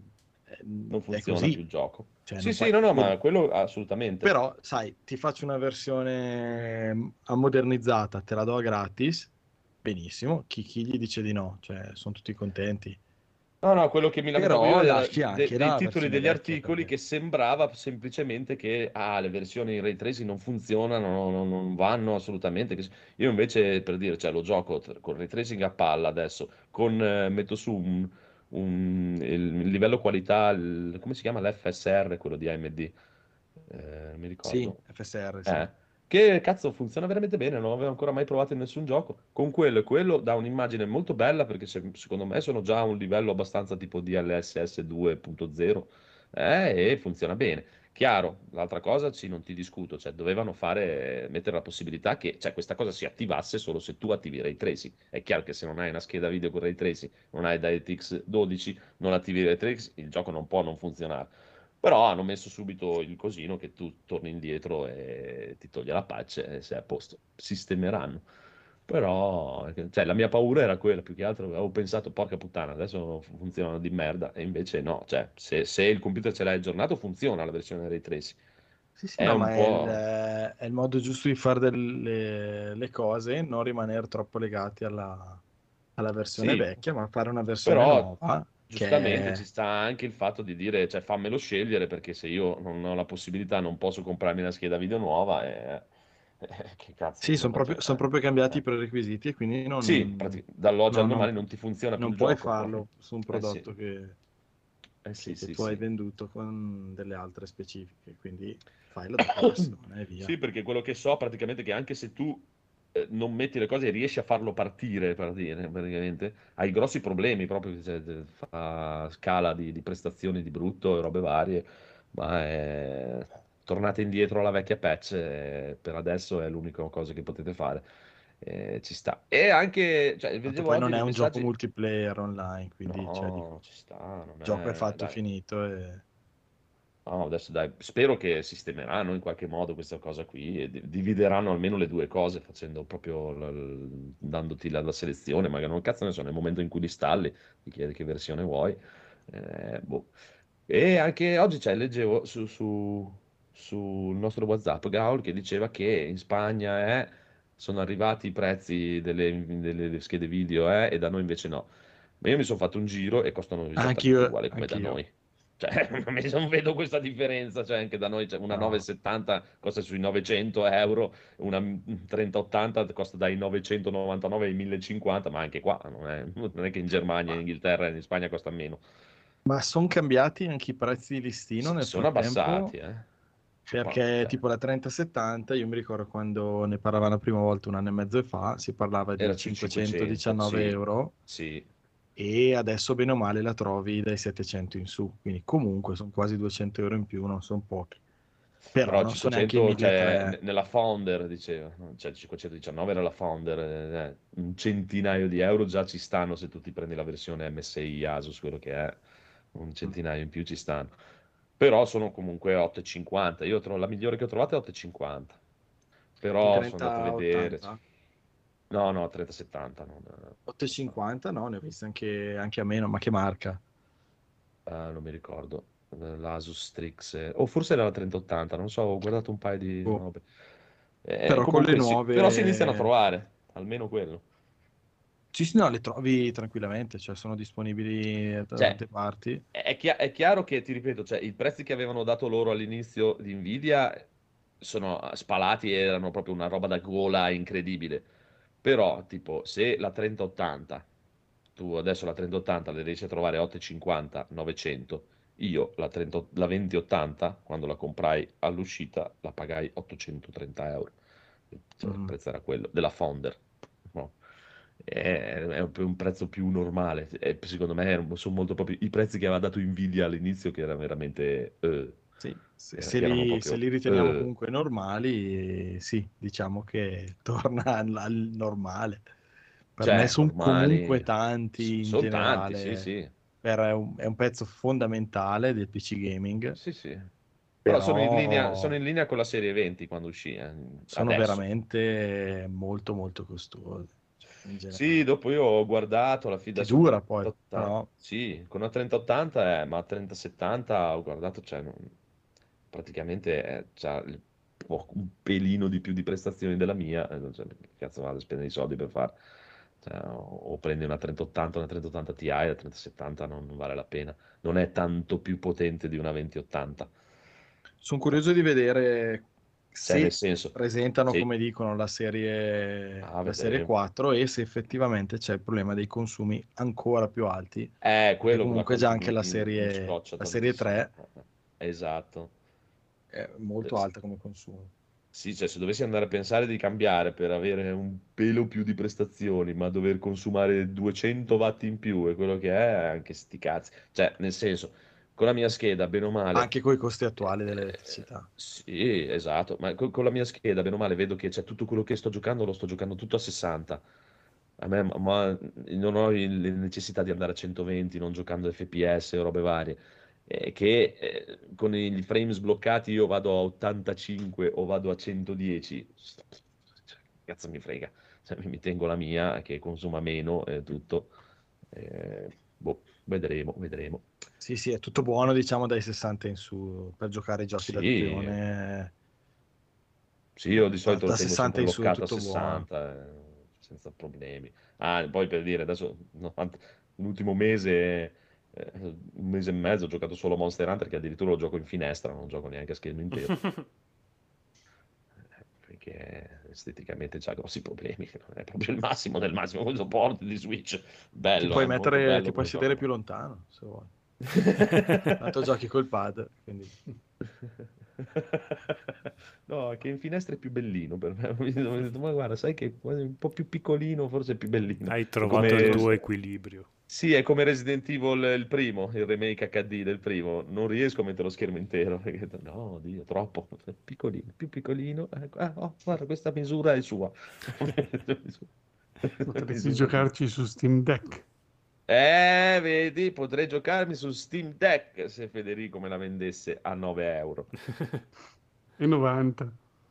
Non è funziona così. più il gioco. Cioè, Sì, non sì, puoi- no, no, per- ma quello assolutamente. Però, sai, ti faccio una versione ammodernizzata, te la do gratis, benissimo, chi, chi gli dice di no? Cioè, sono tutti contenti. No, no, quello che mi lamentavo Però io era lasci de- anche dei la titoli versione degli vecchia, articoli perché- che sembrava semplicemente che ah, le versioni in ray tracing non funzionano, non, non- non vanno assolutamente. che- Io invece, per dire, cioè, lo gioco t- con ray tracing a palla adesso, con, eh, metto su un, un- il, il livello qualità, il- come si chiama? L'F S R, quello di A M D, eh, mi Sì, ricordo. F S R, sì. Eh, che cazzo funziona veramente bene, non l'avevo ancora mai provato in nessun gioco. Con quello e quello dà un'immagine molto bella perché se- secondo me sono già a un livello abbastanza tipo D L S S due punto zero eh, e funziona bene. Chiaro, l'altra cosa sì, non ti discuto, cioè dovevano fare, mettere la possibilità che cioè, questa cosa si attivasse solo se tu attivi Ray Tracing. È chiaro che se non hai una scheda video con Ray Tracing, non hai DirectX dodici, non attivi Ray Tracing, il gioco non può non funzionare. Però hanno messo subito il cosino che tu torni indietro e ti toglie la patch e sei a posto. Sistemeranno. Però, cioè, la mia paura era quella, più che altro avevo pensato, porca puttana, adesso funzionano di merda, e invece no, cioè, se, se il computer ce l'hai aggiornato funziona la versione Ray Tracing. Sì, sì, È no, un ma è po'... il, è il modo giusto di fare delle le cose, non rimanere troppo legati alla, alla versione Sì, vecchia, ma fare una versione però nuova che giustamente è... ci sta anche il fatto di dire, cioè fammelo scegliere perché se io non ho la possibilità, non posso comprarmi una scheda video nuova e... eh, che cazzo, Sì, come sono proprio, faccio a son fare? proprio cambiati Eh. i prerequisiti e quindi non, Sì, prati- dall'oggi al non- non- domani non ti funziona più non il puoi gioco. farlo su un Eh sì, prodotto che, eh sì, che sì, tu hai sì. venduto con delle altre specifiche, quindi fai la tua versione e via. Sì, perché quello che so praticamente è che anche se tu eh, non metti le cose e riesci a farlo partire, per dire, praticamente, hai grossi problemi proprio, cioè, eh, fa scala di, di prestazioni di brutto e robe varie, ma è... tornate indietro alla vecchia patch, eh, per adesso è l'unica cosa che potete fare. Eh, ci sta. E anche, cioè, Tanto vedevo poi oggi non è dei un gioco messaggi... multiplayer online, quindi cioè, No, dico, ci sta, non il gioco è è... fatto e dai. finito e... No, adesso dai, spero che sistemeranno in qualche modo questa cosa qui e di- divideranno almeno le due cose facendo proprio l- l- dandoti la, la selezione, magari non cazzo ne so, nel momento in cui li installi ti chiede che versione vuoi. Eh, boh. E anche oggi cioè, leggevo su, su- sul nostro WhatsApp Gaul che diceva che in Spagna eh, sono arrivati i prezzi delle, delle schede video eh, e da noi invece no. Ma io mi sono fatto un giro e costano esattamente Anch'io, uguali come da anch'io. noi. Cioè, non vedo questa differenza, cioè anche da noi c'è una No. novecentosettanta costa sui novecento euro, una trenta ottanta costa dai novecentonovantanove ai millecinquanta, ma anche qua non è, non è che in Germania, in Inghilterra e in Spagna costa meno. Ma sono cambiati anche i prezzi di listino Si nel sono frattempo? abbassati, eh. Perché Ma, cioè, tipo la trenta settanta, io mi ricordo quando ne parlavamo la prima volta un anno e mezzo fa, si parlava era di sui cinquecentodiciannove cinquecento, sì, euro sì. e adesso bene o male la trovi dai settecento in su, quindi comunque sono quasi duecento euro in più, non sono pochi. Però Però non sono neanche i cinquecento, cioè, milletrecento. n- nella Founder diceva, no? Cioè cinquecentodiciannove era la Founder, eh, un centinaio di euro già ci stanno se tu ti prendi la versione M S I Asus, quello che è, un centinaio in più ci stanno. Però sono comunque otto e cinquanta, io trovo la migliore che ho trovato è otto e cinquanta, I però sono andato a trenta vedere, ottanta? no no, trenta settanta, non, otto e cinquanta? No, ne ho viste anche, anche a meno, ma che marca? eh, non mi ricordo, l'Asus Strix, eh, o forse era la trenta ottanta, non so, ho guardato un paio di Boh. robe. Eh, Però con le comunque sì, però si iniziano a nuove... trovare, almeno quello. Sì, sì, no, le trovi tranquillamente, cioè sono disponibili da Cioè, tante parti. è, chia- è chiaro che, ti ripeto, cioè, i prezzi che avevano dato loro all'inizio di Nvidia sono spalati e erano proprio una roba da gola incredibile. Però, tipo, se la trenta ottanta, tu adesso la trenta ottanta le riesci a trovare a otto e cinquanta, novecento, io la, trenta la venti ottanta, quando la comprai all'uscita, la pagai ottocentotrenta euro. Cioè, il Mhm. prezzo era quello, della Founder. No? È, è un, un prezzo più normale. E secondo me erano- sono molto proprio i prezzi che aveva dato Nvidia all'inizio, che erano veramente, eh, Sì, se, era- se che erano li, se proprio, li riteniamo eh. comunque normali, eh, sì, diciamo che torna al, al normale. Per me Cioè, sono comunque normali, tanti in sono tanti, sì, generale. sì, Per- è un, è un pezzo fondamentale del P C gaming, sì, sì. Però sono in linea, sono però in linea con la serie venti quando uscì, eh, sono adesso. veramente molto molto costosi. Cioè, in Sì, generale. dopo io ho guardato la fida Ti su dura poi, trenta ottanta, però sì, con la trenta ottanta, eh, ma a trenta settanta ho guardato, cioè, non- praticamente è già il- po- un pelino di più di prestazioni della mia, eh, cioè, che cazzo vado a spendere i soldi per fare? Cioè, o, o prendi una trenta ottanta, una trenta ottanta Ti, la trenta settanta non, non vale la pena, non è tanto più potente di una venti ottanta, sono curioso di vedere cioè nel se senso, presentano, sì, come dicono, la serie, ah, la serie vedremo. quattro e se effettivamente c'è il problema dei consumi ancora più alti, È perché quello che la comunque cosa già che anche mi, la mi- mi serie, scoccia la serie tantissimo. tre Esatto. è molto alta come consumo. Sì, cioè se dovessi andare a pensare di cambiare per avere un pelo più di prestazioni, ma dover consumare duecento watt in più è quello che è, anche sti cazzi. Cioè, nel senso, con la mia scheda, bene o male, Anche con i costi eh, attuali eh, dell'elettricità. sì, esatto, ma co- con, la mia scheda, bene o male, vedo che c'è tutto quello che sto giocando, lo sto giocando tutto a sessanta. A me, ma non ho il- la necessità di andare a centoventi, non giocando F P S o robe varie. Eh, che eh, con i frame sbloccati io vado a ottantacinque o vado a centodieci. Cioè, cazzo mi frega. Cioè, mi tengo la mia che consuma meno e tutto. Eh, boh, vedremo, vedremo. Sì, sì, è tutto buono, diciamo, dai sessanta in su per giocare i giochi Sì, d'azione. sì, io di Da, solito lo da tengo sessanta sempre in su è bloccato a tutto buono. sessanta, eh, senza problemi. Ah, poi per dire, adesso, no, ant- l'ultimo mese, eh, un mese e mezzo ho giocato solo Monster Hunter, che addirittura lo gioco in finestra, non gioco neanche a schermo intero. Perché esteticamente c'ha grossi problemi, non è proprio il massimo del massimo, questo port di Switch, Ti bello, puoi è molto mettere, bello ti puoi come sedere gioco. più lontano, se vuoi. Tanto giochi col pad, quindi... No, è che in finestra è più bellino per me. Mi sono detto, ma guarda, sai che è un po' più piccolino, forse è più bellino. Hai È trovato il come... tuo equilibrio. Sì, è come Resident Evil il primo, il remake H D del primo. Non riesco a mettere lo schermo intero. Perché... No, Dio, troppo. Piccolino, più piccolino. Ecco. Ah, oh, guarda, questa misura è sua. Potresti Misura di- giocarci su Steam Deck. Eh, vedi, potrei giocarmi su Steam Deck se Federico me la vendesse a nove euro. E novanta.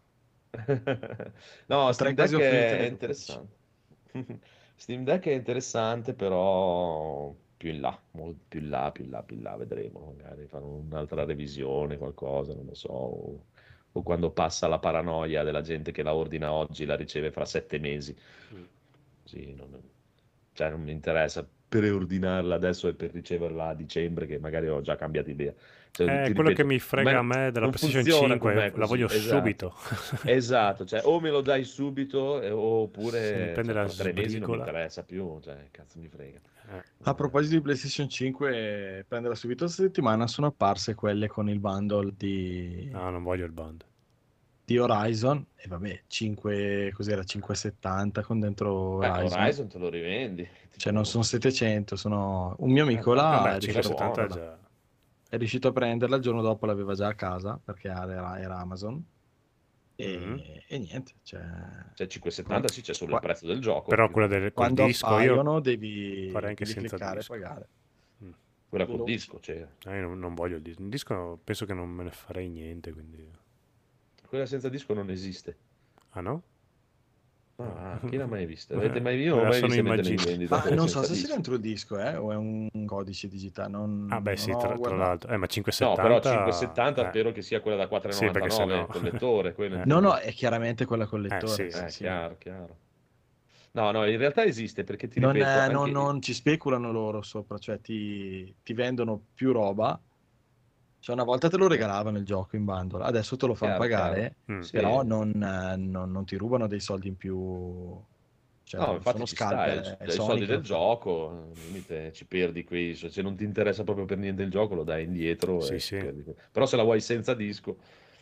No, Potrei Steam quasi Deck è offrirtene è dodici. interessante. Steam Deck è interessante, però più in là, molto più in là, più in là, più in là, vedremo. Magari fanno un'altra revisione, qualcosa, non lo so. O, o quando passa la paranoia della gente che la ordina oggi, la riceve fra sette mesi. Sì, non, cioè non mi interessa preordinarla adesso e per riceverla a dicembre, che magari ho già cambiato idea. Cioè, È ti quello ripeto, che mi frega a me della non PlayStation funziona cinque, con me la così, voglio esatto. subito. Esatto, cioè o me lo dai subito eh, Se mi oppure prende cioè, la tra tre mesi non mi sbricola. interessa più, cioè cazzo mi frega. Eh. A proposito di PlayStation cinque, prenderla subito questa settimana, sono apparse quelle con il bundle di, No, non voglio il bundle. di Horizon, e vabbè, cinque, cos'era, cinque e settanta con dentro Eh, Horizon. Horizon te lo rivendi. Cioè non sono settecento, sono... Un mio amico là Vabbè, è cinque riuscito, buono, cinquecentosettanta è dai. già... è riuscito a prenderla, il giorno dopo l'aveva già a casa, perché era, era Amazon, e, Mhm. e niente, cioè... Cioè cinque e settanta sì, c'è solo Qua- il prezzo del gioco. Però più quella che- del, col Quando disco io appaiono devi, farei anche devi senza cliccare e disco. pagare. Mm. Quella col veloce. disco, cioè. Eh, io non, non voglio il disco. Il disco penso che non me ne farei niente, quindi... Quella senza disco non esiste. Ah no? Ah, chi l'ha mai vista? Avete mai Me io non la ho mai sono visto mettere in immaginata. vendita Ma quelle non so senza se c'è disco. dentro il disco, eh, o è un codice digitale, non, Ah beh non sì, ho tra, tra guardato. l'altro. Eh, ma No, cinquesettanta... però cinque e settanta eh. spero che sia quella da Sì, perché quattro e novantanove, sennò... col lettore. Quello Eh. No, intendo. no, è chiaramente quella col Eh lettore, sì, sì, Eh, sì. chiaro, chiaro. No, no, in realtà esiste perché ti Non, ripeto, eh, non- anche... non ci speculano loro sopra, cioè ti, ti vendono più roba. Cioè una volta te lo regalavano il gioco in bundle, adesso te lo fanno Chiaro, pagare, Mm. Sì. però non, eh, non- non ti rubano dei soldi in più. Cioè, No, sono infatti ci sta, scalper, i è i Sony soldi che del lo fa. gioco, al limite ci perdi qui, se non ti interessa proprio per niente il gioco lo dai indietro Sì, e ci sì. perdi. Però se la vuoi senza disco.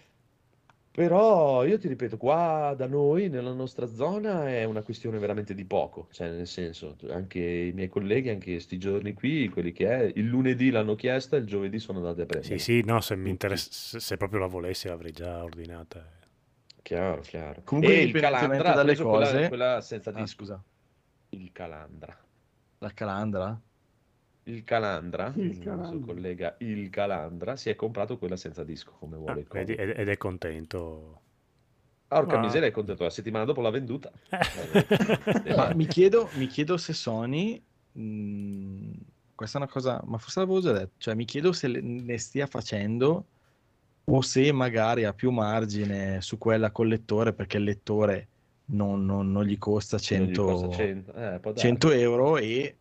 Però io ti ripeto, qua da noi, nella nostra zona, è una questione veramente di poco, cioè nel senso, anche i miei colleghi, anche sti giorni qui, quelli che è, il lunedì l'hanno chiesta, il giovedì sono andati a Sì, prenderla. sì, no, se mi Tutti. interessa, se, se proprio la volessi l'avrei già ordinata. Chiaro, chiaro. Comunque, E il indipendentemente Calandra ha dalle preso quella, cose... quella senza Ah, disco. scusa, Il Calandra. la calandra? Il Calandra, Il il suo Calandra. collega Il Calandra, si è comprato quella senza disco, come Ah, vuole il vedi, comico. ed, ed è contento. Porca Ah. miseria, è contento. La settimana dopo l'ha venduta. Eh. Ma mi chiedo, mi chiedo se Sony, mh, questa è una cosa, ma forse l'avevo già detto, cioè mi chiedo se le- ne stia facendo o se magari ha più margine su quella col lettore, perché il lettore non, non- non gli costa Se non gli costa cento, cento, eh, può darsi. cento euro e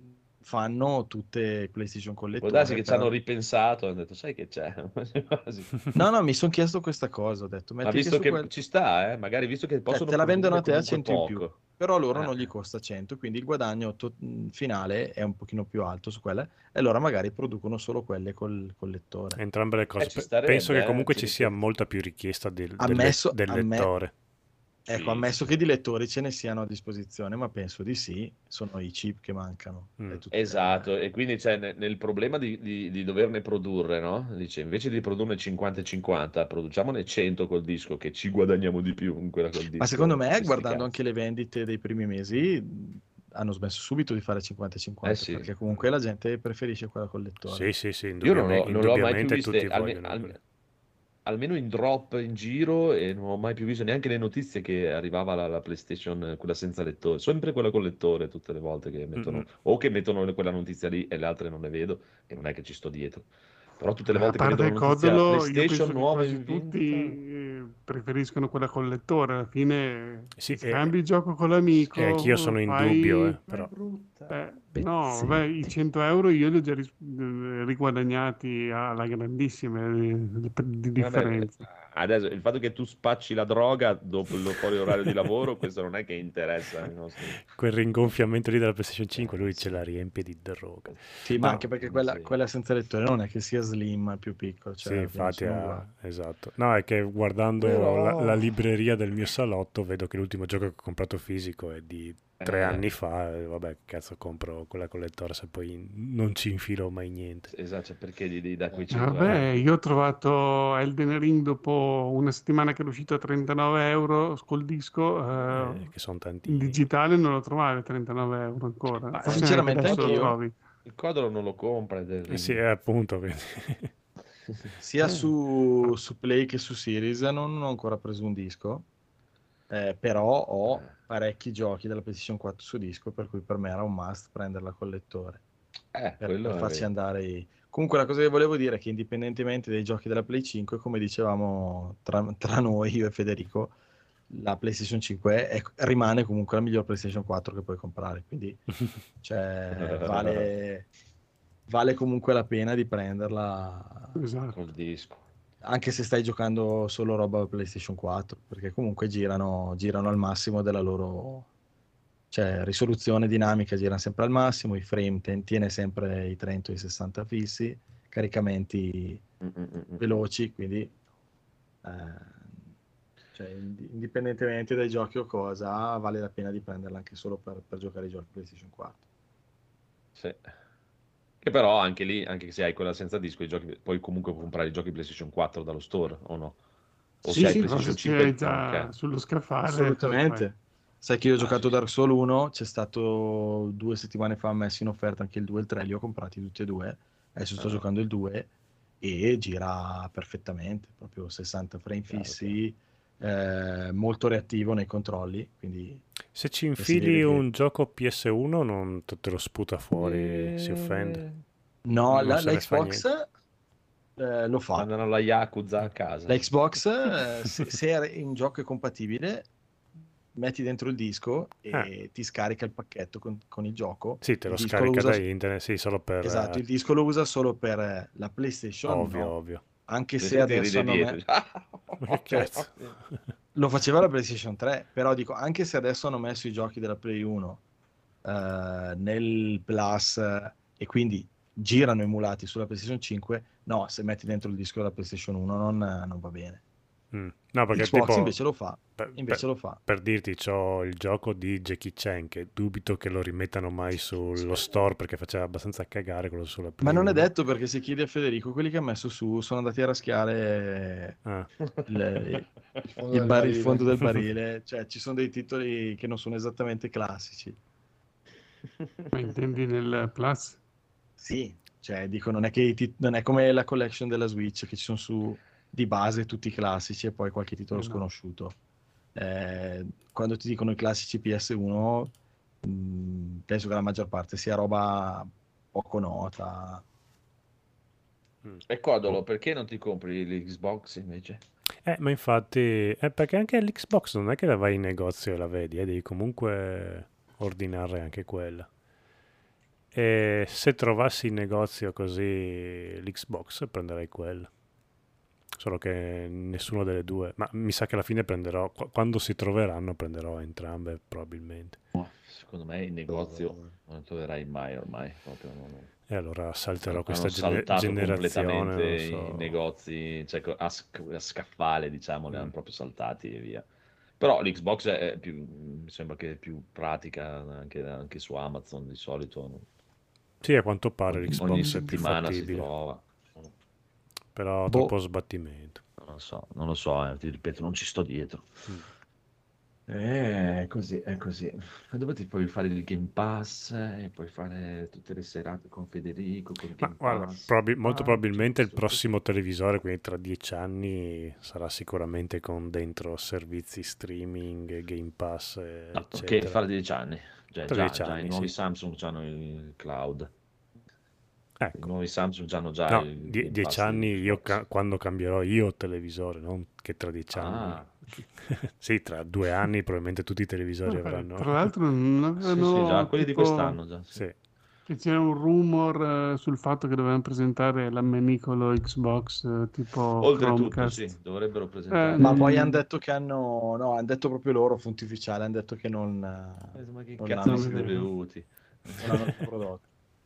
fanno tutte PlayStation con Può darsi lettore. che ci hanno per- ripensato e hanno detto, sai che c'è? Quasi. No, no, mi sono chiesto questa cosa, ho detto, Ma metti che visto su che quel... ci sta, eh, magari visto che Cioè, possono te la vendono a te a produrre cento in più, comunque poco. però a loro Eh. non gli costa cento, quindi il guadagno to- mh, finale è un pochino più alto su quelle, e allora magari producono solo quelle col, col lettore. Entrambe le cose. Eh, ci Pe- starebbe, Penso che eh, comunque ci ci sia ripeto. molta più richiesta del, del, Ammesso- le- del amme- lettore. Ecco, Sì, ammesso sì. che di lettori ce ne siano a disposizione, ma penso di sì, sono i chip che mancano. Mm. È tutto- Esatto, e quindi c'è ne- nel problema di, di- di doverne produrre, no? Dice, invece di produrne cinquanta e cinquanta, produciamone cento col disco, che ci guadagniamo di più in quella col disco. Ma secondo me, Sti guardando cazzi. anche le vendite dei primi mesi, mh, hanno smesso subito di fare cinquanta e cinquanta, Eh sì. perché comunque la gente preferisce quella col lettore. Sì, sì, sì, Io non, indubbiamente, ho- non l'ho mai più indubbiamente viste, tutti alme- vogliono al- quelle. almeno in drop in giro, e non ho mai più visto neanche le notizie che arrivava la, la PlayStation, eh, quella senza lettore, sempre quella con lettore tutte le volte che mettono, Mm-mm. o che mettono le- quella notizia lì e le altre non le vedo, e non è che ci sto dietro. Però tutte le A volte che parte vedo il la notizia codolo, io PlayStation penso che nuova quasi in tutti vendita, eh, preferiscono quella col lettore. Alla fine Sì, scambi eh, il gioco con l'amico, eh, anch'io sono in fai... dubbio, eh, però. Eh, Beh, no, sì. vabbè, i cento euro io li ho già ris- eh, riguadagnati alla grandissima eh, di di vabbè, differenza. adesso il fatto che tu spacci la droga dopo il fuori orario di lavoro, questo non è che interessa ai nostri... Quel ringonfiamento lì della PlayStation cinque, lui ce la riempie di droga. Sì, ma No, anche perché non quella, sei- quella senza lettore non è che sia slim, più piccolo. Cioè, Sì, alla fine infatti, sono ha- uguali. esatto. No, è che guardando Però- la, la libreria del mio salotto vedo che l'ultimo gioco che ho comprato fisico è di tre Eh. anni fa. E vabbè, che cazzo compro quella con lettore se poi non ci infilo mai niente. Esatto, cioè, perché gli devi dare quei cento Vabbè, euro? io ho trovato Elden Ring dopo una settimana che è uscito a trentanove euro col disco, eh, Eh, che sono in tanti. digitale non lo trovavi a trentanove euro ancora. Ma, Forse sinceramente neanche adesso lo anch'io. trovi. Il codolo non lo compra ed è Eh sì, eh, appunto. quindi- Sia su, su Play che su Series non ho ancora preso un disco, eh, però ho parecchi giochi della PlayStation quattro su disco, per cui per me era un must prenderla col lettore Eh, per, quello per è farci vero. andare i... Comunque la cosa che volevo dire è che indipendentemente dai giochi della Play cinque, come dicevamo tra, tra noi, io e Federico, la PlayStation cinque è, rimane comunque la miglior PlayStation quattro che puoi comprare, quindi cioè, vale, vale comunque la pena di prenderla, Esatto. Col disco. anche se stai giocando solo roba PlayStation quattro, perché comunque girano, girano al massimo della loro, cioè risoluzione dinamica, girano sempre al massimo, i frame ten- tiene sempre i trenta o i sessanta fissi, caricamenti Mm-mm-mm. veloci, quindi eh, cioè, ind- indipendentemente dai giochi o cosa, vale la pena di prenderla anche solo per, per giocare i giochi PlayStation quattro. Sì. Che però anche lì, anche se hai quella senza disco, i giochi, puoi comunque comprare i giochi PlayStation quattro dallo store, o no? O Sì, se hai sì, Però se PlayStation ci cinque, hai già ok. sullo scaffale, assolutamente. Sai che io ho Ah, giocato sì. Dark Souls uno, c'è stato due settimane fa messo in offerta anche il due e il tre, li ho comprati tutti e due, adesso sto Ah, giocando il due e gira perfettamente, proprio sessanta frame chiaro, fissi, eh, molto reattivo nei controlli, quindi Se ci e si vede infili che un gioco P S uno non te te lo sputa fuori, si offende. Eh, no, Non la, se la ne fa Xbox niente. eh, lo fa. mandano la Yakuza a casa. La Xbox, eh, se, se un gioco è compatibile, metti dentro il disco Ah, e ti scarica il pacchetto con, con il gioco. sì, te Il lo disco lo scarica usa, da internet, sì, solo per... esatto, eh, il disco lo usa solo per eh, la PlayStation, ovvio, no. ovvio. Anche Le se senti adesso ride hanno dietro. me- Ma che cioè, cazzo? lo faceva la PlayStation tre, però dico, anche se adesso hanno messo i giochi della Play uno eh, nel Plus eh, e quindi girano emulati sulla PlayStation cinque, no, se metti dentro il disco della PlayStation uno non, non va bene. Mm. No, perché Xbox tipo, invece lo fa, per, invece per- lo fa. per dirti, c'ho il gioco di Jackie Chan che dubito che lo rimettano mai sullo store perché faceva abbastanza cagare quello sulla Ma Play non è uno. detto, perché se chiedi a Federico, quelli che ha messo su sono andati a raschiare Ah. il, Il fondo il del bar- il barile. fondo del barile, cioè ci sono dei titoli che non sono esattamente classici. Ma intendi nel Plus? Sì, cioè dico, non è che i tit- non è come la collection della Switch che ci sono su di base tutti i classici e poi qualche titolo Eh no. sconosciuto. Eh, quando ti dicono i classici P S uno, mh, penso che la maggior parte sia roba poco nota. Mm. E Codolo, perché non ti compri l'Xbox invece? Eh, ma infatti, è perché anche l'Xbox non è che la vai in negozio e la vedi, eh, devi comunque ordinare anche quella. E se trovassi in negozio così l'Xbox, prenderei quella. Solo che nessuna delle due, ma mi sa che alla fine prenderò, qu- quando si troveranno, prenderò entrambe probabilmente. Secondo me in negozio non lo troverai mai ormai. Proprio non- E allora salterò Hanno questa gene- saltato generazione, completamente non i so. negozi, cioè co- a, sc- a scaffale, diciamo, li Mm. hanno proprio saltati e via. Però l'Xbox è più, mi sembra che è più pratica anche, anche su Amazon di solito. no? Sì, a quanto pare Ogni, ogni l'Xbox è più settimana si fattibile, trova. però Boh. troppo sbattimento. Non lo so, non lo so, eh, ti ripeto, non ci sto dietro. Mm. Eh, È così, è così. E dopo ti puoi fare il Game Pass e puoi fare tutte le serate con Federico, con il Ma Game guarda, Pass. probabi- molto Ah, probabilmente il tutto- prossimo televisore, quindi tra dieci anni, sarà sicuramente con dentro servizi streaming, Game Pass, eh, No, che eccetera. fra dieci anni. Già, Tra già, dieci già, anni, i nuovi sì. Samsung hanno il cloud. I Ecco. nuovi Samsung hanno già No, il die- Game dieci Pass anni di io Xbox. ca- quando cambierò io il televisore, non che tra dieci anni. Ah, Sì, tra due anni probabilmente tutti i televisori No, avranno... tra l'altro non sì, sì, avevano già, quelli di tipo quest'anno già. Sì. Sì. che c'era un rumor eh, sul fatto che dovevano presentare l'ammenicolo Xbox eh, tipo Oltretutto, sì, Chromecast. dovrebbero Eh, presentare. Ma poi mm, hanno detto che hanno, no, hanno detto proprio loro, fonti ufficiali, hanno detto che non, Eh, Ma che non cazzo l'hanno vi non siete vedo. bevuti? non l'hanno più prodotto.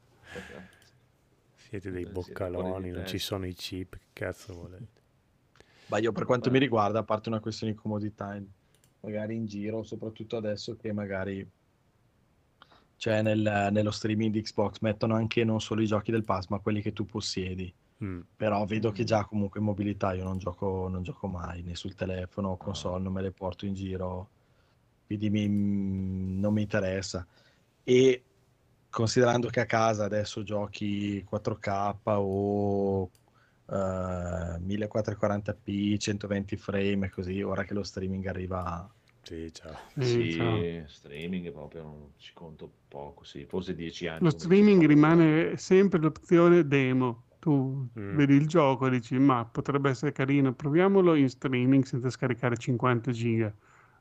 Siete dei Siete fuori boccaloni, di non ci testa. sono i chip, che cazzo volete? Ma io, per quanto Beh. mi riguarda, a parte una questione di comodità, in- magari in giro, soprattutto adesso che magari cioè nel- nello streaming di Xbox mettono anche non solo i giochi del pass, ma quelli che tu possiedi. Mm. Però vedo che Mm. già comunque in mobilità io non gioco, non gioco mai, né sul telefono, No. console, non me le porto in giro, quindi mi- non mi interessa. E considerando che a casa adesso giochi quattro K o eh, millequattrocentoquaranta p, centoventi frame e così, ora che lo streaming arriva... Sì, ciao. sì, ciao. Sì, streaming proprio non ci conto poco, sì, forse dieci anni. Lo come streaming dice Paolo. rimane sempre l'opzione demo. Tu Mm. vedi il gioco e dici, ma potrebbe essere carino, proviamolo in streaming senza scaricare cinquanta giga.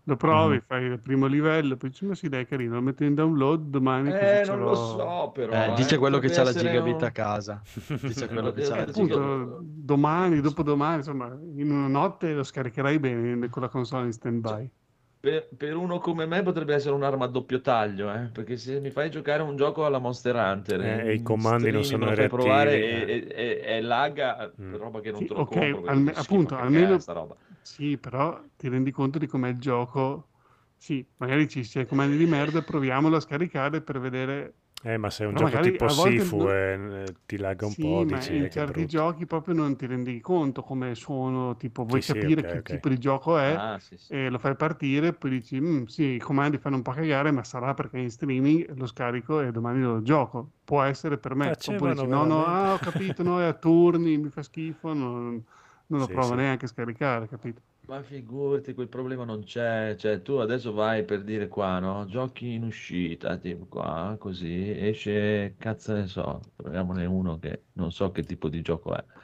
Lo provi, Mhm. fai il primo livello, poi dici, ma sì, dai, è carino, lo metto in download domani così Eh, ce non lo l'ho. so, Eh, però, dice eh, quello che potrebbe c'ha la essere gigabit a un... casa. Dice quello che Eh, c'ha la dico- gigabit. Appunto, domani, dopodomani, insomma, in una notte lo scaricherai bene con la console in Cioè, stand-by. per, per uno come me potrebbe essere un'arma a doppio taglio, eh, perché se mi fai giocare un gioco alla Monster Hunter Eh, e i in comandi non streaming, me sono lo fai provare reattivi. e, e- e- e lagga, Mm. roba che non Sì, te lo ok, compro, perché alme- dico schifo, appunto, che è almeno sta roba. sì, però ti rendi conto di com'è il gioco. Sì, magari ci sia comandi di merda, proviamolo a scaricare per vedere. Eh, ma se è un Però gioco magari tipo a volte Sifu non- e eh, ti lagga un Sì, po', ma dici in eh, che certi brutto. giochi proprio non ti rendi conto come sono, tipo vuoi Sì, sì, capire ok, che ok. tipo di gioco è Ah, sì, sì. e lo fai partire, poi dici, "Mm, sì, i comandi fanno un po' cagare, ma sarà perché è in streaming, lo scarico e domani lo gioco. Può essere per me." Oppure Facevano dici, no, no, veramente. ah, ho capito, no, è a turni, mi fa schifo, non, non lo Sì, provo sì. neanche a scaricare, capito? Ma figurati, quel problema non c'è, cioè tu adesso vai per dire qua, no? Giochi in uscita, tipo qua, così, esce, cazzo ne so, proviamone uno che non so che tipo di gioco è.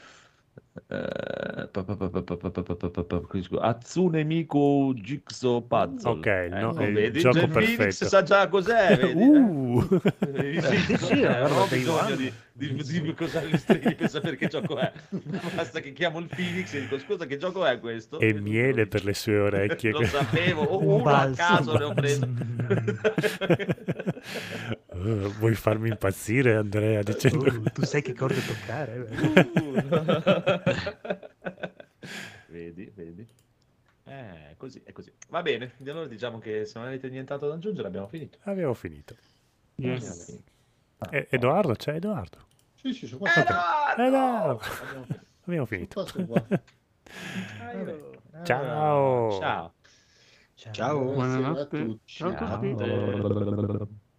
Eh, pa- pa- pa- pa- pa- pa- pa- pa- pa- pa- pa- qui, scu- Hatsune Miku Jigsaw Ok, Puzzle. no, è Ecco, il vedi? gioco Già il Phoenix perfetto. sa già cos'è, vedi? Uh! Eh? Sì, sì, sì, Eh, guarda, non ho Day bisogno One. di, di, di cosa gli streghi per sapere che gioco è. Basta che chiamo il Phoenix e dico, scusa, che gioco è questo? E E lui me lo miele dice. per le sue orecchie. Lo sapevo, o Un uno a balsamo. caso ne ho preso. Uh, vuoi farmi impazzire, Andrea, dicendo... Oh, tu sai che corde toccare. eh. Vedi, vedi. Eh, così, è così. Va bene, quindi allora diciamo che se non avete nient'altro da aggiungere abbiamo finito. Abbiamo finito. Abbiamo Yes. finito. Eh, Edoardo, c'è Edoardo. Sì, sì, sono qua. Edoardo! Edoardo! Abbiamo finito. Abbiamo finito. Sono qua, Allora, Ciao. Ciao. Ciao. Buonasera a Buonanotte. tutti. Ciao a tutti. Ciao.